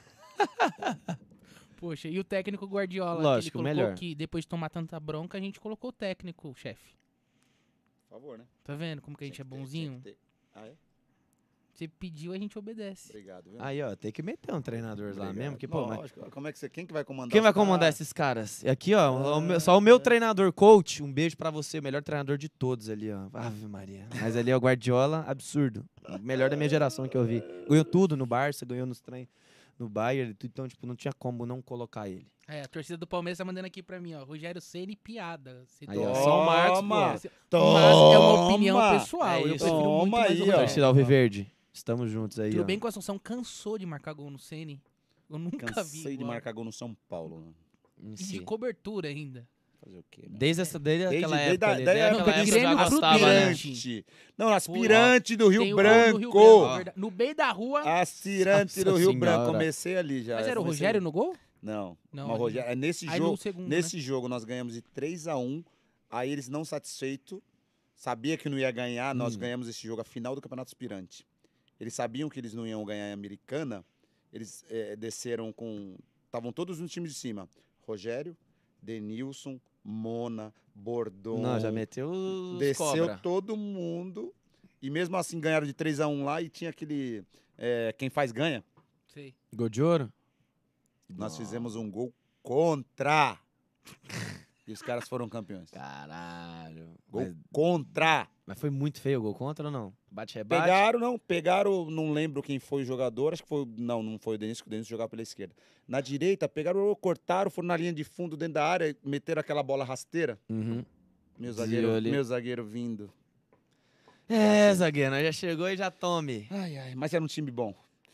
Speaker 3: Poxa, e o técnico Guardiola,
Speaker 2: Lógico,
Speaker 3: que ele colocou
Speaker 2: melhor.
Speaker 3: que depois de tomar tanta bronca, a gente colocou o técnico, o chefe.
Speaker 1: Por favor, né?
Speaker 3: Tá vendo como que a gente é bonzinho?
Speaker 1: Tinha que ter. Ah, é?
Speaker 3: Você pediu, a gente obedece.
Speaker 1: Obrigado, viu?
Speaker 2: Aí, ó, tem que meter um treinador lá
Speaker 1: Obrigado.
Speaker 2: mesmo. Que, pô, mas
Speaker 1: Lógico. Como é que quem que vai comandar?
Speaker 2: quem
Speaker 1: os
Speaker 2: vai comandar
Speaker 1: caras?
Speaker 2: esses caras? Aqui, ó, só o meu treinador, coach. Um beijo pra você, o melhor treinador de todos ali, ó. Ave Maria. Mas ali é o Guardiola, absurdo. O melhor da minha geração que eu vi. Ganhou tudo no Barça, ganhou nos treinos no Bayern. Então, tipo, não tinha como não colocar ele.
Speaker 3: É, a torcida do Palmeiras tá mandando aqui pra mim, ó. Rogério Ceni, piada. Você
Speaker 2: Aí, ó,
Speaker 3: torce.
Speaker 2: só o Marcos, pô.
Speaker 3: Mas
Speaker 1: Toma!
Speaker 3: é uma opinião pessoal.
Speaker 2: É
Speaker 3: eu
Speaker 2: isso.
Speaker 3: prefiro muito
Speaker 1: Toma
Speaker 3: mais
Speaker 1: aí,
Speaker 3: o
Speaker 1: ó.
Speaker 3: Rogério.
Speaker 2: Torcida Alviverde. Estamos juntos aí,
Speaker 3: Tudo
Speaker 2: ó.
Speaker 3: bem que o Assunção cansou de marcar gol no Ceni. Eu nunca vi.
Speaker 1: Cansei de
Speaker 3: igual.
Speaker 1: marcar gol no São Paulo. Né?
Speaker 2: Não
Speaker 3: E de
Speaker 2: sei.
Speaker 3: cobertura ainda.
Speaker 1: Fazer o quê? Né?
Speaker 2: Desde aquela época ali.
Speaker 1: desde a
Speaker 2: Desde
Speaker 1: época
Speaker 2: aquela
Speaker 1: de
Speaker 2: época
Speaker 3: Grêmio
Speaker 2: eu já
Speaker 3: pro
Speaker 2: gostava, né?
Speaker 3: Grêmio.
Speaker 1: Aspirante. Não, aspirante do Rio
Speaker 3: Tem o gol do
Speaker 1: Branco.
Speaker 3: Rio Branco,
Speaker 2: Ó.
Speaker 3: verdade. No meio da rua.
Speaker 1: Aspirante do
Speaker 2: Nossa
Speaker 1: Rio Branco.
Speaker 2: Senhora.
Speaker 1: Comecei ali já.
Speaker 3: Mas era o
Speaker 1: comecei-
Speaker 3: Rogério no gol?
Speaker 1: Não.
Speaker 3: Não,
Speaker 1: Mas o
Speaker 3: ali.
Speaker 1: Rogério, é nesse
Speaker 3: Aí
Speaker 1: jogo.
Speaker 3: no segundo,
Speaker 1: Nesse jogo nós ganhamos de 3-1. Aí eles não satisfeitos, sabia que não ia ganhar, nós ganhamos esse jogo, a final do Campeonato Aspirante. Eles sabiam que eles não iam ganhar em Americana, eles desceram com... Estavam todos no time de cima. Rogério, Denilson, Mona, Bordon.
Speaker 2: Não, já meteu os
Speaker 1: Desceu
Speaker 2: cobra.
Speaker 1: todo mundo. E mesmo assim ganharam de 3-1 lá e tinha aquele... quem faz ganha.
Speaker 3: Sei.
Speaker 2: Gol de ouro?
Speaker 1: Nós fizemos um gol contra. E os caras foram campeões.
Speaker 2: Caralho.
Speaker 1: Gol contra.
Speaker 2: Mas foi muito feio o gol contra ou não? Bate-rebate?
Speaker 1: Pegaram, não lembro quem foi o jogador, acho que foi, não foi o Denilson, que o Denilson jogava pela esquerda. Na direita, pegaram, cortaram, foram na linha de fundo dentro da área, meteram aquela bola rasteira.
Speaker 2: Uhum.
Speaker 1: Meu
Speaker 2: ali.
Speaker 1: zagueiro vindo.
Speaker 2: É, zagueiro, já chegou e já tome.
Speaker 1: Ai, mas era um time bom.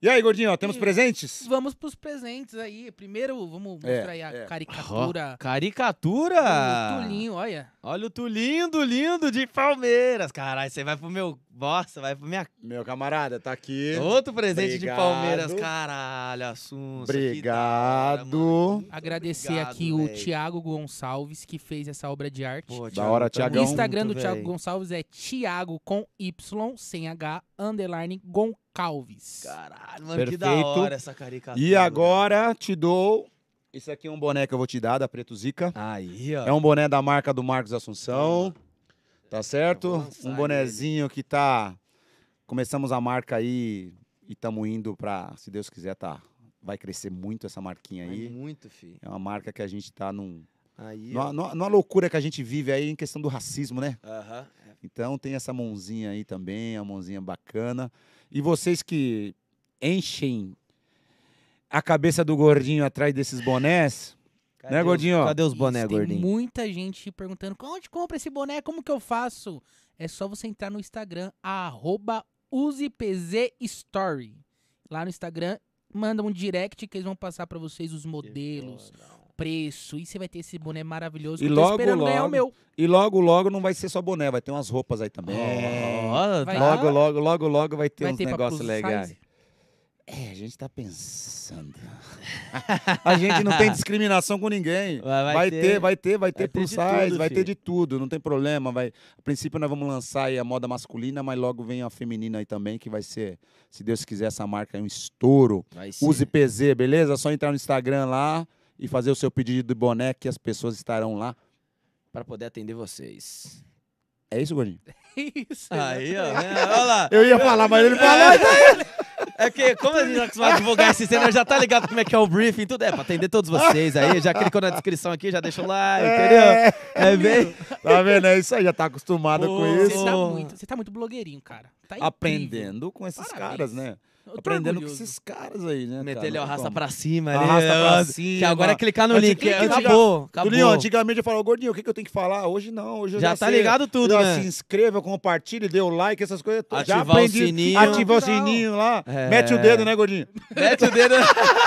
Speaker 1: E aí, gordinho, ó, temos presentes?
Speaker 3: Vamos pros presentes aí. Primeiro, vamos mostrar aí a caricatura.
Speaker 2: Caricatura?
Speaker 3: do Tulinho, olha.
Speaker 2: Olha o Tulinho, lindo de Palmeiras. Caralho, você vai pro meu... Nossa, vai pro minha...
Speaker 1: Meu camarada, tá aqui.
Speaker 2: Outro presente de
Speaker 1: Obrigado.
Speaker 2: Palmeiras. Caralho, Assunção.
Speaker 1: Obrigado.
Speaker 3: Agradecer aqui o Thiago Gonçalves, que fez essa obra de arte.
Speaker 2: Pô,
Speaker 1: Da hora,
Speaker 3: O
Speaker 1: Thiagão.
Speaker 3: Instagram do
Speaker 2: Muito,
Speaker 3: Thiago
Speaker 2: véi.
Speaker 3: Gonçalves é Thiago com Y, sem H, _ Goncalves.
Speaker 2: Caralho, mano, que da
Speaker 1: Perfeito.
Speaker 2: hora essa caricatura.
Speaker 1: E agora te dou... Isso aqui é um boné que eu vou te dar, da Preto Zica.
Speaker 2: Aí, ó.
Speaker 1: É um boné da marca do Marcos Assunção. Tá
Speaker 2: Eu
Speaker 1: certo?
Speaker 2: vou lançar
Speaker 1: Um bonezinho que tá... Começamos a marca aí e estamos indo pra... Se Deus quiser, tá... Vai crescer muito essa marquinha
Speaker 2: Vai
Speaker 1: aí.
Speaker 2: muito, filho.
Speaker 1: É uma marca que a gente tá
Speaker 2: Aí,
Speaker 1: numa loucura que a gente vive aí em questão do racismo, né?
Speaker 2: Aham.
Speaker 1: Então tem essa mãozinha aí também, a mãozinha bacana. E vocês que enchem a cabeça do gordinho atrás desses bonés, né, gordinho?
Speaker 2: Cadê os boné,
Speaker 3: Isso,
Speaker 2: gordinho?
Speaker 3: Tem muita gente perguntando, onde compra esse boné? Como que eu faço? É só você entrar no Instagram, @usepzstory. Lá no Instagram, manda um direct que eles vão passar pra vocês os modelos, preço. E você vai ter esse boné maravilhoso.
Speaker 1: E
Speaker 3: que eu tô
Speaker 1: logo,
Speaker 3: esperando ganhar o
Speaker 1: logo,
Speaker 3: meu.
Speaker 1: E logo não vai ser só boné, vai ter umas roupas aí também.
Speaker 2: Ó,
Speaker 3: Vai-
Speaker 2: tá.
Speaker 1: Logo vai ter
Speaker 3: Vai
Speaker 1: uns
Speaker 3: ter pra
Speaker 1: negócios
Speaker 3: plus
Speaker 1: legais.
Speaker 3: size?
Speaker 1: É, a gente tá pensando. A gente não tem discriminação com ninguém. Vai ter plus
Speaker 2: de
Speaker 1: size,
Speaker 2: tudo,
Speaker 1: vai
Speaker 2: filho.
Speaker 1: ter de tudo, não tem problema. A princípio nós vamos lançar aí a moda masculina, mas logo vem a feminina aí também, que vai ser, se Deus quiser, essa marca aí um estouro.
Speaker 2: Vai ser.
Speaker 1: Use PZ, beleza? É só entrar no Instagram lá e fazer o seu pedido de boné que as pessoas estarão lá.
Speaker 2: Pra poder atender vocês.
Speaker 1: É isso, gordinho?
Speaker 3: Isso.
Speaker 2: Aí, ó. Olha lá.
Speaker 1: Eu ia falar, mas ele falou.
Speaker 2: É que, como a gente tá acostumado a divulgar esse cena, já tá ligado como é que é o briefing, tudo é pra atender todos vocês aí. Já clicou na descrição aqui, já deixa o like, entendeu? É bem.
Speaker 1: Tá vendo? É isso aí, já tá acostumado
Speaker 2: Pô,
Speaker 1: com
Speaker 3: Você
Speaker 1: isso.
Speaker 3: tá muito blogueirinho, cara. Tá incrível.
Speaker 1: Aprendendo com esses
Speaker 3: Parabéns.
Speaker 1: caras, né?
Speaker 3: Eu tô
Speaker 1: Aprendendo com
Speaker 3: orgulhoso.
Speaker 1: esses caras aí, né?
Speaker 2: Meter
Speaker 1: cara?
Speaker 2: ele
Speaker 1: Não tem
Speaker 2: arrasta
Speaker 1: como.
Speaker 2: pra cima ali.
Speaker 1: Arrasta pra
Speaker 2: ó,
Speaker 1: cima.
Speaker 2: Que agora é clicar no link.
Speaker 1: Antiga-
Speaker 2: Acabou.
Speaker 1: Tulinho,
Speaker 2: Acabou.
Speaker 1: antigamente eu falava, gordinho, o que eu tenho que falar? Hoje não, hoje eu
Speaker 2: Já
Speaker 1: já
Speaker 2: tá
Speaker 1: sei.
Speaker 2: ligado tudo,
Speaker 1: Já
Speaker 2: né?
Speaker 1: se inscreva, compartilhe, dê o like, essas coisas. Já
Speaker 2: Ativar o
Speaker 1: aprendi.
Speaker 2: sininho.
Speaker 1: Ativa o
Speaker 3: Natural.
Speaker 1: sininho lá.
Speaker 2: É.
Speaker 1: Mete o dedo, né, gordinho?
Speaker 2: Mete o dedo.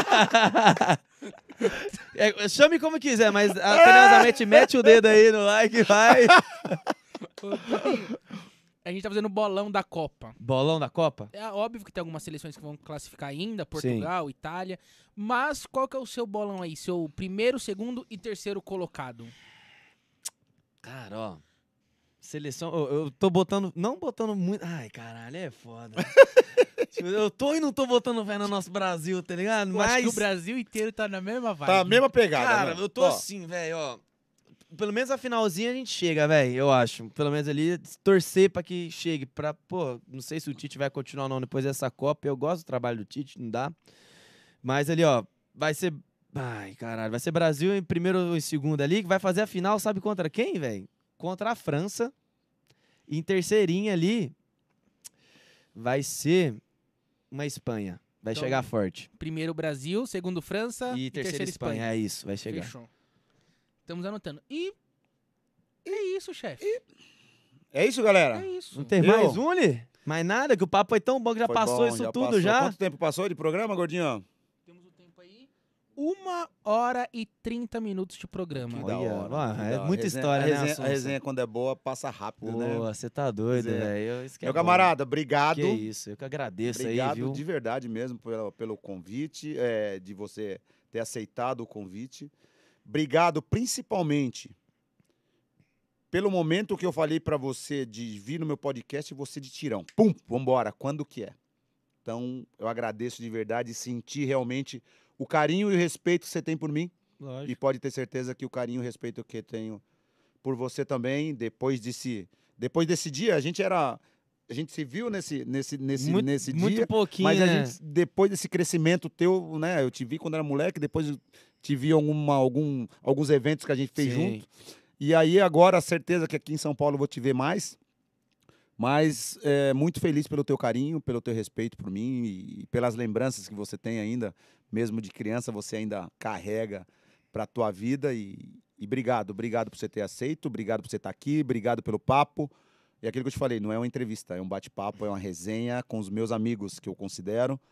Speaker 2: Chame como quiser, mas carinhosamente mete o dedo aí no like, vai.
Speaker 3: Ô, Toninho, a gente tá fazendo bolão da Copa.
Speaker 2: Bolão da Copa?
Speaker 3: É óbvio que tem algumas seleções que vão classificar ainda, Portugal, Itália. Mas qual que é o seu bolão aí? Seu primeiro, segundo e terceiro colocado?
Speaker 2: Cara, ó. Seleção. Eu tô botando. Não botando muito. Ai, caralho, é foda. Tipo, eu tô e não tô botando fé no nosso Brasil, tá ligado?
Speaker 3: Eu acho que o Brasil inteiro tá na mesma vibe.
Speaker 1: Tá a mesma pegada.
Speaker 2: Cara,
Speaker 1: né?
Speaker 2: eu tô
Speaker 1: Ó,
Speaker 2: assim, velho, ó. Pelo menos a finalzinha a gente chega, velho, eu acho. Pelo menos ali, torcer pra que chegue. Pra, pô, não sei se o Tite vai continuar ou não depois dessa Copa. Eu gosto do trabalho do Tite, não dá. Mas ali, ó, vai ser... Ai, caralho, vai ser Brasil em primeiro ou em segundo ali, que vai fazer a final, sabe contra quem, velho? Contra a França. E em terceirinha ali, vai ser uma Espanha. Vai
Speaker 3: Então,
Speaker 2: chegar forte.
Speaker 3: Primeiro Brasil, segundo França
Speaker 2: E terceira Espanha, é isso, vai chegar.
Speaker 3: Fechou. Estamos anotando. E é isso, chefe.
Speaker 1: É isso, galera?
Speaker 3: É isso.
Speaker 2: Não tem
Speaker 1: Viu?
Speaker 2: mais um, Li? Mais nada, que o papo foi tão bom que já
Speaker 1: Foi
Speaker 2: passou
Speaker 1: bom,
Speaker 2: isso tudo
Speaker 1: passou.
Speaker 2: já.
Speaker 1: Quanto tempo passou de programa, gordinho?
Speaker 3: Temos o tempo aí. 1h30 de programa.
Speaker 1: Que
Speaker 2: Olha,
Speaker 1: da hora,
Speaker 2: ó,
Speaker 1: que
Speaker 2: é
Speaker 1: da hora.
Speaker 2: muita
Speaker 1: Resenha-
Speaker 2: história,
Speaker 1: a
Speaker 2: né,
Speaker 1: resenha,
Speaker 2: Assunção?
Speaker 1: a resenha, quando é boa, passa rápido,
Speaker 2: Pô,
Speaker 1: né?
Speaker 2: você tá doido,
Speaker 1: Pois é.
Speaker 2: velho. Isso que é
Speaker 1: Meu
Speaker 2: bom.
Speaker 1: camarada, obrigado.
Speaker 2: Que isso, eu que agradeço
Speaker 1: Obrigado
Speaker 2: aí, viu?
Speaker 1: de verdade mesmo pelo convite, de você ter aceitado o convite. Obrigado principalmente pelo momento que eu falei pra você de vir no meu podcast e você de tirão. Pum, vambora, quando que é? Então, eu agradeço de verdade e senti realmente o carinho e o respeito que você tem por mim.
Speaker 2: Lógico.
Speaker 1: E pode ter certeza que o carinho e o respeito que eu tenho por você também, depois desse dia, a gente se viu nesse
Speaker 2: Muito
Speaker 1: dia,
Speaker 2: pouquinho,
Speaker 1: mas
Speaker 2: né?
Speaker 1: a gente, depois desse crescimento teu, né, eu te vi quando era moleque, depois eu te vi em alguns eventos que a gente fez
Speaker 2: Sim.
Speaker 1: junto, e aí agora, a certeza que aqui em São Paulo eu vou te ver mais, mas muito feliz pelo teu carinho, pelo teu respeito por mim e pelas lembranças que você tem ainda, mesmo de criança, você ainda carrega para a tua vida e obrigado por você ter aceito, obrigado por você estar aqui, obrigado pelo papo. E aquilo que eu te falei, não é uma entrevista, é um bate-papo, é uma resenha com os meus amigos que eu considero.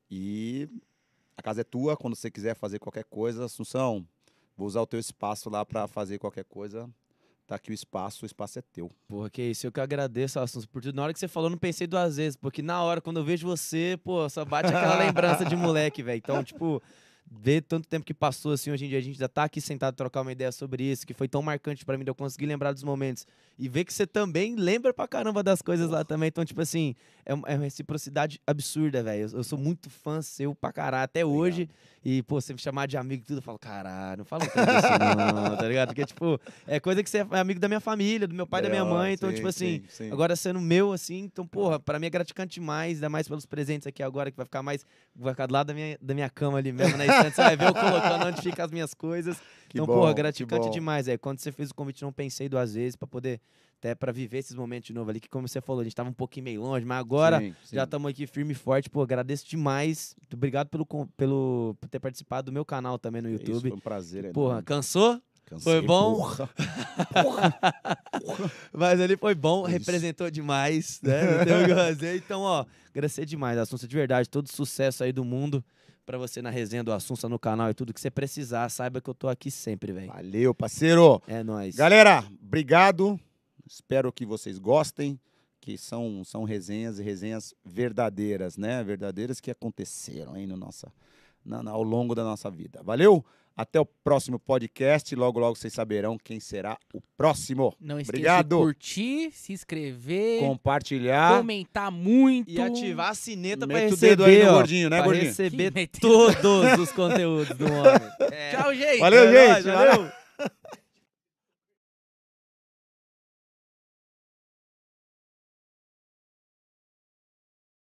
Speaker 1: E a casa é tua, quando você quiser fazer qualquer coisa, Assunção, vou usar o teu espaço lá pra fazer qualquer coisa. Tá aqui o espaço é teu.
Speaker 2: Porra, que isso, eu que agradeço, Assunção, por tudo. Na hora que você falou, eu não pensei 2 vezes, porque na hora, quando eu vejo você, pô, só bate aquela lembrança de moleque, velho. Então, tipo, ver tanto tempo que passou, assim, hoje em dia a gente já tá aqui sentado trocar uma ideia sobre isso, que foi tão marcante pra mim, de eu conseguir lembrar dos momentos. E ver que você também lembra pra caramba das coisas lá também. Então, tipo assim, é uma reciprocidade absurda, velho. Eu sou muito fã seu pra caralho, até hoje. E, pô, você me chamar de amigo e tudo, eu falo, caralho, não fala tanto assim não, tá ligado? Porque, tipo, é coisa que você é amigo da minha família, do meu pai e da minha mãe. Então,
Speaker 1: sim,
Speaker 2: tipo assim,
Speaker 1: sim.
Speaker 2: agora sendo meu, assim, então, porra, pra mim é gratificante demais, ainda mais pelos presentes aqui agora, que vai ficar do lado da minha cama ali mesmo, na estante, você vai ver eu colocando onde ficam as minhas coisas. Então,
Speaker 1: bom,
Speaker 2: porra, gratificante
Speaker 1: bom.
Speaker 2: demais, aí. Quando você fez o convite, não pensei 2 vezes pra poder, até pra viver esses momentos de novo ali, que como você falou, a gente tava um pouquinho meio longe, mas agora
Speaker 1: Sim.
Speaker 2: já estamos aqui firme e forte, pô, agradeço demais, muito obrigado por ter participado do meu canal também no
Speaker 1: É isso,
Speaker 2: YouTube.
Speaker 1: foi um prazer.
Speaker 2: Porra,
Speaker 1: enorme.
Speaker 2: cansou?
Speaker 1: Cansei,
Speaker 2: foi bom?
Speaker 1: Porra.
Speaker 2: Mas ele foi bom,
Speaker 1: Isso.
Speaker 2: representou demais, né? Não tem o que fazer. Então, ó, agradecer demais, Assunção, de verdade, todo sucesso aí do mundo pra você na resenha do Assunção no canal e tudo que você precisar, saiba que eu tô aqui sempre, velho.
Speaker 1: Valeu, parceiro.
Speaker 2: É nóis.
Speaker 1: Galera, obrigado. Espero que vocês gostem, que são resenhas e resenhas verdadeiras, né? Verdadeiras que aconteceram aí ao longo da nossa vida. Valeu? Até o próximo podcast. Logo, logo vocês saberão quem será o próximo.
Speaker 3: Não esqueça
Speaker 1: Obrigado.
Speaker 3: de curtir, se inscrever,
Speaker 1: Compartilhar.
Speaker 3: comentar muito.
Speaker 2: E ativar a sineta pra
Speaker 1: Mete o dedo aí
Speaker 2: receber,
Speaker 1: no
Speaker 2: ó,
Speaker 1: gordinho, né,
Speaker 2: pra
Speaker 1: gordinho?
Speaker 2: receber
Speaker 3: Que meteu.
Speaker 2: todos os conteúdos do homem. É.
Speaker 3: Tchau, gente.
Speaker 1: Valeu,
Speaker 2: É nóis,
Speaker 1: gente.
Speaker 2: valeu.